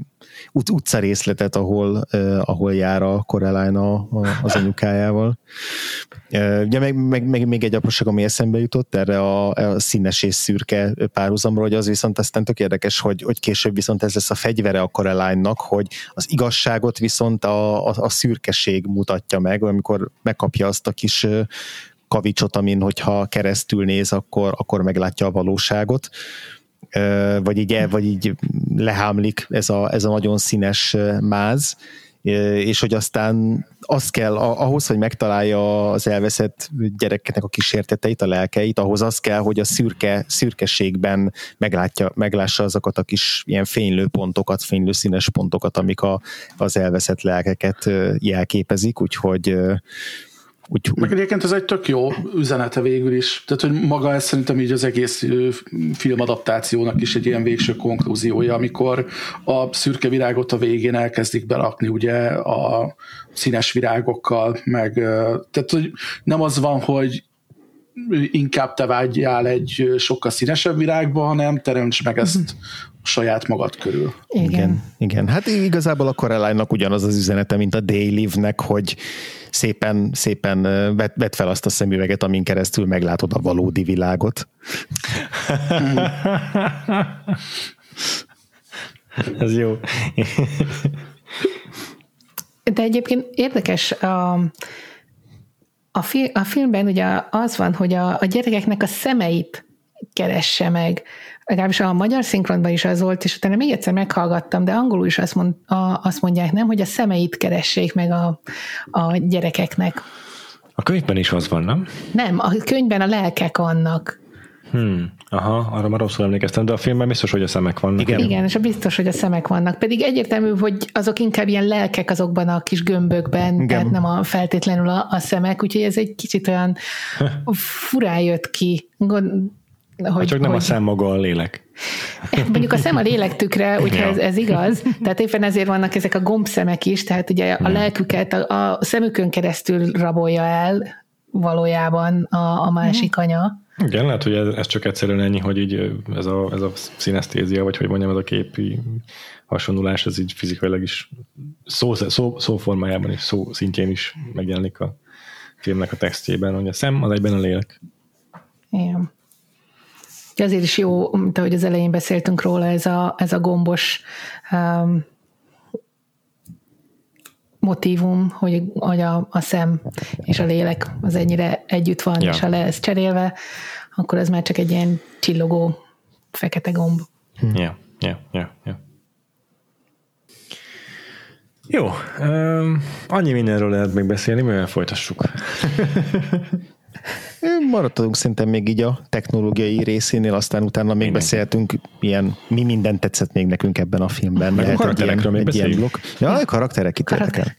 utcarészletet, ahol jár a Coraline az anyukájával. Ugye még egy apróság, ami eszembe jutott erre a színes és szürke párhuzamról, hogy az viszont aztán tök érdekes, hogy később viszont ez lesz a fegyvere a Coraline-nak, hogy az igazságot viszont a szürkeség mutatja meg, amikor megkapja azt a kis kavicsot, amin hogyha keresztül néz, akkor meglátja a valóságot. Vagy így lehámlik ez a nagyon színes máz, és hogy aztán az kell, ahhoz, hogy megtalálja az elveszett gyerekeknek a kísérteteit, a lelkeit, ahhoz az kell, hogy a szürkeségben meglássa azokat a kis ilyen fénylő pontokat, fénylő színes pontokat, amik az elveszett lelkeket jelképezik, úgyhogy meg egyébként ez egy tök jó üzenete végül is. Tehát, hogy maga ez szerintem így az egész filmadaptációnak is egy ilyen végső konklúziója, amikor a szürke virágot a végén elkezdik berakni ugye a színes virágokkal, meg tehát, hogy nem az van, hogy inkább te vágyjál egy sokkal színesebb virágba, hanem teremts meg ezt saját magad körül. Igen. Hát igazából a Coraline-nak ugyanaz az üzenete, mint a They Live-nek, hogy szépen vedd fel azt a szemüveget, amin keresztül meglátod a valódi világot. Ez jó. De egyébként érdekes, a filmben ugye az van, hogy a gyerekeknek a szemeit keresse meg. Legalábbis a magyar szinkronban is az volt, és utána még egyszer meghallgattam, de angolul is azt mondják, nem, hogy a szemeit keressék meg a gyerekeknek. A könyvben is az van, nem? Nem, a könyvben a lelkek vannak. Aha, arra már rosszul emlékeztem, de a filmben biztos, hogy a szemek vannak. Igen, és biztos, hogy a szemek vannak. Pedig egyértelmű, hogy azok inkább ilyen lelkek azokban a kis gömbökben, igen. Tehát nem feltétlenül a szemek, úgyhogy ez egy kicsit olyan furán jött ki. Csak nem a szem maga a lélek. Mondjuk a szem a lélek tükre, úgyhogy ez igaz. Tehát éppen ezért vannak ezek a gombszemek is, tehát ugye a lelküket a szemükön keresztül rabolja el valójában a másik anya. Igen, lehet, hogy ez csak egyszerűen ennyi, hogy így ez a szinesztézia, vagy hogy mondjam, ez a képi hasonlulás, ez így fizikailag is szó formájában és szó szintjén is megjelenik a filmnek a textjében, hogy a szem az egyben a lélek. Igen. Azért is jó, mint ahogy az elején beszéltünk róla, ez a gombos motívum, hogy a szem és a lélek az ennyire együtt van, és ha le ez cserélve, akkor ez már csak egy ilyen csillogó fekete gomb. Ja. Jó, annyi mindenről lehet még beszélni, mivel folytassuk. Maradtunk szerintem még így a technológiai részénél, aztán utána még beszéltünk mi minden tetszett még nekünk ebben a filmben. Meg a karakterekről még beszéljünk. Ja, a karakterek itt érdekel.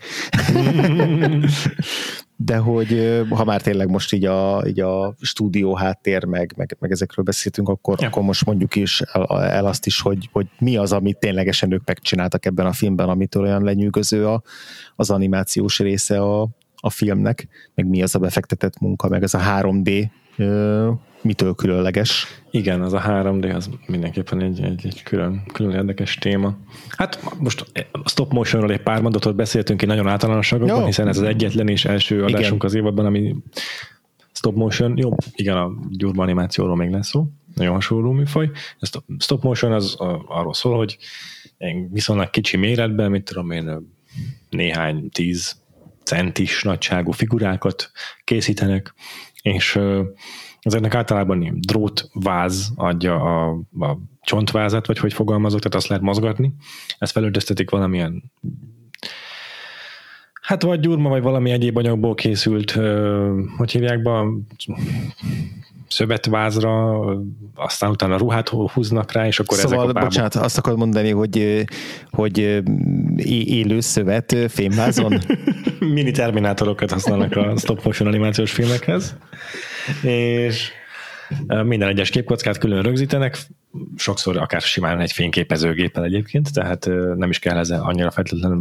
De hogy ha már tényleg most így a stúdió háttér, meg ezekről beszéltünk, akkor most mondjuk is el azt is, hogy mi az, amit ténylegesen ők megcsináltak ebben a filmben, amitől olyan lenyűgöző az animációs része a filmnek, meg mi az a befektetett munka, meg ez a 3D mitől különleges. Igen, az a 3D az mindenképpen egy külön érdekes téma. Hát most a stop motionról egy pár mondatot beszéltünk egy nagyon általánosságokban, hiszen ez az egyetlen és első adásunk az évadban, ami stop motion, jó, igen, a gyurma animációról még lesz szó, nagyon hasonló műfaj. Ez a stop motion az arról szól, hogy viszonylag kicsi méretben, mit tudom én, néhány 10 centis nagyságú figurákat készítenek, és ezeknek általában drótváz adja a csontvázat, vagy hogy fogalmazok, tehát azt lehet mozgatni. Ezt felöltöztetik valamilyen hát vagy gyurma, vagy valami egyéb anyagból készült, hogy hívják be, szövetvázra, aztán utána ruhát húznak rá, és akkor szóval, ezek a bocsánat, azt akarod mondani, hogy élő szövet fémvázon? Mini terminátorokat használnak a stop motion animációs filmekhez, és minden egyes képkockát külön rögzítenek, sokszor akár simán egy fényképezőgéppel egyébként, tehát nem is kell ez annyira feltétlenül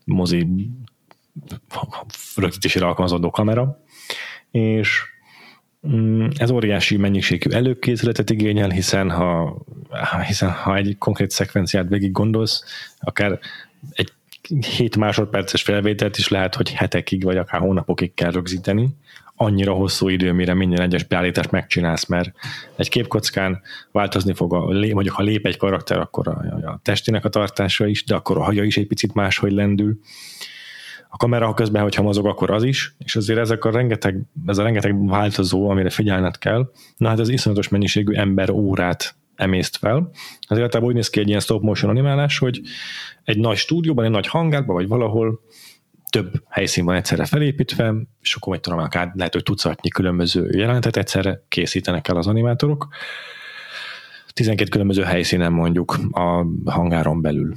mozi rögzítésére alkalmazódó kamera, és Ez óriási mennyiségű előkészületet igényel, hiszen ha egy konkrét szekvenciát végig gondolsz, akár egy 7 másodperces felvételt is lehet, hogy hetekig vagy akár hónapokig kell rögzíteni. Annyira hosszú idő, mire minden egyes beállítást megcsinálsz, mert egy képkockán változni fog, mondjuk ha lép egy karakter, akkor a testének a tartása is, de akkor a haja is egy picit máshogy lendül. A kamera közben, hogyha mozog, akkor az is, és azért ez a rengeteg változó, amire figyelned kell, na hát ez iszonyatos mennyiségű ember órát emészt fel. Azért általában úgy néz ki egy ilyen stop motion animálás, hogy egy nagy stúdióban, egy nagy hangárban, vagy valahol több helyszín van egyszerre felépítve, és akkor majd tudom, akár lehet, hogy tucatnyi különböző jelenetet egyszerre készítenek el az animátorok. 12 különböző helyszínen mondjuk a hangáron belül.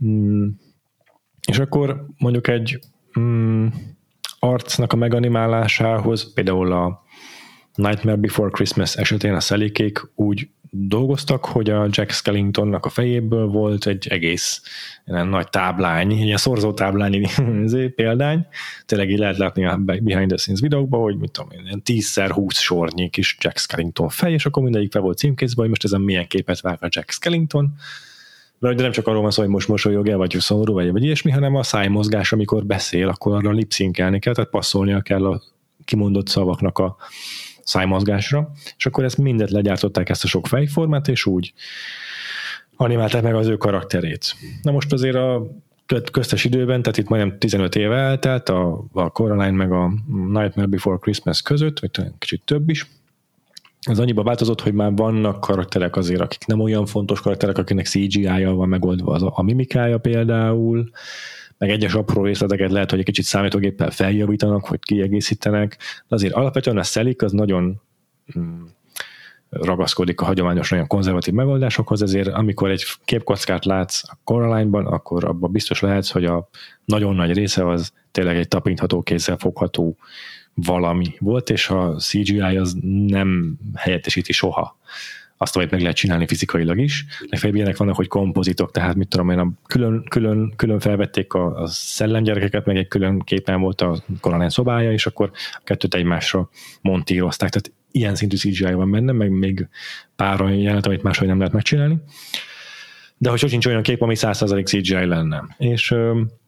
És akkor mondjuk egy arcnak a meganimálásához, például a Nightmare Before Christmas esetén a Szellikék úgy dolgoztak, hogy a Jack Skellingtonnak a fejéből volt egy egész ilyen nagy táblány, ilyen szorzó táblányi példány. Tényleg így lehet látni a behind the scenes videókban, hogy mit tudom én, ilyen 10x20 sornyi kis Jack Skellington fej, és akkor mindegyik fel volt címkézve, hogy most ezen milyen képet vág a Jack Skellington. De nem csak arról van szó, hogy most mosolyog-e, vagy szomorú, vagy ilyesmi, hanem a szájmozgás, amikor beszél, akkor arra lipszinkelni kell, tehát passzolnia kell a kimondott szavaknak a szájmozgásra, és akkor ezt mindet legyártották, ezt a sok fejformát, és úgy animálták meg az ő karakterét. Na most azért a köztes időben, tehát itt majdnem 15 éve eltelt a Coraline meg a Nightmare Before Christmas között, vagy talán kicsit több is. Ez annyiba változott, hogy már vannak karakterek azért, akik nem olyan fontos karakterek, akinek CGI-jal van megoldva a mimikája például, meg egyes apró részleteket lehet, hogy egy kicsit számítógéppel feljavítanak, hogy kiegészítenek, de azért alapvetően a Szellik az nagyon ragaszkodik a hagyományos, nagyon konzervatív megoldásokhoz, ezért amikor egy képkockát látsz a Coraline-ban, akkor abban biztos lehetsz, hogy a nagyon nagy része az tényleg egy tapintható, kézzel fogható valami volt, és a CGI az nem helyettesíti soha azt, amit meg lehet csinálni fizikailag is. Legfeljebb ilyenek vannak, hogy kompozitok, tehát mit tudom én, külön felvették a szellemgyerekeket, meg egy külön képen volt a Coraline szobája, és akkor a kettőt egymásra montírozták. Tehát ilyen szintű CGI van benne, meg még pár olyan jelenet, amit máshogy nem lehet megcsinálni. De hogy sincs olyan kép, ami 100% CGI lenne. És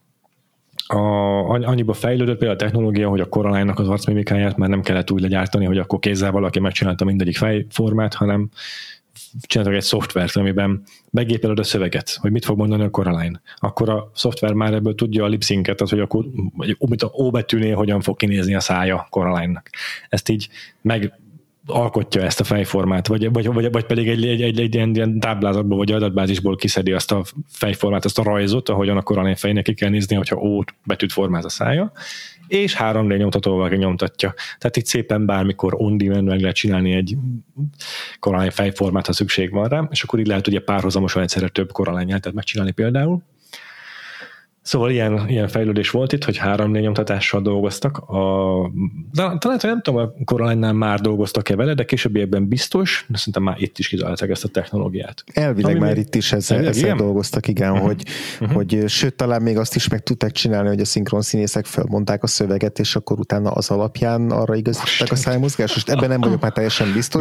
annyiba fejlődött például a technológia, hogy a Coraline-nak az arcmimikáját már nem kellett úgy legyártani, hogy akkor kézzel valaki megcsinálta mindegyik fejformát, hanem csináltak egy szoftvert, amiben begépeled a szöveget, hogy mit fog mondani a Coraline. Akkor a szoftver már ebből tudja a lipszinket, tehát hogy akkor mint a O betűnél hogyan fog kinézni a szája Coraline-nak. Ezt így alkotja ezt a fejformát, vagy pedig egy ilyen táblázatból vagy adatbázisból kiszedi azt a fejformát, azt a rajzot, ahogyan a Coraline fejnek ki kell nézni, hogyha O betűt formáz a szája, és 3D nyomtatóval nyomtatja. Tehát itt szépen bármikor on-demand meg lehet csinálni egy Coraline fejformát, ha szükség van rá, és akkor így lehet ugye párhuzamosan egyszerre több Coraline nyeltet megcsinálni például. Szóval ilyen fejlődés volt itt, hogy 3D nyomtatással dolgoztak. Talán nem tudom, a Coraline-nál már dolgoztak-e vele, de későbbiekben biztos, de szerintem már itt is kitalálták ezt a technológiát. Elvileg már itt is ezzel dolgoztak, igen, hogy sőt, talán még azt is meg tudták csinálni, hogy a szinkron színészek felmondták a szöveget, és akkor utána az alapján arra igazították a szájmozgást. Most ebben nem vagyok már teljesen biztos,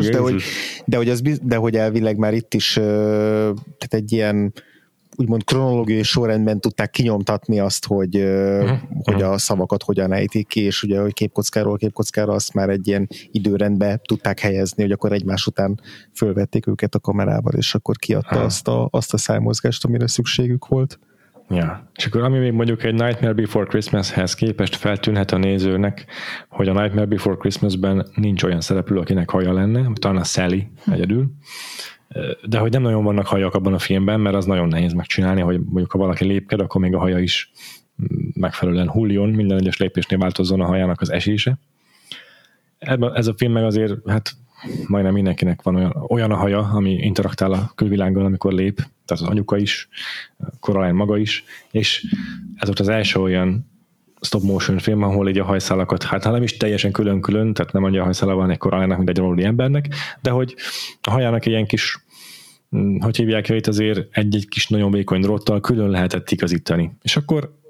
de hogy elvileg már itt is tehát egy ilyen úgymond kronológiai sorrendben tudták kinyomtatni azt, hogy a szavakat hogyan ejtik ki, és ugye, hogy képkockára azt már egy ilyen időrendbe tudták helyezni, hogy akkor egymás után fölvették őket a kamerával, és akkor kiadta azt a szájmozgást, amire szükségük volt. Ja, és akkor ami még mondjuk egy Nightmare Before Christmashez képest feltűnhet a nézőnek, hogy a Nightmare Before Christmasben nincs olyan szereplő, akinek haja lenne, talán a Sally egyedül, de hogy nem nagyon vannak hajak abban a filmben, mert az nagyon nehéz megcsinálni, hogy mondjuk ha valaki lépked, akkor még a haja is megfelelően hulljon, minden egyes lépésnél változzon a hajának az esése. Ez a film meg azért, hát majdnem mindenkinek van olyan a haja, ami interaktál a külvilággal, amikor lép, tehát az anyuka is, Coraline maga is, és ez volt az első olyan stop motion film, ahol így a hajszálakat, hát nem is teljesen külön-külön, tehát nem annyi a hajszála van egy Coraline-nak, mint egy valódi embernek, de hogy a hajának ilyen kis, hogy hívják itt azért egy kis nagyon vékony dróttal külön lehetett igazítani. És akkor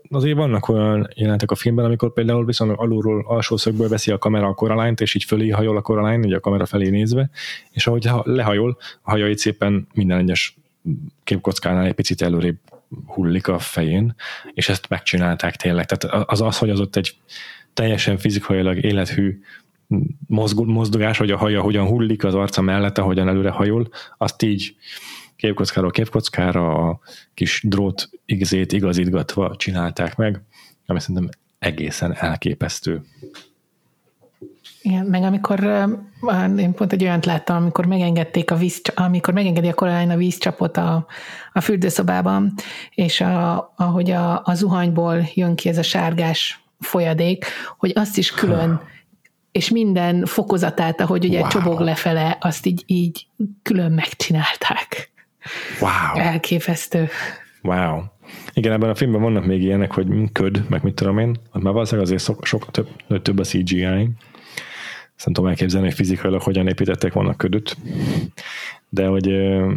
azért vannak olyan jelentek a filmben, amikor például viszont alulról, alsó szögből veszi a kamera a Coraline-t, és így fölé hajol a Coraline, így a kamera felé nézve, és ahogy lehajol, a haja így szépen minden egyes képkockánál egy picit előrébb hullik a fején, és ezt megcsinálták tényleg. Tehát az, hogy az ott egy teljesen fizikailag élethű mozdulás, hogy a haja hogyan hullik az arca mellett, ahogyan előre hajol, azt így képkockáról képkockára a kis drót igzét igazítgatva csinálták meg, ami szerintem egészen elképesztő. Igen, meg amikor én pont egy olyant láttam, amikor megengedték amikor megengedi a Coraline a vízcsapot a fürdőszobában, és ahogy a zuhanyból jön ki ez a sárgás folyadék, hogy azt is külön, és minden fokozatát, ahogy ugye csobog lefele, azt így külön megcsinálták. Wow. Elképesztő. Wow. Igen, ebben a filmben vannak még ilyenek, hogy köd, meg mit tudom én, már valószínűleg azért sok több a CGI. Ezt nem tudom elképzelni, hogy fizikailag hogyan építettek volna ködöt. De hogy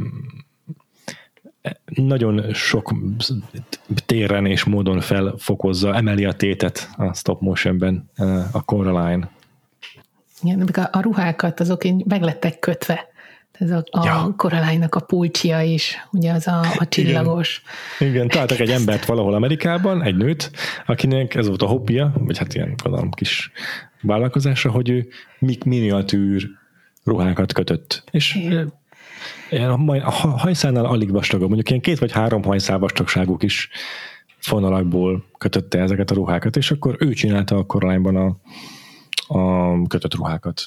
nagyon sok téren és módon felfokozza, emeli a tétet a stop motionben a Coraline. Igen, a ruhákat azok meg lettek kötve. Ez a Coraline-nak a pulcsia is, ugye az a csillagos. Igen, találtak egy embert valahol Amerikában, egy nőt, akinek ez volt a hobbija, vagy hát ilyen kis vállalkozása, hogy ő miniatűr ruhákat kötött. És a hajszálnál alig vastagabb, mondjuk ilyen 2 vagy 3 hajszál vastagságú kis fonalakból kötötte ezeket a ruhákat, és akkor ő csinálta a Coraline-ban a kötött ruhákat.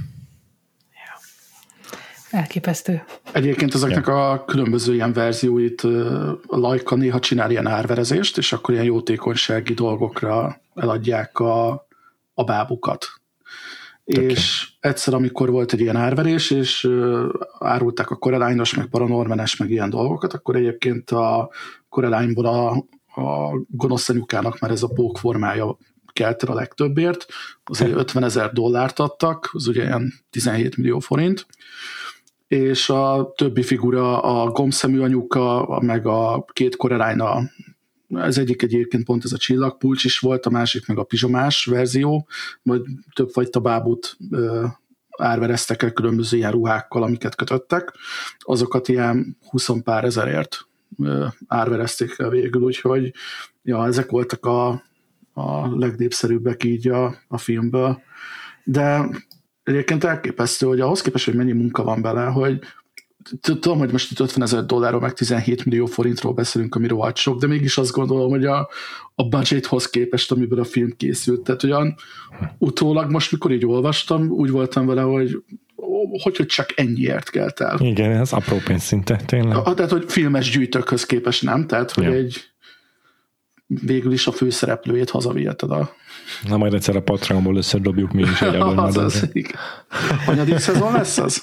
Elképesztő. Egyébként ezeknek a különböző ilyen verzióit a Laika néha csinál ilyen árverezést, és akkor ilyen jótékonysági dolgokra eladják a bábukat. És egyszer, amikor volt egy ilyen árverés, és árulták a Coraline-os, meg Paranormanes, meg ilyen dolgokat, akkor egyébként a Coraline-ból a gonosz anyukának már ez a pók formája kelt a legtöbbért, azért $50,000 adtak, az ugye ilyen 17 millió forint, és a többi figura, a gombszemű anyuka, meg a 2 Coraline, ez egyik egyébként pont ez a csillagpulcs is volt, a másik meg a pizsomás verzió, majd többfajta bábút árvereztek el különböző ilyen ruhákkal, amiket kötöttek, azokat ilyen 20 pár ezerért árverezték el végül, úgyhogy ezek voltak a legnépszerűbbek így a filmből. De egyébként elképesztő, hogy ahhoz képest, hogy mennyi munka van bele, hogy tudom, hogy most itt $50,000 meg 17 millió forintról beszélünk, ami rohadt sok, de mégis azt gondolom, hogy a budgethoz képest, amiből a film készült. Tehát olyan utólag most, mikor így olvastam, úgy voltam vele, hogy csak ennyiért kelt el. Igen, ez apró pénz szinte, tényleg. Tehát, hogy filmes gyűjtőkhöz képest nem, tehát, hogy végül is a főszereplőjét hazaviheted Na majd egyszer a Patreonból összedobjuk mi is egy adónyadat. Hanyadik szezon lesz az?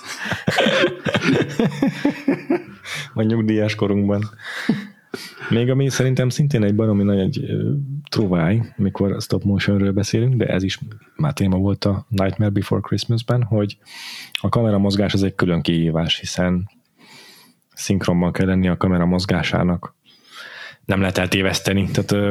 A nyugdíjas korunkban. Még ami szerintem szintén egy baromi nagy truváj, mikor stop motionről beszélünk, de ez is már téma volt a Nightmare Before Christmasben, hogy a kamera mozgás az egy külön kihívás, hiszen szinkronban kell lenni a kamera mozgásának. Nem lehet eltéveszteni. Tehát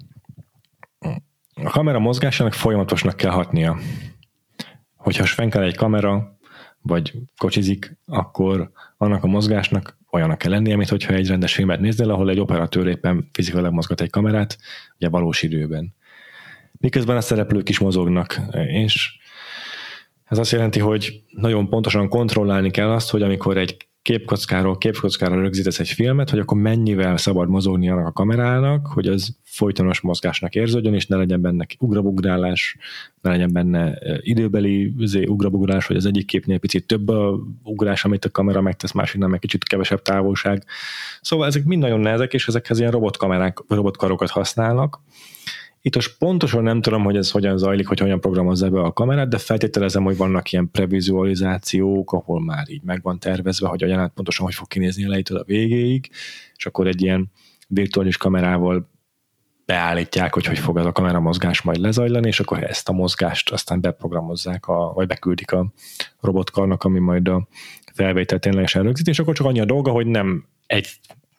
a kamera mozgásának folyamatosnak kell hatnia. Hogyha svenkel egy kamera, vagy kocsizik, akkor annak a mozgásnak olyanak kell lennie, mint hogyha egy rendes filmet néznél, ahol egy operatőr éppen fizikailag mozgat egy kamerát, ugye valós időben. Miközben a szereplők is mozognak, és ez azt jelenti, hogy nagyon pontosan kontrollálni kell azt, hogy amikor egy képkockára rögzítesz egy filmet, hogy akkor mennyivel szabad mozogni annak a kamerának, hogy az folytonos mozgásnak érződjön, és ne legyen benne ugrabugrálás, ne legyen benne időbeli ugrabugrálás, hogy az egyik képnél picit több a ugrás, amit a kamera megtesz, másiknál meg kicsit kevesebb távolság. Szóval ezek mind nagyon nehezek, és ezekhez ilyen robotkarokat használnak. Itt pontosan nem tudom, hogy ez hogyan zajlik, hogy hogyan programozza be a kamerát, de feltételezem, hogy vannak ilyen previzualizációk, ahol már így meg van tervezve, hogy a jelenet pontosan hogy fog kinézni elejétől a végéig, és akkor egy ilyen virtuális kamerával beállítják, hogy fog ez a kamera mozgás majd lezajlani, és akkor ezt a mozgást aztán beprogramozzák, vagy beküldik a robotkarnak, ami majd a felvételt ténylegesen rögzít, és akkor csak annyi a dolga, hogy nem egy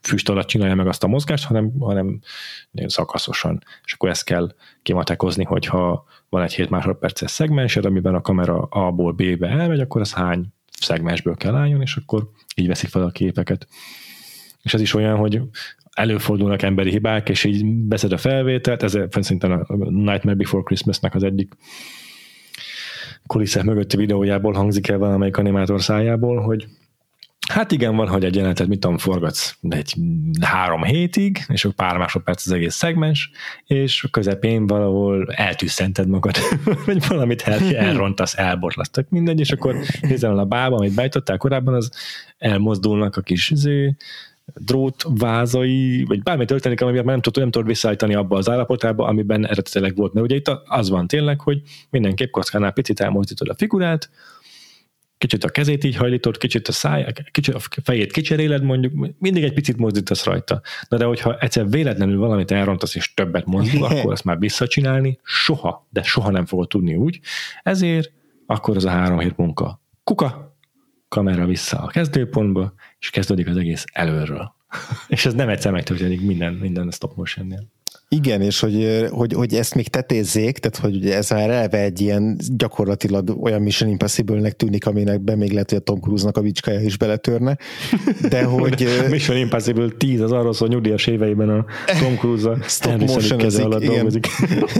füst alatt csinálja meg azt a mozgást, hanem szakaszosan. És akkor ezt kell kimatekozni, hogyha van egy 7 másodperces szegmensed, amiben a kamera A-ból B-be elmegy, akkor az hány szegmensből kell álljon, és akkor így veszik fel a képeket. És ez is olyan, hogy előfordulnak emberi hibák, és így beszed a felvételt, ez szerintem a Nightmare Before Christmasnak az egyik kulisszák mögötti videójából hangzik el valamelyik animátor szájából, hogy hát igen, van, hogy egy jelenetet, mit tudom, forgatsz egy 3 hétig, és akkor pár másodperc az egész szegmens, és a közepén valahol eltűszented magad, vagy valamit elrontasz, elborlasztak, mindegy, és akkor nézel a bába, amit beállítottál korábban, az elmozdulnak a kis drótvázai, vagy bármi történik, amiben nem tudod visszaállítani abba az állapotába, amiben eredetileg volt. Mert ugye itt az van tényleg, hogy minden képkockánál picit elmozdítod a figurát, kicsit a kezét így hajlítod, kicsit a fejét kicseréled, mondjuk, mindig egy picit mozdítasz rajta. Na de hogyha egyszer véletlenül valamit elrontasz és többet mozdul, akkor azt már visszacsinálni soha, de soha nem fogod tudni úgy. Ezért akkor az a 3 hét munka. Kuka, kamera vissza a kezdőpontba, és kezdődik az egész előről. És ez nem egyszer megtörténik minden stop motionnél. Igen, és hogy ezt még tetézzék, tehát hogy ugye ez már eleve egy ilyen gyakorlatilag olyan Mission Impossible-nek tűnik, aminek be még lehet, hogy a Tom Cruise-nak a vicskája is beletörne, de hogy... Mission Impossible 10 az arról szól, nyugdíjas éveiben a Tom Cruise-a stop motion dolgozik.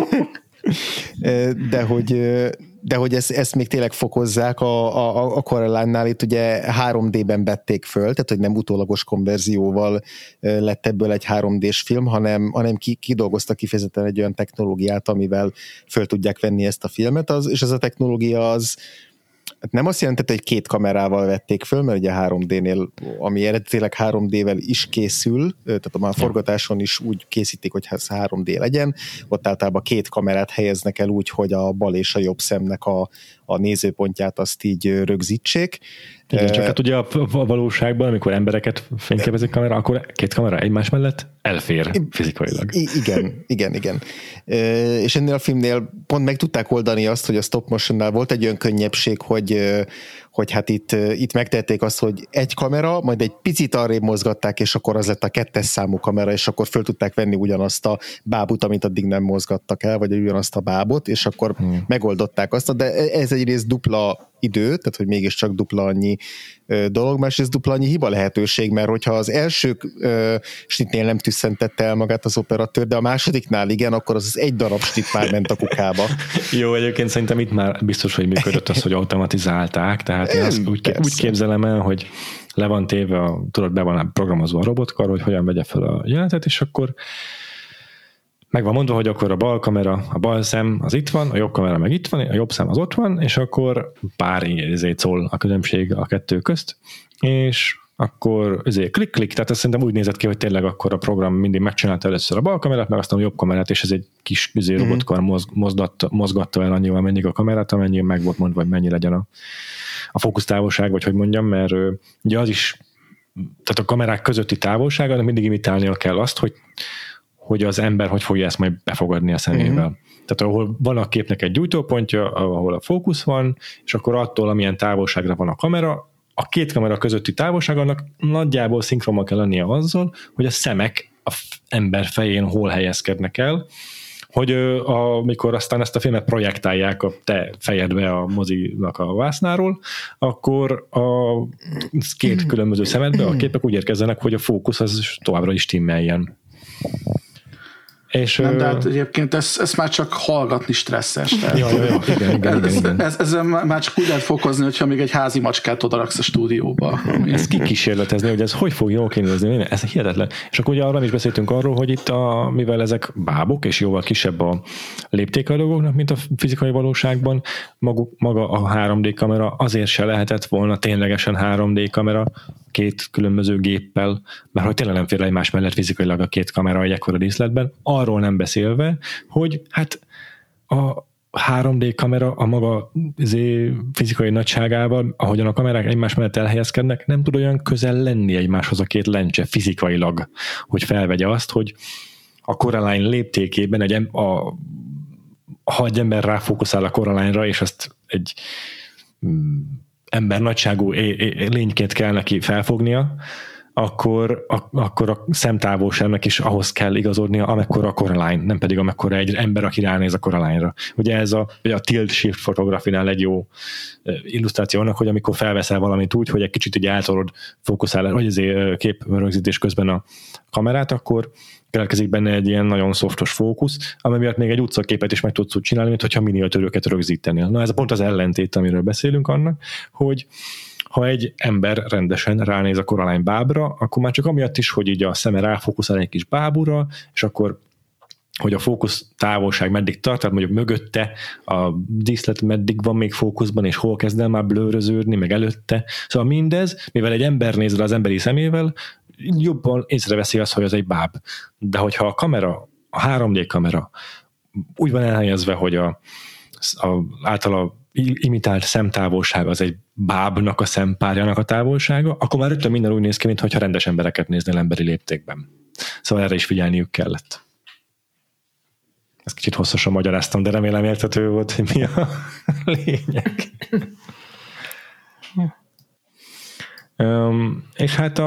De hogy ezt még tényleg fokozzák, a Coraline-nál itt ugye 3D-ben vették föl, tehát hogy nem utólagos konverzióval lett ebből egy 3D-s film, hanem kidolgoztak kifejezetten egy olyan technológiát, amivel föl tudják venni ezt a filmet, és ez a technológia az nem azt jelentette, hogy 2 kamerával vették föl, mert ugye 3D-nél, ami eredetileg 3D-vel is készül, tehát a forgatáson is úgy készítik, hogy ez 3D legyen, ott általában 2 kamerát helyeznek el úgy, hogy a bal és a jobb szemnek a nézőpontját azt így rögzítsék. Igen, csak hát ugye a valóságban, amikor embereket fényképezik kamera, akkor 2 kamera egymás mellett elfér fizikailag. Igen. És ennél a filmnél pont meg tudták oldani azt, hogy a stop motionnál volt egy olyan könnyebbség, hogy hát itt megtették azt, hogy egy kamera, majd egy picit arrébb mozgatták, és akkor az lett a 2. számú kamera, és akkor föl tudták venni ugyanazt a bábut, amit addig nem mozgattak el, vagy ugyanazt a bábot, és akkor megoldották azt, de ez egyrészt dupla idő, tehát hogy mégiscsak dupla annyi dolog, másrészt dupla annyi hiba lehetőség, mert hogyha az első snitnél nem tüsszentette el magát az operatőr, de a másodiknál igen, akkor az egy darab snit már ment a kukába. Jó, egyébként szerintem itt már biztos, hogy működött az, hogy automatizálták, tehát én azt úgy képzelem el, hogy le van téve, tudod, be van programozva a robotkar, hogy hogyan vegye fel a jelenetet, és akkor meg van mondva, hogy akkor a bal kamera, a bal szem az itt van, a jobb kamera meg itt van, a jobb szem az ott van, és akkor pár szól a különbség a 2 közt, és akkor klik-klik, tehát ez szerintem úgy nézett ki, hogy tényleg akkor a program mindig megcsinálta először a bal kamerát, meg aztán a jobb kamerát, és ez egy kis robotkar mozgatta el annyival mennyig a kamerát, amennyi meg volt mondva, hogy mennyi legyen a fókusztávolság, vagy hogy mondjam, mert ugye az is, tehát a kamerák közötti távolsága, mindig imitálnia kell azt, hogy az ember hogy fogja ezt majd befogadni a szemével. Tehát ahol van a képnek egy gyújtópontja, ahol a fókusz van, és akkor attól, amilyen távolságra van a kamera, a 2 kamera közötti távolság annak nagyjából szinkronban kell lennie azzal, hogy a szemek a ember fején hol helyezkednek el, hogy amikor aztán ezt a filmet projektálják a te fejedbe a mozinak a vásznáról, akkor a 2 különböző szemedbe a képek úgy érkezzenek, hogy a fókusz az továbbra is timmeljen. És nem, de hát egyébként ezt már csak hallgatni stresszes. Igen. Ezzel már csak úgy lehet fokozni, hogyha még egy házi macskát odaraksz a stúdióba. Ezt kikísérletezni, hogy ez hogy fog jól kinézni, ez hihetetlen. És akkor ugye arra is beszéltünk arról, hogy itt mivel ezek bábok, és jóval kisebb a léptéke a dolgoknak, mint a fizikai valóságban, maga a 3D kamera azért se lehetett volna ténylegesen 3D kamera 2 különböző géppel, mert hogy tényleg nem fér egymás mellett fizikailag a 2 kamera egy ekkora díszletben, arról nem beszélve, hogy hát a 3D kamera a maga fizikai nagyságával, ahogyan a kamerák egymás mellett elhelyezkednek, nem tud olyan közel lenni egymáshoz a 2 lencse fizikailag, hogy felvegye azt, hogy a Coraline léptékében ha egy ember ráfókuszál a Coraline-ra, és azt egy ember nagyságú lényként kell neki felfognia, akkor a szemtávolságnak is ahhoz kell igazodnia, amekkora a Coraline, nem pedig amekkora egy ember, aki ránéz a Coraline-ra. Ugye ez a tilt shift fotografinál egy jó illusztráció annak, hogy amikor felveszel valamit úgy, hogy egy kicsit így eltolod fókuszálás, vagy azért képrögzítés közben a kamerát, akkor keletkezik benne egy ilyen nagyon szoftos fókusz, ami miatt még egy utcaképet is meg tudsz úgy csinálni, mint hogyha miniatűröket rögzítenél. Na ez pont az ellentét, amiről beszélünk annak, hogy ha egy ember rendesen ránéz a Coraline bábra, akkor már csak amiatt is, hogy így a szeme ráfókuszál egy kis bábúra, és akkor hogy a fókusz távolság meddig tart, tehát mondjuk mögötte a díszlet meddig van még fókuszban, és hol kezd el már blőröződni, meg előtte. Szóval mindez, mivel egy ember néz rá az emberi szemével, jobban észreveszi azt, hogy az egy báb. De hogyha a kamera, a 3D kamera úgy van elhelyezve, hogy általa imitált szemtávolság az egy bábnak a szempárjának a távolsága, akkor már rögtön minden úgy néz ki, mintha rendes embereket néznél emberi léptékben. Szóval erre is figyelniük kellett. Ezt kicsit hosszasan magyaráztam, de remélem érthető volt, hogy mi a lényeg. És hát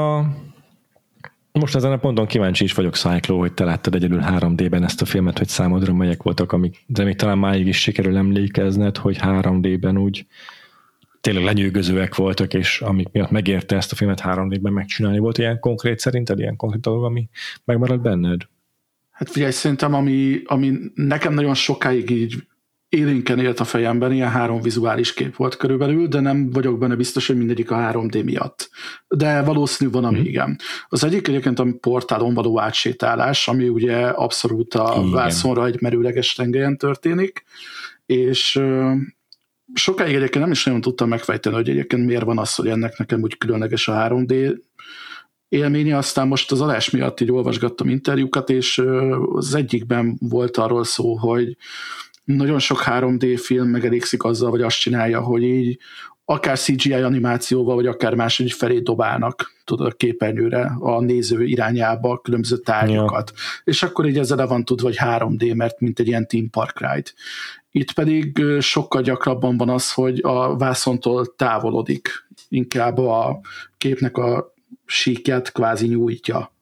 most ezen a ponton kíváncsi is vagyok, Cyclo, hogy te láttad egyedül 3D-ben ezt a filmet, hogy számodra melyek voltak, de még talán máig is sikerül emlékezned, hogy 3D-ben úgy tényleg lenyűgözőek voltak, és amik miatt megérte ezt a filmet 3D-ben megcsinálni. Volt ilyen konkrét szerinted, ilyen konkrét dolog, ami megmaradt benned? Hát figyelj, szerintem, ami nekem nagyon sokáig így élénken élt a fejemben, ilyen 3 vizuális kép volt körülbelül, de nem vagyok benne biztos, hogy mindegyik a 3D miatt. De valószínű van, ami igen. Az egyik egyébként a portálon való átsétálás, ami ugye abszolút a vászonra egy merőleges tengelyen történik, és sokáig egyébként nem is nagyon tudtam megfejteni, hogy egyébként miért van az, hogy ennek nekem úgy különleges a 3D élménye, aztán most az adás miatt így olvasgattam interjúkat, és az egyikben volt arról szó, hogy nagyon sok 3D film megelégszik azzal, vagy azt csinálja, hogy így akár CGI animációval, vagy akár máshogy felé dobálnak, tudod, a képernyőre a néző irányába különböző tárgyakat. Ja. És akkor így ezzel le van tudva, hogy 3D, mert mint egy ilyen theme park ride. Itt pedig sokkal gyakrabban van az, hogy a vászontól távolodik. Inkább a képnek a síkját kvázi nyújtja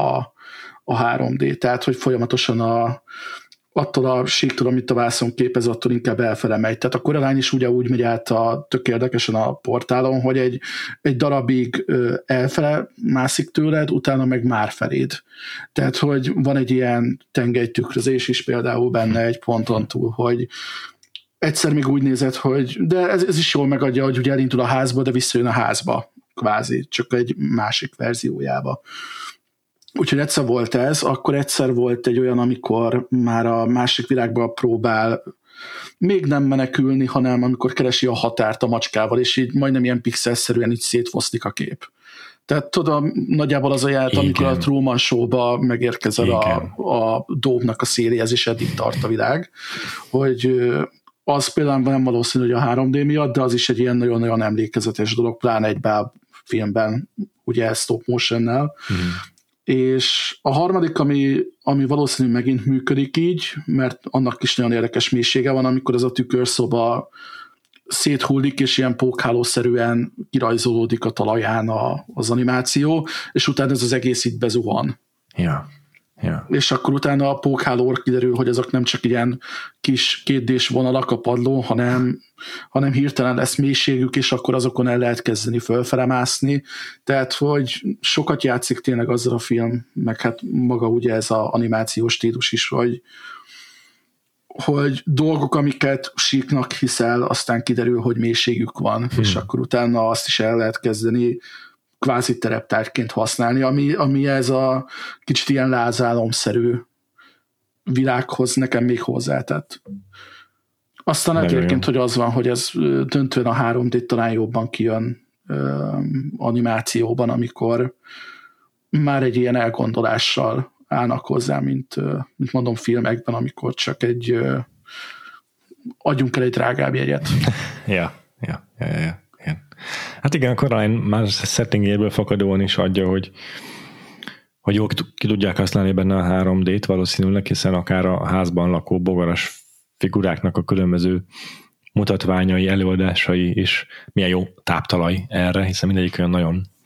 a 3D. Tehát, hogy folyamatosan attól a síktól, amit a vászon képez, attól inkább elfele megy. Tehát a Coraline is úgy megy át tök érdekesen a portálon, hogy egy darabig elfele mászik tőled, utána meg már feléd. Tehát, hogy van egy ilyen tengelytükrözés is például benne egy ponton túl, hogy egyszer még úgy nézed, hogy de ez is jól megadja, hogy ugye elindul a házba, de visszajön a házba, kvázi, csak egy másik verziójába. Úgyhogy egyszer volt ez, akkor egyszer volt egy olyan, amikor már a másik világban próbál még nem menekülni, hanem amikor keresi a határt a macskával, és így majdnem ilyen pixelszerűen így szétfoszlik a kép. Tehát tudom, nagyjából az a járt, amikor a Truman Show-ba megérkezel a dómnak a széléhez, és eddig tart a világ, hogy az például nem valószínű, hogy a 3D miatt, de az is egy ilyen nagyon-nagyon emlékezetes dolog, pláne egy báb filmben, ugye stop motionnel. És a harmadik, ami valószínűleg megint működik így, mert annak is nagyon érdekes mélysége van, amikor az a tükörszoba széthullik, és ilyen pókhálószerűen kirajzolódik a talaján az animáció, és utána ez az egész így bezuhan. Ja. És akkor utána a pókhálór kiderül, hogy azok nem csak ilyen kis 2D-s vonalak a padlón, hanem hirtelen lesz mélységük, és akkor azokon el lehet kezdeni fölfele mászni. Tehát, hogy sokat játszik tényleg azzal a film, meg hát maga ugye ez az animációs stílus is, hogy dolgok, amiket síknak hiszel, aztán kiderül, hogy mélységük van, és akkor utána azt is el lehet kezdeni kvázi tereptárként használni, ami ez a kicsit ilyen lázálomszerű világhoz nekem még hozzátett. Aztán egyébként, hogy az van, hogy ez döntően a 3D talán jobban kijön animációban, amikor már egy ilyen elgondolással állnak hozzá, mint mondom filmekben, amikor csak adjunk el egy drágább jegyet. Ja. Hát igen, a Coraline már settingjéből fakadóan is adja, hogy jól ki tudják használni benne a 3D-t valószínűleg, hiszen akár a házban lakó bogaras figuráknak a különböző mutatványai, előadásai is milyen jó táptalaj erre, hiszen mindegyik olyan nagyon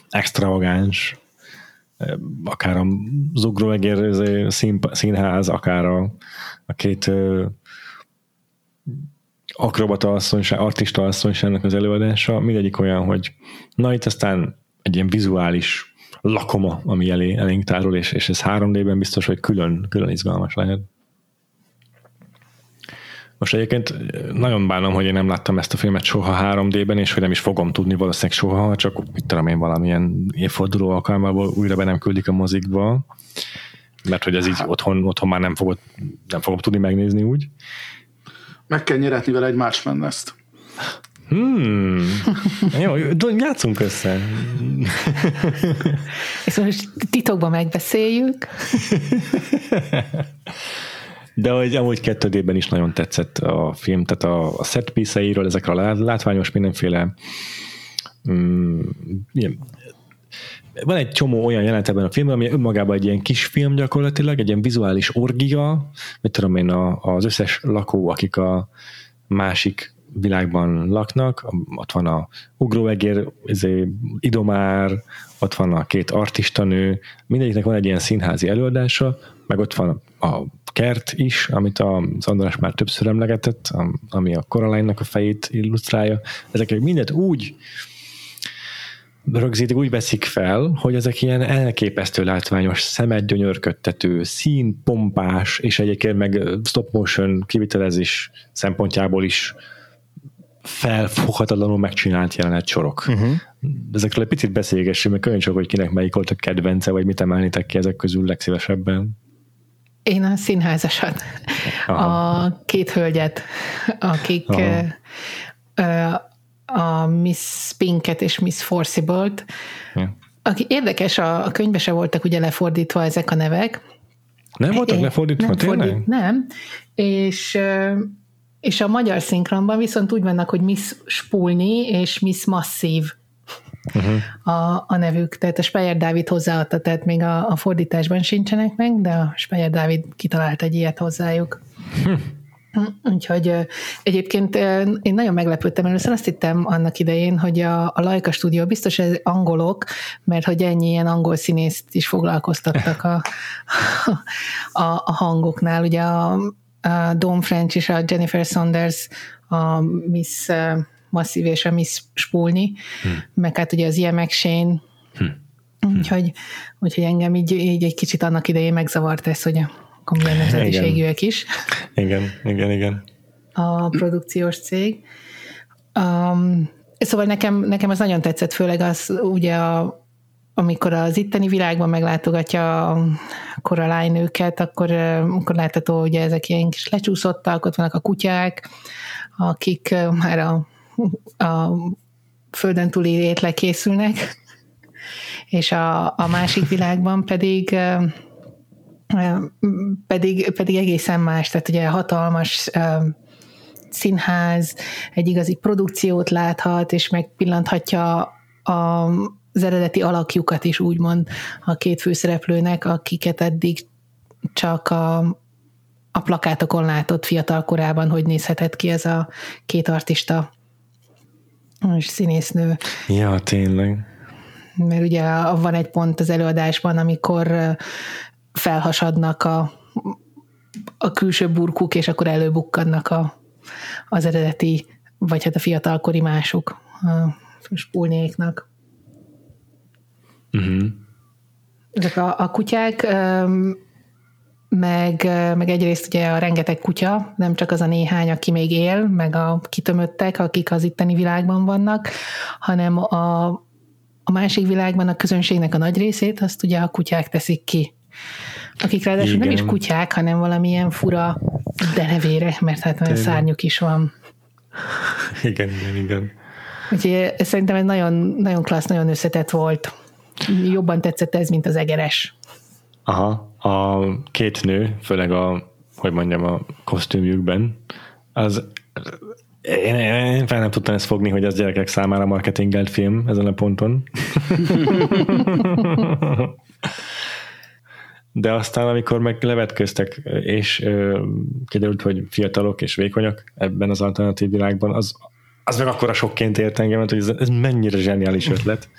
extravagáns, akár az Ugróegér színház, akár a két akrobata asszonyság, artista asszonyságnak az előadása, mindegyik olyan, hogy na itt aztán egy ilyen vizuális lakoma, ami elénk tárul, és ez 3D-ben biztos, hogy külön izgalmas lehet. Most egyébként nagyon bánom, hogy én nem láttam ezt a filmet soha 3D-ben, és hogy nem is fogom tudni valószínűleg soha, csak mit tudom én, valamilyen évforduló alkalmából újra be nem küldik a mozikba, mert hogy ez így otthon már nem fogom tudni megnézni úgy. Meg kell nyeretni vele egy March Madness-t. Jó, játszunk össze. Ezt most titokban megbeszéljük. De hogy amúgy 2D-ben is nagyon tetszett a film, tehát a set piece-eiről, ezekről a látványos mindenféle van egy csomó olyan jelenet ebben a filmben, ami önmagában egy ilyen kis film gyakorlatilag, egy ilyen vizuális orgia, mit tudom én, az összes lakó, akik a másik világban laknak, ott van a Ugróegér idomár, ott van a két artistanő, mindegyiknek van egy ilyen színházi előadása, meg ott van a kert is, amit az András már többször emlegetett, ami a Coraline-nak a fejét illusztrálja. Ezek mindent úgy rögzítik, úgy veszik fel, hogy ezek ilyen elképesztő látványos, szemet gyönyörködtető, színpompás, és egyébként meg stop motion kivitelezés szempontjából is felfoghatatlanul megcsinált jelenet sorok. Ezekről egy picit beszélgessünk, mert könyv csak, hogy kinek melyik volt a kedvence, vagy mit emelnétek ki ezek közül legszívesebben. Én a színházasat. A két hölgyet, akik a Miss Pinket és Miss Forcible-t. Aki érdekes, a könyvben se voltak ugye lefordítva ezek a nevek. Nem voltak lefordítva, tényleg? Nem. És a magyar szinkronban viszont úgy vannak, hogy Miss Spulni és Miss Masszív a nevük. Tehát a Speyer Dávid hozzáadta, tehát még a fordításban sincsenek meg, de a Speyer Dávid kitalált egy ilyet hozzájuk. Úgyhogy egyébként én nagyon meglepődtem, először azt hittem annak idején, hogy a Laika stúdió biztos ez angolok, mert hogy ennyi ilyen angol színészt is foglalkoztattak a hangoknál. Ugye a Dawn French és a Jennifer Saunders, a Miss Massiv és a Miss Spulni, meg hát ugye az Ian McShane. Úgyhogy engem így egy kicsit annak idején megzavart ez, hogy akkor milyen nemzetiségűek is. Igen. A produkciós cég. Szóval nekem az nagyon tetszett, főleg az ugye amikor az itteni világban meglátogatja a Coraline őket, akkor látható, hogy ezek ilyen kis lecsúszottak, ott vannak a kutyák, akik már a földön túli étlek készülnek, és a másik világban pedig egészen más, tehát ugye hatalmas színház, egy igazi produkciót láthat, és megpillanthatja az eredeti alakjukat is, úgymond a két főszereplőnek, akiket eddig csak a plakátokon látott fiatal korában, hogy nézhetett ki ez a két artista és színésznő. Ja, tényleg. Mert ugye van egy pont az előadásban, amikor felhasadnak a külső burkuk, és akkor előbukkannak az eredeti, vagy hát a fiatalkori mások, a Spulnéknak. Ezek a kutyák, meg egyrészt ugye a rengeteg kutya, nem csak az a néhány, aki még él, meg a kitömöttek, akik az itteni világban vannak, hanem a másik világban a közönségnek a nagy részét, azt ugye a kutyák teszik ki. Akik ráadásul nem is kutyák, hanem valamilyen fura denevére, mert hát olyan szárnyuk is van. Igen. Úgyhogy szerintem ez nagyon, nagyon klassz, nagyon összetett volt. Jobban tetszett ez, mint az egeres. Aha, a két nő, főleg a kosztümjükben, az én fel nem tudtam ezt fogni, hogy az gyerekek számára marketingelt film ezen a ponton. De aztán, amikor meg levetköztek, és kiderült, hogy fiatalok és vékonyak ebben az alternatív világban, az meg akkora sokként ért engemet, hogy ez mennyire zseniális ötlet.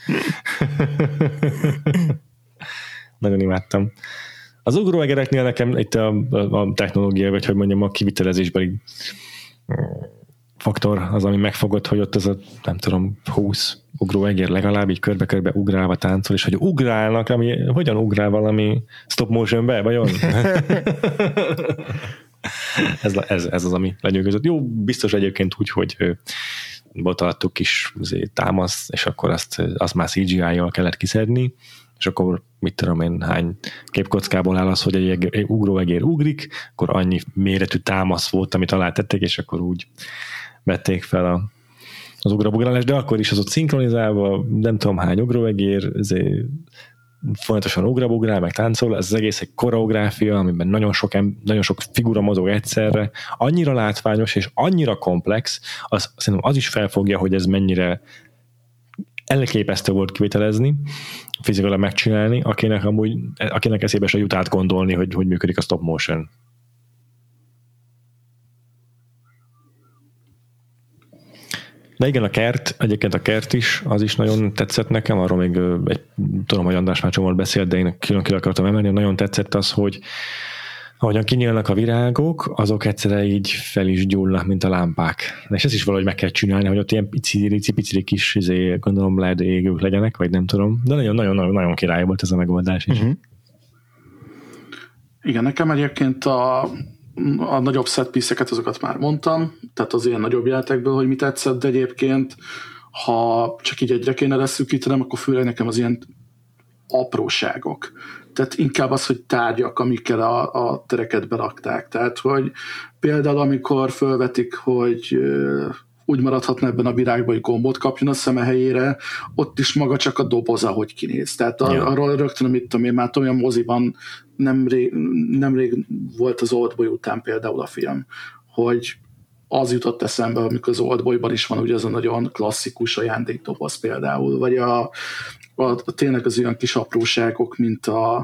Nagyon imádtam. Az ugróegereknél nekem itt a technológia, vagy hogy mondjam, a kivitelezésbeli faktor az, ami megfogott, hogy ott az a, nem tudom, 20 ugróegér legalább így körbe-körbe ugrálva táncol, és hogy ugrálnak, ami hogyan ugrál valami stop motionbe, vajon? ez az, ami lenyűgözött. Jó, biztos egyébként úgy, hogy botaltuk kis támasz, és akkor azt már CGI-jal kellett kiszedni, és akkor mit tudom én, hány képkockából áll az, hogy egy ugróegér ugrik, akkor annyi méretű támasz volt, amit alá tették, és akkor úgy vették fel az ugrabugrálást, de akkor is az ott szinkronizálva, nem tudom hány ugróegér, folyamatosan ugrabugrál, meg táncol, ez az egész egy koreográfia, amiben nagyon sok figura mozog egyszerre, annyira látványos és annyira komplex, szerintem az is felfogja, hogy ez mennyire elképesztő volt kivitelezni, fizikailag megcsinálni, akinek eszébe se jut át gondolni, hogy működik a stop motion. De igen, egyébként a kert is, az is nagyon tetszett nekem, arról még tudom, hogy András már csomót beszélt, de én külön ki akartam emelni, nagyon tetszett az, hogy ahogyan kinyílnak a virágok, azok egyszerre így fel is gyúlnak, mint a lámpák. És ezt is valahogy meg kell csinálni, hogy ott ilyen pici kis, gondolom LED égők legyenek, vagy nem tudom. De nagyon király volt ez a megoldás is. Uh-huh. Igen, nekem egyébként a nagyobb setpiece-eket azokat már mondtam, tehát az ilyen nagyobb játékból, hogy mi tetszett, de egyébként ha csak így egyre kéne leszűkítenem, akkor főleg nekem az ilyen apróságok. Tehát inkább az, hogy tárgyak, amikkel a tereket berakták. Tehát, hogy például amikor felvetik, hogy úgy maradhatna ebben a virágban, hogy gombot kapjon a szeme helyére, ott is maga csak a doboz, ahogy kinéz. Tehát arról rögtön, amit tudom én már olyan moziban nemrég volt az Oldboy után például a film, hogy az jutott eszembe, amikor az Oldboyban is van ugye az a nagyon klasszikus ajándékdoboz például, vagy tényleg az olyan kis apróságok, mint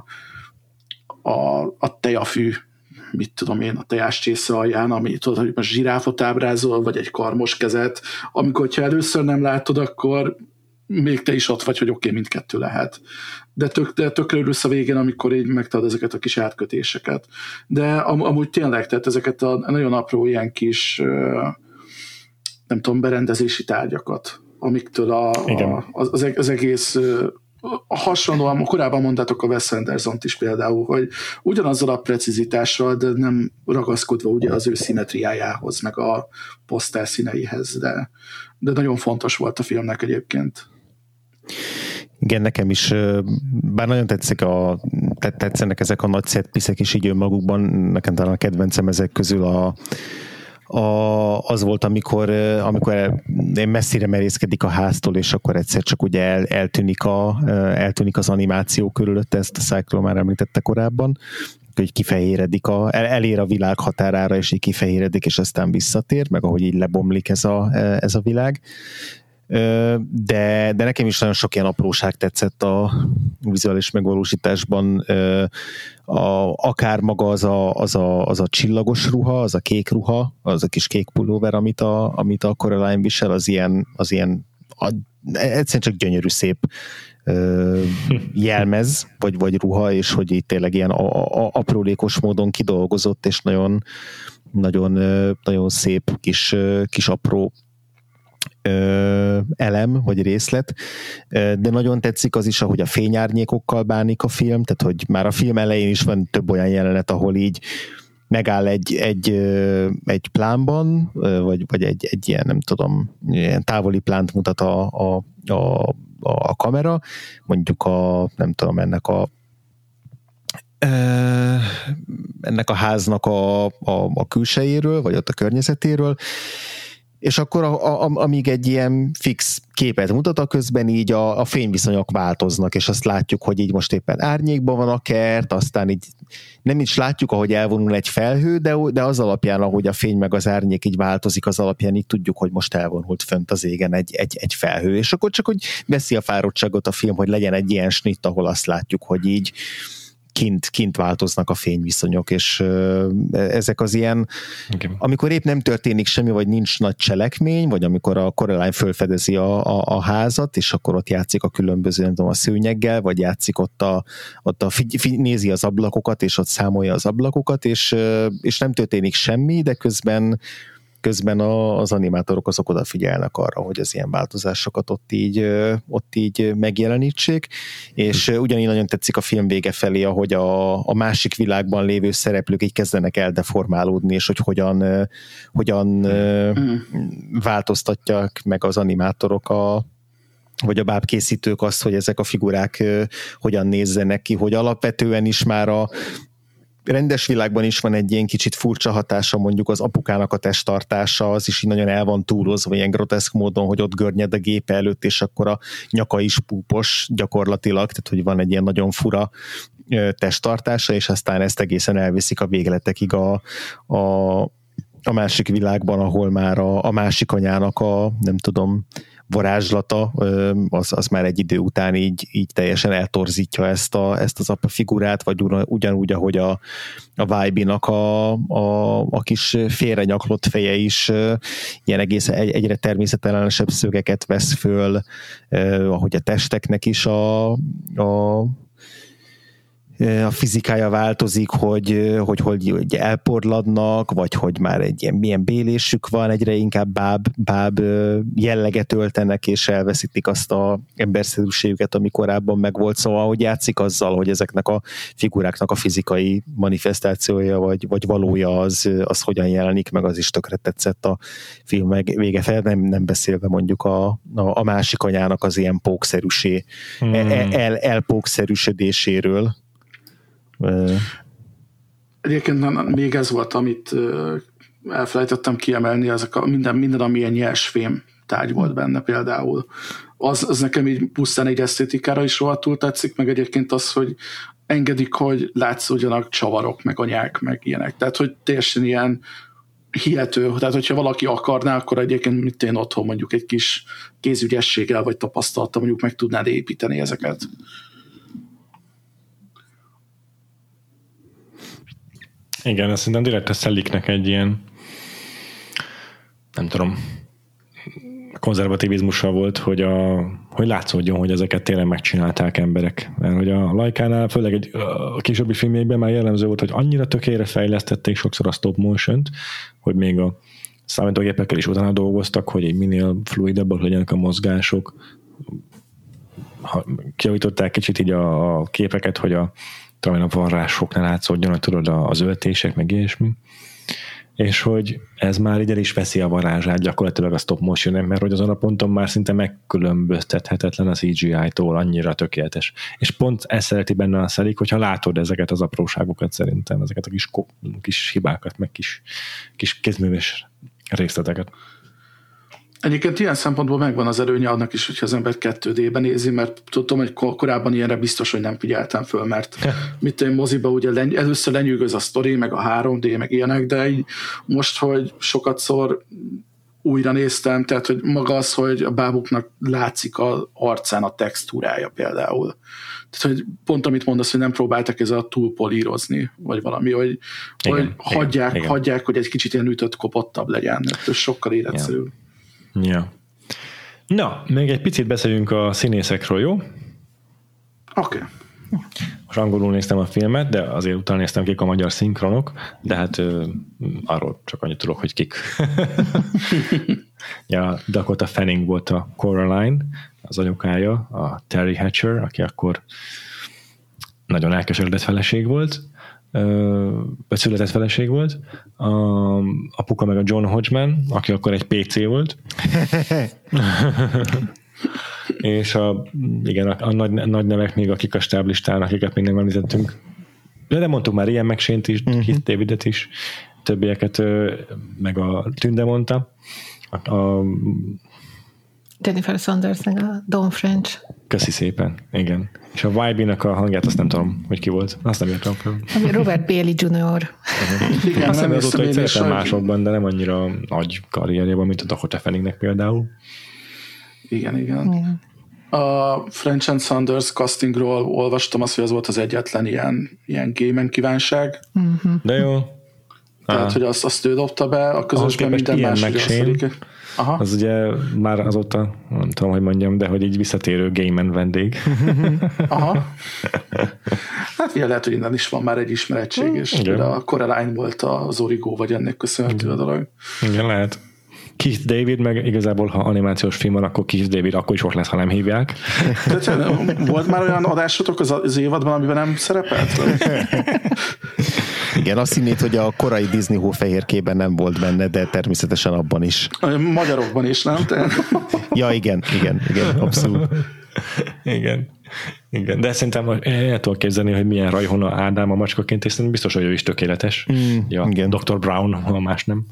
a tejafű, mit tudom én, a tejáscsésze alján, ami tudod, hogy most zsiráfot ábrázol, vagy egy karmos kezet, amikor ha először nem látod, akkor még te is ott vagy, hogy oké, mindkettő lehet. De tökre örülsz a végén, amikor így megtalad ezeket a kis átkötéseket. De amúgy tényleg, tehát ezeket a nagyon apró ilyen kis nem tudom, berendezési tárgyakat, amiktől az egész hasonlóan, korábban mondtátok a Wes Andersont is például, hogy ugyanazzal a precizitással, de nem ragaszkodva ugye az ő szimmetriájához, meg a poszter színeihez, de nagyon fontos volt a filmnek egyébként. Igen, nekem is, bár nagyon tetszenek ezek a nagy setpiece-ek is így önmagukban, nekem talán a kedvencem ezek közül az volt, amikor messzire merészkedik a háztól, és akkor egyszer csak ugye eltűnik az animáció körülött, ezt a Cyclo már említette korábban, hogy kifehéredik, elér a világ határára, és így kifehéredik, és aztán visszatér, meg ahogy így lebomlik ez a világ. De nekem is nagyon sok ilyen apróság tetszett a vizuális megvalósításban, akár maga az a csillagos ruha, az a kék ruha, az a kis kék pulóver, amit a Coraline visel, az ilyen egyszerűen csak gyönyörű szép jelmez, vagy ruha, és hogy itt tényleg ilyen aprólékos módon kidolgozott, és nagyon, nagyon, nagyon szép kis apró elem, vagy részlet, de nagyon tetszik az is, ahogy a fényárnyékokkal bánik a film, tehát hogy már a film elején is van több olyan jelenet, ahol így megáll egy plánban, vagy egy ilyen, nem tudom, ilyen távoli plánt mutat a kamera, mondjuk nem tudom, ennek a háznak a külsejéről, vagy ott a környezetéről, és akkor amíg egy ilyen fix képet mutat, a közben így a fényviszonyok változnak, és azt látjuk, hogy így most éppen árnyékban van a kert, aztán így nem is látjuk, ahogy elvonul egy felhő, de az alapján, ahogy a fény meg az árnyék így változik, az alapján így tudjuk, hogy most elvonult fönt az égen egy felhő, és akkor csak hogy veszi a fáradtságot a film, hogy legyen egy ilyen snitt, ahol azt látjuk, hogy így kint változnak a fényviszonyok, és ezek az ilyen, amikor épp nem történik semmi, vagy nincs nagy cselekmény, vagy amikor a Coraline fölfedezi a házat, és akkor ott játszik a különböző, nem tudom, a szőnyeggel, vagy játszik nézi az ablakokat, és ott számolja az ablakokat, és nem történik semmi, de közben az animátorok azok odafigyelnek arra, hogy az ilyen változásokat ott így megjelenítsék, és ugyanígy nagyon tetszik a film vége felé, ahogy a másik világban lévő szereplők így kezdenek eldeformálódni, és hogy hogyan változtatják meg az animátorok vagy a bábkészítők azt, hogy ezek a figurák hogyan nézzenek ki, hogy alapvetően is már a rendes világban is van egy ilyen kicsit furcsa hatása, mondjuk az apukának a testtartása, az is így nagyon el van túlozva, ilyen groteszk módon, hogy ott görnyed a gépe előtt, és akkor a nyaka is púpos gyakorlatilag, tehát hogy van egy ilyen nagyon fura testtartása, és aztán ezt egészen elviszik a végletekig a másik világban, ahol már a másik anyának nem tudom, varázslata, az már egy idő után így teljesen eltorzítja ezt az apa figurát, vagy ugyanúgy, ahogy a Vibe-nak a kis félrenyaklott feje is ilyen egész egyre természetellenesebb szögeket vesz föl, ahogy a testeknek is a fizikája változik, hogy elporladnak, vagy hogy már egy ilyen milyen bélésük van, egyre inkább báb jelleget öltenek, és elveszítik azt a emberszerűségüket, ami korábban megvolt. Szóval, hogy játszik azzal, hogy ezeknek a figuráknak a fizikai manifestációja, vagy valója az hogyan jelenik, meg az is tökre tetszett a film vége fel, nem beszélve mondjuk a másik anyának az ilyen pókszerűsé, elpókszerűsödéséről. Egyébként még ez volt, amit elfelejtettem kiemelni, ezek minden, ami ilyen nyersfém tárgy volt benne például. Az nekem így pusztán egy esztétikára is rohadtul tetszik, meg egyébként az, hogy engedik, hogy látszódjanak csavarok, meg anyák, meg ilyenek. Tehát, hogy teljesen ilyen hihető. Tehát, hogyha valaki akarná, akkor egyébként mit én otthon mondjuk egy kis kézügyességgel vagy tapasztalattal mondjuk meg tudnád építeni ezeket. Igen, ezt szerintem direkt a Szeliknek egy ilyen, nem tudom, konzervativizmusa volt, hogy látszódjon, hogy ezeket tényleg megcsinálták emberek. Mert hogy a Laicánál, főleg a későbbi filmjében már jellemző volt, hogy annyira tökére fejlesztették sokszor a stop motion-t, hogy még a számítógépekkel is utána dolgoztak, hogy egy minél fluidabbak legyenek a mozgások. Kijavították kicsit így a képeket, hogy talán a varrásoknál látszódjon, tudod, az öltések, meg ilyesmi. És hogy ez már így el is veszi a varázsát gyakorlatilag a stop motion, mert hogy azon a ponton már szinte megkülönböztethetetlen a CGI-tól, annyira tökéletes. És pont ezt szereti benne a Szelik, hogyha látod ezeket az apróságokat szerintem, ezeket a kis hibákat, meg kis kézműves részleteket. Egyébként ilyen szempontból megvan az előnye annak is, hogyha az ember 2D-ben nézi, mert tudom, hogy korábban ilyenre biztos, hogy nem figyeltem föl, mert mit én moziba ugye először lenyűgöz a sztori, meg a 3D, meg ilyenek, de így most, hogy sokatszor újra néztem, tehát hogy maga az, hogy a bábuknak látszik az arcán a textúrája például. Tehát, hogy pont amit mondasz, hogy nem próbáltak ezzel túlpolírozni, vagy valami, hogy hagyják, hogy egy kicsit ilyen ütött, kopottabb legyen. Ez sokkal életszerűbb. Ja. Na, még egy picit beszéljünk a színészekről, jó? Oké. Most angolul néztem a filmet, de azért utána néztem, kik a magyar szinkronok, de hát arról csak annyit tudok, hogy kik. Ja, Dakota Fanning volt a Coraline, az anyukája, a Terry Hatcher, aki akkor nagyon elkeseredett feleség volt, vagy született feleség volt. Apuka meg a John Hodgman, aki akkor egy PC volt. És a nagy nevek még, akik a stáblistán, akiket még nem említettünk. De mondtuk már Ian McShane-t is, Keith Davidet is, többieket, meg a Tünde mondta. Jennifer Saunders, meg a Dawn French. Köszi szépen, igen. És a Vibe-nak a hangját azt nem tudom, hogy ki volt. Azt nem értem fel. Robert Bailey Jr. Igen, azt nem azóta, hogy szeretem másokban, de nem annyira nagy karrierjében, mint a Dakota Fanningnek például. Igen. A French and Saunders castingról olvastam azt, hogy az volt az egyetlen ilyen gémen kívánság. De jó. Tehát, hogy azt ő dobta be, a közösben minden más az ugye már azóta, nem tudom, hogy mondjam, de hogy így visszatérő Gaiman vendég. Aha. Hát ugye lehet, hogy innen is van már egy ismerettség, és a Coraline volt az Origo, vagy ennek köszönhető a dolog. Igen, lehet. Keith David, meg igazából, ha animációs film van, akkor Keith David akkor is ott lesz, ha nem hívják. De volt már olyan adásotok az évadban, amiben nem szerepelt? Igen, azt hinnét, hogy a korai Disney hófehérkében nem volt benne, de természetesen abban is. Magyarokban is, nem? Ja, igen, abszolút. Igen. De szerintem el tudok képzelni, hogy milyen rajhona Ádám a macskaként, és szerintem biztos, hogy ő is tökéletes. Igen. Dr. Brown, ha más nem.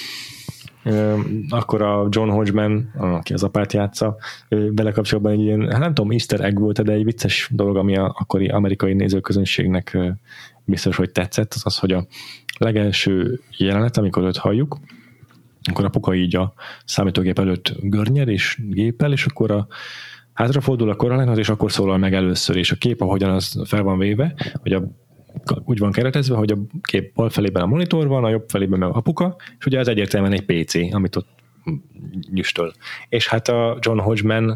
Akkor a John Hodgman, aki az apát játsza, vele kapcsolatban egy ilyen, nem tudom, easter egg volt, de egy vicces dolog, ami a akkori amerikai nézőközönségnek biztos, hogy tetszett, az, hogy a legelső jelenet, amikor őt halljuk, akkor apuka így a számítógép előtt görnyed és géppel, és akkor hátrafordul a Coraline-hoz, és akkor szólal meg először, és a kép, ahogyan az fel van véve, hogy úgy van keretezve, hogy a kép bal felében a monitor van, a jobb felében meg apuka, és ugye ez egyértelműen egy PC, amit ott nyüstöl. És hát a John Hodgman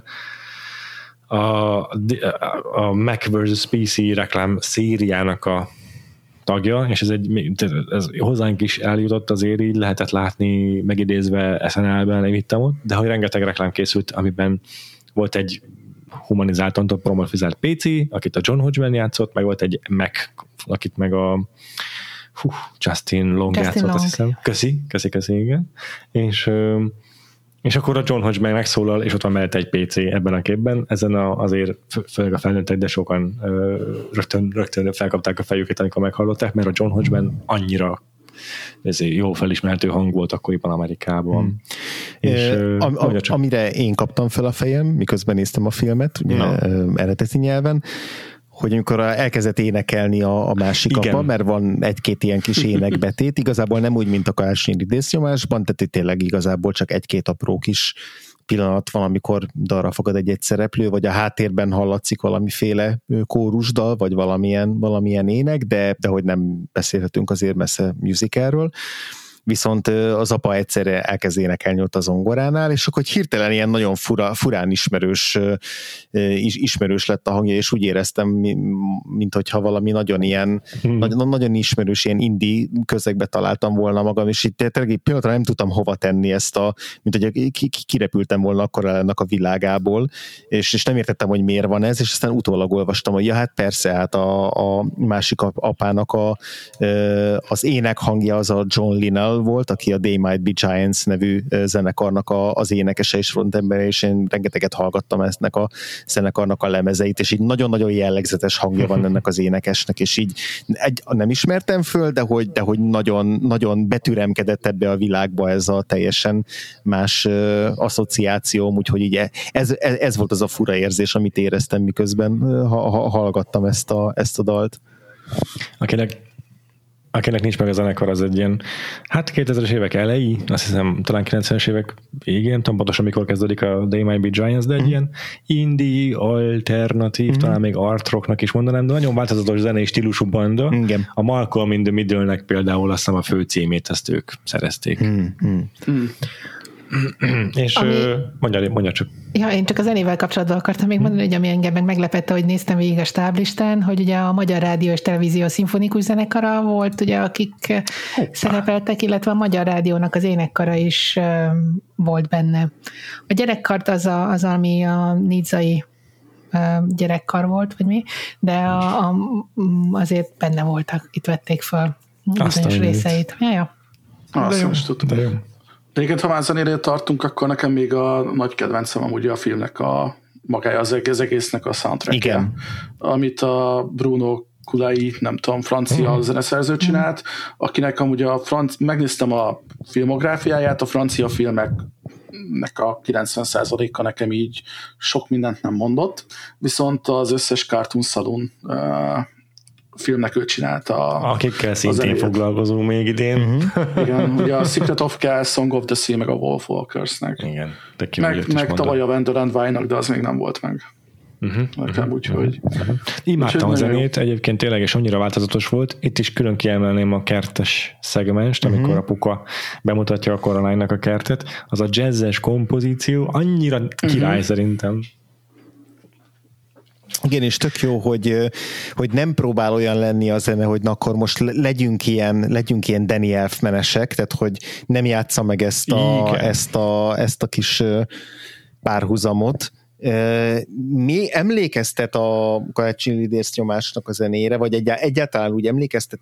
a Mac vs. PC reklám szériának a tagja, és ez hozzánk is eljutott, azért így lehetett látni, megidézve SNL-ben, de hogy rengeteg reklám készült, amiben volt egy humanizált, antropomorfizált PC, akit a John Hodgman játszott, meg volt egy Mac, akit meg a Justin Long játszott, azt hiszem. Köszi, igen. És akkor a John Hodgman megszólal, és ott van mellett egy PC ebben a képben. Ezen azért főleg a felnőttek, de sokan rögtön felkapták a fejüket, amikor meghallották, mert a John Hodgman annyira jó felismerhető hang volt akkoriban Amerikában. És, amire én kaptam fel a fejem, miközben néztem a filmet, ugye, eredeti nyelven, hogy amikor elkezdett énekelni a másik apa, mert van egy-két ilyen kis énekbetét, igazából nem úgy, mint a Karácsonyi dísznyomásban, tehát tényleg igazából csak egy-két apró kis pillanat van, amikor dalra fogad egy szereplő, vagy a háttérben hallatszik valamiféle kórusdal, vagy valamilyen ének, de hogy nem beszélhetünk azért messze musicalről. Viszont az apa egyszerre elkezd énekelni ott a zongoránál, és akkor hirtelen ilyen nagyon furán ismerős lett a hangja, és úgy éreztem, mint hogyha valami nagyon ilyen, nagyon ismerős ilyen indie közegbe találtam volna magam, és itt tényleg egy pillanatra nem tudtam hova tenni ezt mint hogy kirepültem volna akkor ennek a világából, és nem értettem, hogy miért van ez, és aztán utólag olvastam, hogy ja, hát persze, hát a másik apának az ének hangja az a John Linnell volt, aki a They Might Be Giants nevű zenekarnak az énekese és frontembere, és én rengeteget hallgattam ennek a zenekarnak a lemezeit, és így nagyon-nagyon jellegzetes hangja van ennek az énekesnek, és így nem ismertem föl, de hogy nagyon, nagyon betüremkedett ebbe a világba ez a teljesen más asszociációm, úgyhogy így ez volt az a fura érzés, amit éreztem, miközben hallgattam ezt a dalt. Akinek nincs meg a zenekar, az egy ilyen, 2000-es évek elejé, azt hiszem talán 90-es évek végén, nem tudom pontosan mikor kezdődik a They Might Be Giants, de egy ilyen indie, alternatív, talán még art rocknak is mondanám, de nagyon változatos zenei stílusú banda. Igen. A Malcolm in the Middle-nek például azt hiszem a fő címét, ezt ők szerezték. És mondja csak. Ja, én csak a zenével kapcsolatban akartam még mondani, hogy ami engem meglepette, hogy néztem végig a stáblistán, hogy ugye a Magyar Rádió és Televízió szimfonikus zenekara volt, ugye, akik szerepeltek, illetve a Magyar Rádiónak az énekkara is volt benne. A gyerekkart az ami a nidzai gyerekkar volt, vagy mi, de azért benne voltak, itt vették fel bizonyos részeit. Azt nem is tudtam. Egyébként, ha már zenéről tartunk, akkor nekem még a nagy kedvencem amúgy a filmnek magája az egésznek a soundtrackje, amit a Bruno Kulai, nem tudom, francia zeneszerző csinált, akinek amúgy megnéztem a filmográfiáját, a francia filmeknek a 90%-a nekem így sok mindent nem mondott, viszont az összes Cartoon Saloon filmnek ő csinálta. Akikkel szintén foglalkozunk még idén. Igen, ugye a Secret of Kells, Song of the Sea, meg a Wolfwalkersnek. Igen. Meg tavaly a Wender and Wine-nak, de az még nem volt meg. Nekem úgyhogy... Imádtam a zenét, egyébként tényleg, és annyira változatos volt. Itt is külön kiemelném a kertes szegmenst, amikor apuka bemutatja a Coraline-nak a kertet. Az a jazzes kompozíció annyira király szerintem. Igen, és tök jó, hogy nem próbál olyan lenni a zene, hogy na akkor most legyünk ilyen Danny Elfmanesek, tehát hogy nem játsza meg ezt a kis párhuzamot. Mi emlékeztet a Karácsonyi nyomásnak a zenére, vagy egyáltalán úgy emlékeztet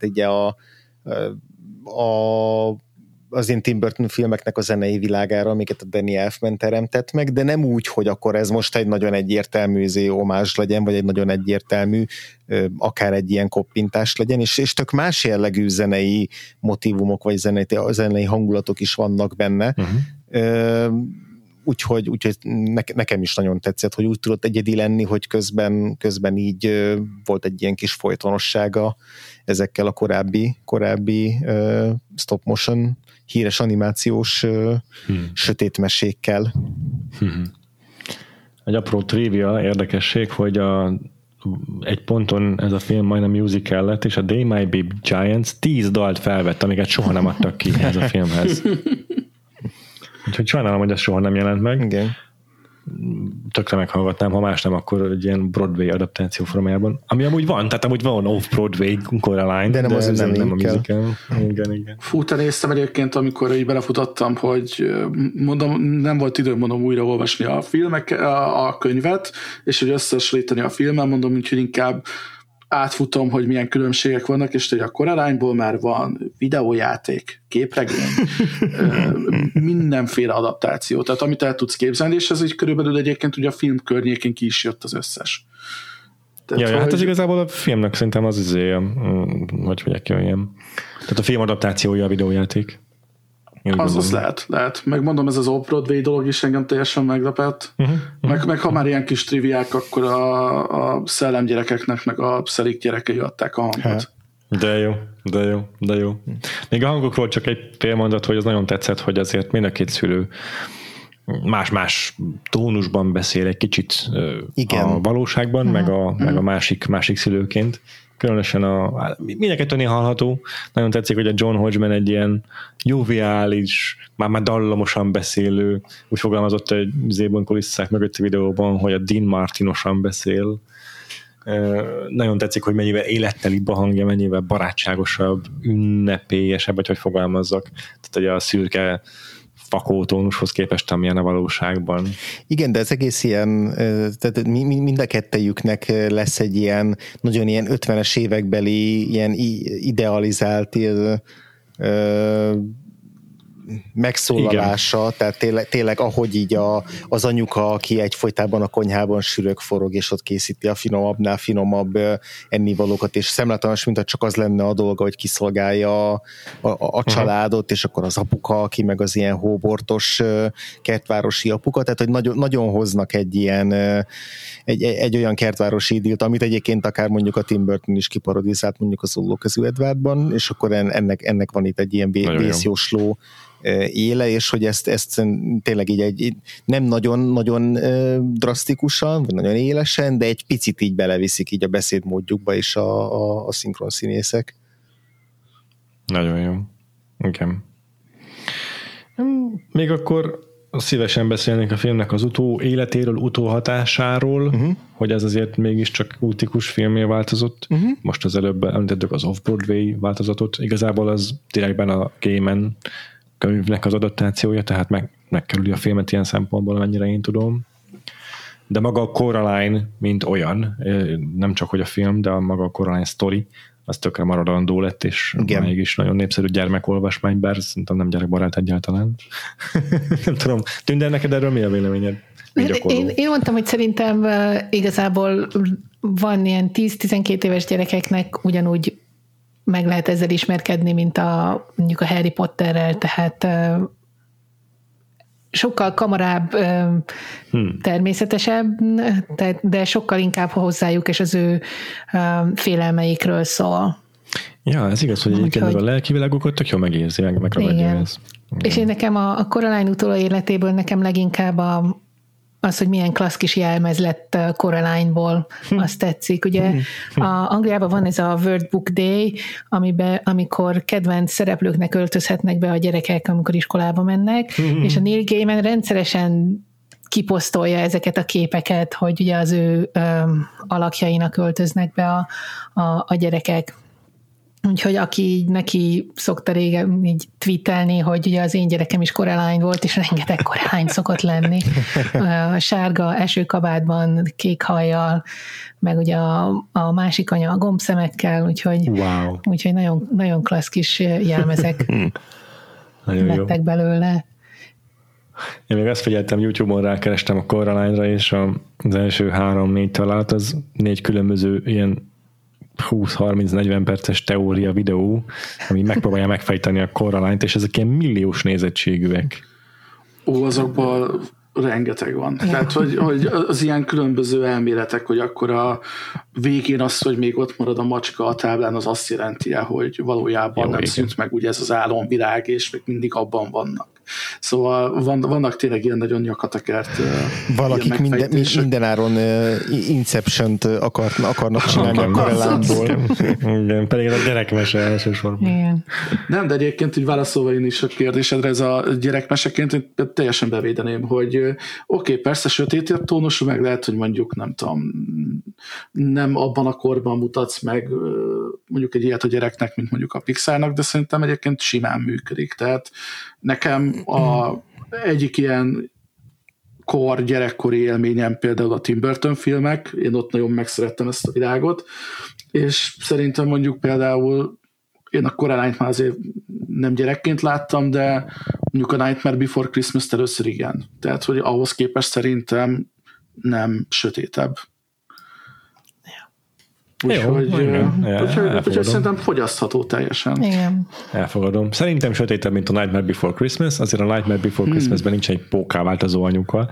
az én Tim Burton filmeknek a zenei világára, amiket a Danny Elfman teremtett meg, de nem úgy, hogy akkor ez most egy nagyon egyértelmű omázs legyen, vagy egy nagyon egyértelmű akár egy ilyen koppintás legyen, és tök más jellegű zenei motívumok, vagy zenei hangulatok is vannak benne. Úgyhogy nekem is nagyon tetszett, hogy úgy tudott egyedi lenni, hogy közben így volt egy ilyen kis folytonossága ezekkel a korábbi stop motion híres animációs sötétmesékkel. Egy apró trivia, érdekesség, hogy egy ponton ez a film majdnem musical lett, és a They Might Be Giants 10 dalt felvett, amiket soha nem adtak ki ez a filmhez. Úgyhogy sajnálom, hogy ez soha nem jelent meg. Igen. Tökre meghallgatnám, ha más nem, akkor egy ilyen Broadway adaptáció formájában. Ami amúgy van, tehát amúgy van Off-Broadway Coraline, de nem a musical. Igen. Fú, te néztem egyébként, amikor így belefutottam, hogy mondom, nem volt időm újraolvasni a filmek, a könyvet, és hogy összehasonlítani a filmmel, mondom, úgyhogy inkább átfutom, hogy milyen különbségek vannak, és hogy a Coraline-ból már van videójáték, képregény, mindenféle adaptáció, tehát amit el tudsz képzelni, és ez így körülbelül egyébként ugye a film környékén ki is jött az összes. Tehát, hát ez igazából a filmnek szerintem az hogy mondják ilyen. Tehát a film adaptációja a videójáték. Az lehet. Megmondom, ez az Off-Broadway dolog is engem teljesen meglepett. Meg ha már ilyen kis triviák, akkor a szellemgyerekeknek, meg a szelik gyerekei adták a hangot. De jó. Még a hangokról csak egy félmondat, hogy az nagyon tetszett, hogy azért mind a két szülő más-más tónusban beszél egy kicsit a valóságban, meg a másik szülőként. Különösen mindenkettőnél hallható. Nagyon tetszik, hogy a John Hodgman egy ilyen joviális, már dallamosan beszélő, úgy fogalmazott egy Zébon kulisszák mögötti videóban, hogy a Dean Martinosan beszél. Nagyon tetszik, hogy mennyivel élettelibb a hangja, mennyivel barátságosabb, ünnepélyesebb, vagy hogy fogalmazzak. Tehát hogy a szürke fakótónushoz képest, amilyen a valóságban. Igen, de ez egész ilyen, tehát mind a kettejüknek lesz egy ilyen, nagyon ilyen 50-es évekbeli, ilyen idealizált megszólalása, igen. Tehát tényleg ahogy így az anyuka, aki egyfolytában a konyhában sürög, forog, és ott készíti a finomabbnál finomabb ennivalókat, és szemlátomas, mint csak az lenne a dolga, hogy kiszolgálja a családot, és akkor az apuka, aki meg az ilyen hóbortos kertvárosi apuka, tehát hogy nagyon, nagyon hoznak egy ilyen egy olyan kertvárosi idilt, amit egyébként akár mondjuk a Tim Burton is kiparodizált mondjuk az Ollókezű Edwardban, és akkor ennek van itt egy ilyen vészjósló éle, és hogy ezt tényleg így egy nem nagyon drasztikusan, vagy nagyon élesen, de egy picit így beleviszik így a beszédmódjukba is a szinkron színészek. Nagyon jó. Igen. Még akkor szívesen beszélnék a filmnek az életéről, utóhatásáról, hogy ez azért mégiscsak kultikus filmé változott. Most az előbb említettük az Off-Broadway változatot. Igazából az direktben a Gaiman könyvnek az adaptációja, tehát megkerüli a filmet ilyen szempontból, mennyire én tudom. De maga a Coraline, mint olyan, nem csak hogy a film, de maga a Coraline sztori, az tökre maradandó lett, és mégis nagyon népszerű gyermekolvasmány, bár szerintem nem gyerekbarát egyáltalán. Nem tudom, Tünder, neked erről mi a véleményed? Én mondtam, hogy szerintem igazából van ilyen 10-12 éves gyerekeknek ugyanúgy meg lehet ezzel ismerkedni, mint mondjuk a Harry Potterrel, tehát sokkal kamarább, természetesebb, de sokkal inkább hozzájuk és az ő félelmeikről szól. Ja, ez igaz, hogy egyébként a lelki világokat tök jól megérzi, megragadja ez. És én nekem a Coraline utoló életéből nekem leginkább az, hogy milyen klassz kis jelmez lett Coraline-ból, azt tetszik. Ugye Angliában van ez a World Book Day, amikor kedvenc szereplőknek öltözhetnek be a gyerekek, amikor iskolába mennek, és a Neil Gaiman rendszeresen kiposztolja ezeket a képeket, hogy ugye az ő alakjainak öltöznek be a gyerekek. Úgyhogy aki neki szokta régen így tweetelni, hogy ugye az én gyerekem is Coraline volt, és rengeteg Coraline szokott lenni. Sárga esőkabátban, kék hajjal, meg ugye a másik anya a gombszemekkel, úgyhogy nagyon, nagyon klassz kis jelmezek lettek belőle. Én még azt figyeltem, YouTube-on rákerestem a Coraline-ra, és az első 3-4 találat az 4 különböző ilyen 20-30-40 perces teória videó, ami megpróbálja megfejteni a Coraline-t, és ezek ilyen milliós nézettségűek. Azokból rengeteg van. Tehát, hogy az ilyen különböző elméletek, hogy akkor a végén az, hogy még ott marad a macska a táblán, az azt jelenti, hogy valójában nem szűnt meg ugye ez az álomvilág, és még mindig abban vannak. Szóval vannak tényleg ilyen nagyon nyakatakert valakik mindenáron Inception-t akarnak csinálni a Coraline-ból. Igen, pedig a gyerekmese elsősorban. Igen. Nem, de egyébként így válaszolva én is a kérdésedre, ez a gyerekmeseként teljesen bevédeném, hogy oké, persze sötét tónusú, meg lehet, hogy mondjuk nem tudom, nem abban a korban mutatsz meg mondjuk egy ilyet a gyereknek, mint mondjuk a Pixarnak, de szerintem egyébként simán működik. Tehát nekem egyik ilyen gyerekkori élményem például a Tim Burton filmek, én ott nagyon megszerettem ezt a világot, és szerintem mondjuk például én a Coraline-t már azért nem gyerekként láttam, de mondjuk a Nightmare Before Christmas-t először igen. Tehát, hogy ahhoz képest szerintem nem sötétebb. Úgyhogy szerintem fogyasztható teljesen. Igen. Elfogadom. Szerintem sötétebb, mint a Nightmare Before Christmas, azért a Nightmare Before Christmasben nincs egy pókáváltozó anyuka.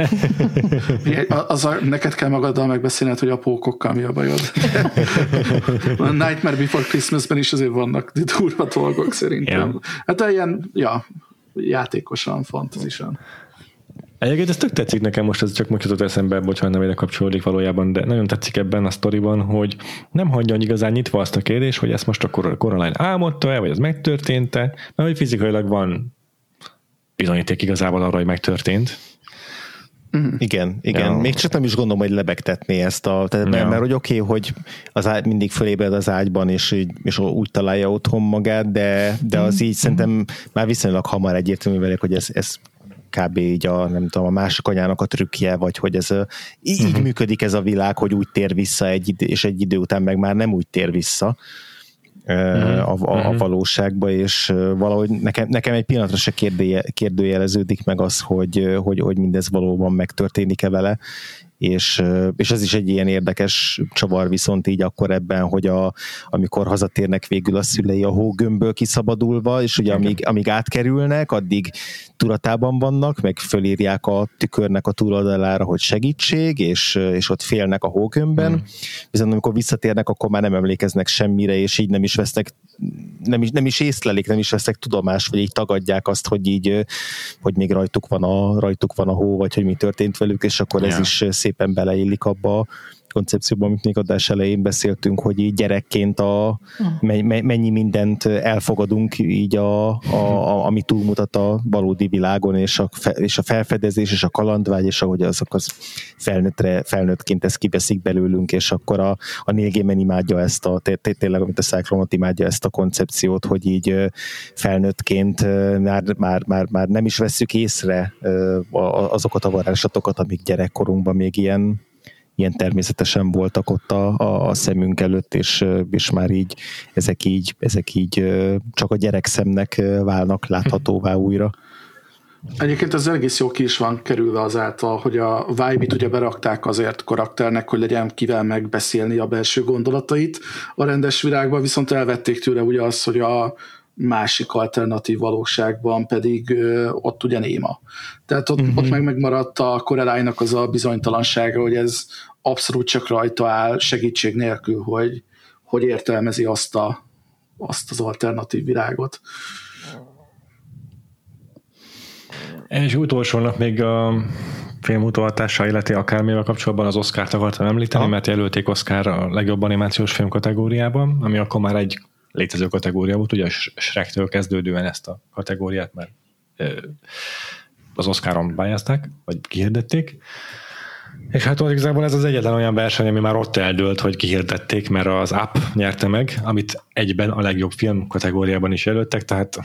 Neked kell magaddal megbeszélned, hogy a pókokkal mi a bajod. A Nightmare Before Christmasben is azért vannak durva dolgok szerintem. Yeah. Hát ilyen, játékosan, fantazisan. Egyébként ez tök tetszik nekem, most ez csak jutott eszembe, bocsánat, nem ide kapcsolódik valójában, de nagyon tetszik ebben a sztoriban, hogy nem hagyja igazán nyitva azt a kérdést, hogy ezt most a Coraline álmodta-e, vagy ez megtörtént-e, mert hogy fizikailag van bizonyíték igazából arra, hogy megtörtént. Igen. Ja. Még csak nem is gondolom, hogy lebegtetné ezt mert hogy oké, hogy az ágy mindig fölébred az ágyban, és úgy találja otthon magát, de az így szerintem már viszonylag hamar egyértelmű velük, hogy ez kb. Így a másik anyának a trükkje, vagy hogy ez így működik ez a világ, hogy úgy tér vissza és egy idő után meg már nem úgy tér vissza a valóságba, és valahogy nekem egy pillanatra se kérdőjeleződik meg az, hogy mindez valóban megtörténik-e vele, és ez is egy ilyen érdekes csavar viszont így akkor ebben, hogy amikor hazatérnek végül a szülei a hógömbből kiszabadulva, és ugye amíg átkerülnek, addig tudatában vannak, meg fölírják a tükörnek a túloldalára, hogy segítség, és ott félnek a hógömbben, viszont amikor visszatérnek, akkor már nem emlékeznek semmire, és így nem is vesznek, nem is észlelik, nem is vesznek tudomást, vagy így tagadják azt, hogy még rajtuk van a hó, vagy hogy mi történt velük, és akkor ez is szépen beleillik abba a koncepcióban, amit még adás elején beszéltünk, hogy így gyerekként mennyi mindent elfogadunk így ami túlmutat a valódi világon, és a felfedezés, és a kalandvágy, és ahogy azok az felnőttként ezt kiveszik belőlünk, és akkor a Neil Gaiman imádja ezt tényleg, amit a Cyclonot imádja ezt a koncepciót, hogy így felnőttként már nem is vesszük észre azokat a varázslatokat, amik gyerekkorunkban még ilyen természetesen voltak ott a szemünk előtt, és már így ezek így csak a gyerekszemnek válnak láthatóvá újra. Egyébként az egész jó ki is van kerülve azáltal, hogy a vibe-it ugye berakták azért karakternek, hogy legyen kivel megbeszélni a belső gondolatait a rendes világban, viszont elvették tőle ugye azt, hogy másik alternatív valóságban pedig ott ugye néma. Tehát ott meg megmaradt a Coraline-nak az a bizonytalansága, hogy ez abszolút csak rajta áll, segítség nélkül, hogy értelmezi azt az alternatív világot. És utolsónak még a film utolhatása illeti akármivel kapcsolatban az Oscart akartam említeni, mert jelölték Oscar a legjobb animációs film kategóriában, ami akkor már egy létező kategória volt, ugye a Shrektől kezdődően ezt a kategóriát már az Oscaron pályázták, vagy kihirdették. És hát igazából ez az egyetlen olyan verseny, ami már ott eldőlt, hogy kihirdették, mert az Up nyerte meg, amit egyben a legjobb film kategóriában is jelöltek, tehát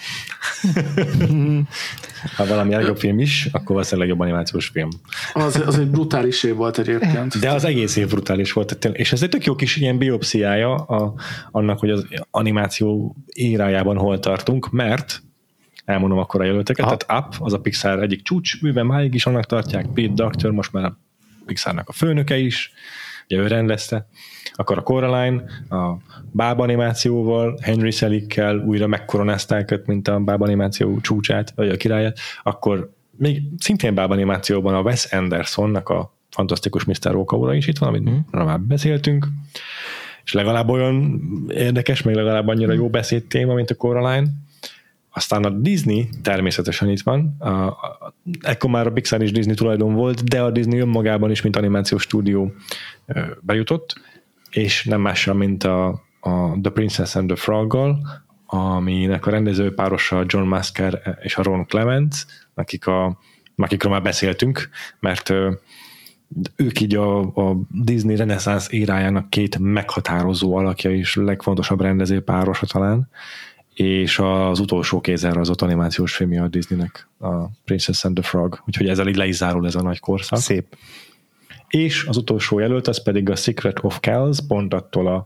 ha valami legjobb film is, akkor valószínűleg legjobb animációs film. Az egy brutális év volt egyébként. De az egész év brutális volt. És ez egy tök jó kis ilyen biopsziája annak, hogy az animáció érájában hol tartunk, mert elmondom akkor a jelölteket, tehát Up, az a Pixar egyik csúcsműve, máig is annak tartják, Pete Docter, most már a Pixarnak a főnöke is, ugye ő rendezte, akkor a Coraline, a Báb animációval, Henry Selickkel újra megkoronázták őt, mint a Báb animáció csúcsát, vagy a királyát, akkor még szintén Báb animációban a Wes Andersonnak a fantasztikus Mr. Rokaura is itt van, amit már beszéltünk, és legalább olyan érdekes, meg legalább annyira jó beszédtéma, mint a Coraline. Aztán a Disney természetesen itt van, ekkor már a Pixar és Disney tulajdon volt, de a Disney önmagában is, mint animációs stúdió bejutott, és nem mással, mint a The Princess and the Frog-gal, aminek a rendezőpárosa John Musker és a Ron Clements, akikről már beszéltünk, mert ők így a Disney reneszánsz érájának két meghatározó alakja és legfontosabb rendezőpárosa talán, és az utolsó kézzel az ott animációs filmje a Disneynek, a Princess and the Frog, úgyhogy ezzel így le is zárul ez a nagy korszak. Szép. És az utolsó jelölt, az pedig a Secret of Kells, pont attól a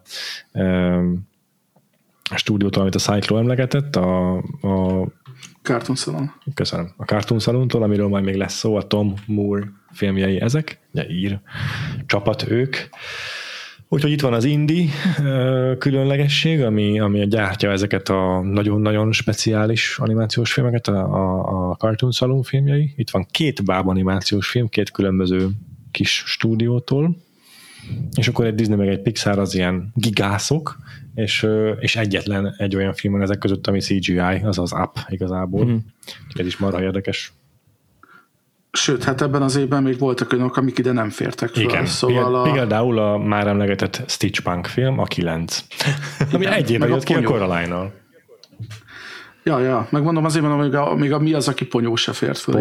stúdiótól, amit a Cyclo emlegetett, a Cartoon Salon. Köszönöm. A Cartoon Salontól, amiről majd még lesz szó, a Tom Moore filmjei ezek, ugye ír csapat ők. Úgyhogy itt van az indie különlegesség, ami gyártja ezeket a nagyon-nagyon speciális animációs filmeket, a Cartoon Salon filmjei. Itt van 2 Báb animációs film, 2 különböző kis stúdiótól, és akkor egy Disney meg egy Pixar az ilyen gigászok, és egyetlen egy olyan film van ezek között, ami CGI, azaz Up igazából. Ez is marha érdekes. Sőt, hát ebben az évben még voltak olyanok, amik ide nem fértek fel. Igen, szóval például a már emlegetett Stitch Punk film, a 9. Ami egy évben jött ki a Coraline-nal. Ja, megmondom azért, mondom, még a mi az, aki Ponyó se fért fel.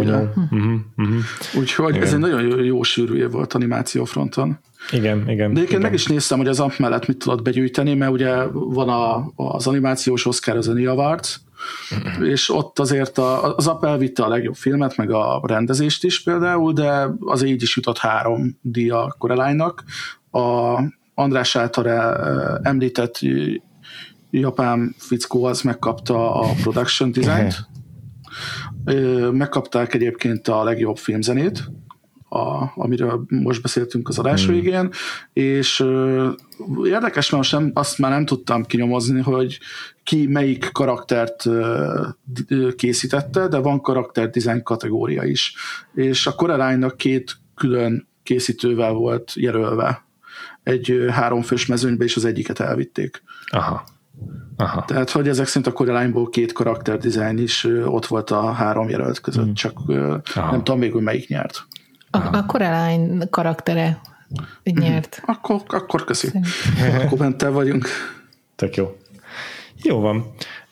Úgyhogy ez egy nagyon jó sűrű év volt animációfronton. Igen. De egyébként meg is néztem, hogy az Up mellett mit tudod begyűjteni, mert ugye van az animációs Oscar, az Annie Awards, és ott azért az Up elvitte a legjobb filmet, meg a rendezést is például, de azért így is jutott 3 díja a Coraline-nak. A András által említett japán fickó az megkapta a production designt, megkapták egyébként a legjobb filmzenét, amiről most beszéltünk az adás végén, és érdekes, mert azt már nem tudtam kinyomozni, hogy ki melyik karaktert készítette, de van karakter design kategória is. És a Coraline-nak 2 külön készítővel volt jelölve egy 3 fős mezőnybe, és az egyiket elvitték. Aha. Tehát, hogy ezek szerint a Coraline-ból 2 karakter design is ott volt a 3 jelölt között, csak nem tudom még, hogy melyik nyert. A Coraline karaktere nyert. Akkor köszi. Akkor bent vagyunk. Tök jó. Jó van.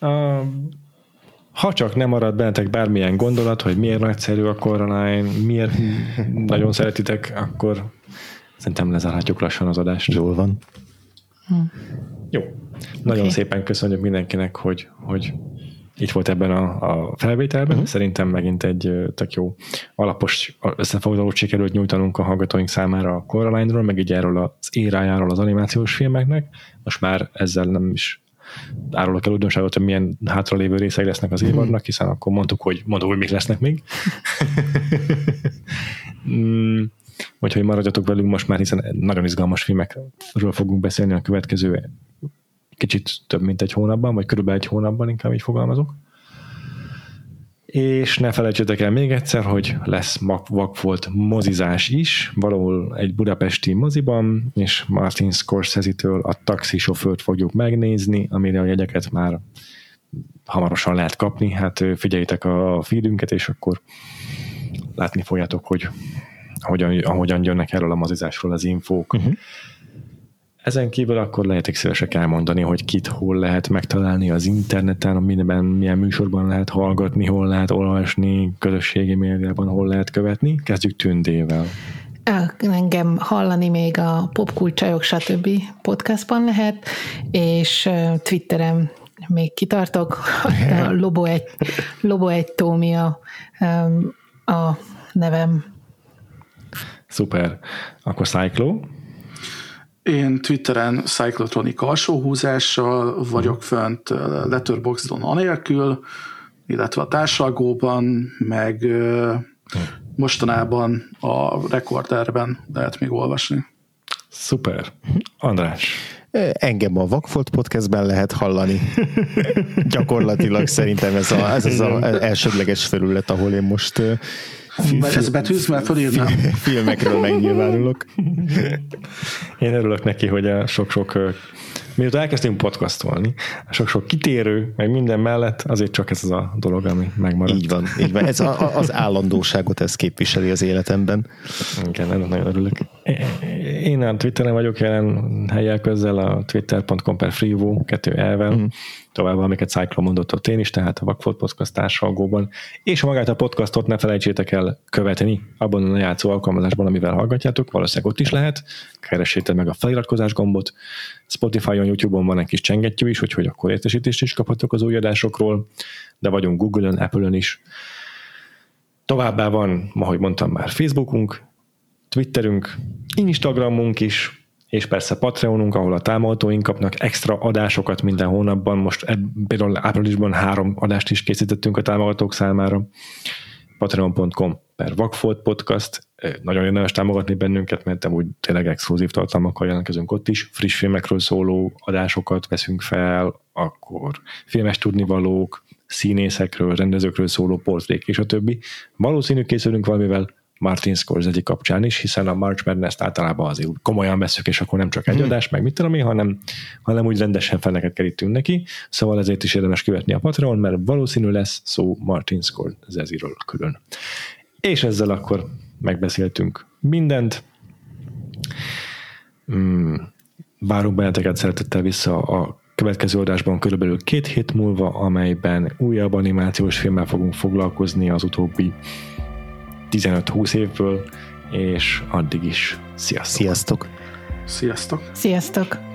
Ha csak nem marad bennetek bármilyen gondolat, hogy miért nagyszerű a Coraline, miért nagyon szeretitek, akkor szerintem lezárhatjuk lassan az adást. Jól van. Jó. Nagyon szépen köszönjük mindenkinek, hogy itt volt ebben a felvételben. Szerintem megint egy tök jó alapos összefoglalót sikerült nyújtanunk a hallgatóink számára a Coraline-ról, meg így erről az érájáról az animációs filmeknek. Most már ezzel nem is árulok el újdonságot, hogy milyen hátralévő részei lesznek az évadnak, hiszen akkor mondtuk, hogy mik lesznek még. Úgyhogy maradjatok velünk most már, hiszen nagyon izgalmas filmekről fogunk beszélni a következő kicsit több mint egy hónapban, vagy körülbelül egy hónapban, inkább így fogalmazok. És ne felejtsétek el még egyszer, hogy lesz vakfolt mozizás is, valahol egy budapesti moziban, és Martin Scorsese-től a taxisofőrt fogjuk megnézni, amire a jegyeket már hamarosan lehet kapni. Hát figyeljétek a feedünket, és akkor látni fogjátok, hogy ahogyan jönnek erről a mozizásról az infók. Ezen kívül akkor lehetek szívesek elmondani, hogy kit hol lehet megtalálni az interneten, milyen műsorban lehet hallgatni, hol lehet olvasni, közösségi médiában hol lehet követni. Kezdjük Tündével. Engem hallani még a Popkulcsajok stb. Podcastban lehet, és Twitteren még kitartok. Lobo egy Tómia a nevem. Szuper. Akkor Cyclo? Én Twitteren Cyclotronic alsóhúzással vagyok fönt, Letterboxdon anélkül, illetve a társalgóban, meg mostanában a Recorderben lehet még olvasni. Szuper. András? Engem a Vakfolt Podcastben lehet hallani. Gyakorlatilag szerintem ez az elsődleges felület, ahol én most ez betűz, mert fölírnám. Filmekről megnyilvánulok. Én örülök neki, hogy a sok-sok, mióta elkezdtünk podcastolni, a sok-sok kitérő, meg minden mellett, azért csak ez az a dolog, ami megmaradt. Így van. Ez az állandóságot ez képviseli az életemben. Igen, ennek nagyon örülök. Én a Twitteren vagyok jelen helyjel közzel, a twitter.com/freevo 2 elvel. Tovább, amiket Cyclo mondott ott én is, tehát a Vakfolt Podcast társalgóban. És magát a podcastot ne felejtsétek el követni abban a lejátszó alkalmazásban, amivel hallgatjátok, valószínűleg ott is lehet. Keressétek meg a feliratkozás gombot. Spotify-on, YouTube-on van egy kis csengettyű is, hogy akkor értesítést is kaphatok az új adásokról, de vagyunk Google-ön, Apple-ön is. Továbbá van, ahogy mondtam már, Facebookunk, Twitterünk, Instagramunk is, és persze Patreonunk, ahol a támogatóink kapnak extra adásokat minden hónapban. Most például áprilisban 3 adást is készítettünk a támogatók számára. patreon.com/Vakfolt Podcast. Nagyon érdemes támogatni bennünket, mert úgy tényleg exkluzív tartalmakkal jelentkezünk ott is. Friss filmekről szóló adásokat veszünk fel, akkor filmes tudnivalók, színészekről, rendezőkről szóló portrék és a többi. Valószínű készülünk valamivel Martin Scorsese kapcsán is, hiszen a March Madness-t általában azért komolyan vesszük, és akkor nem csak egy adás, meg mit tudom én, hanem úgy rendesen fenneket kerítünk neki, szóval ezért is érdemes követni a Patreon, mert valószínű lesz szó Martin Scorsese-ről külön. És ezzel akkor megbeszéltünk mindent. Várunk benneteket szeretettel vissza a következő adásban körülbelül 2 hét múlva, amelyben újabb animációs filmmel fogunk foglalkozni az utóbbi 15-20 évből, és addig is sziasztok! Sziasztok! Sziasztok! Sziasztok!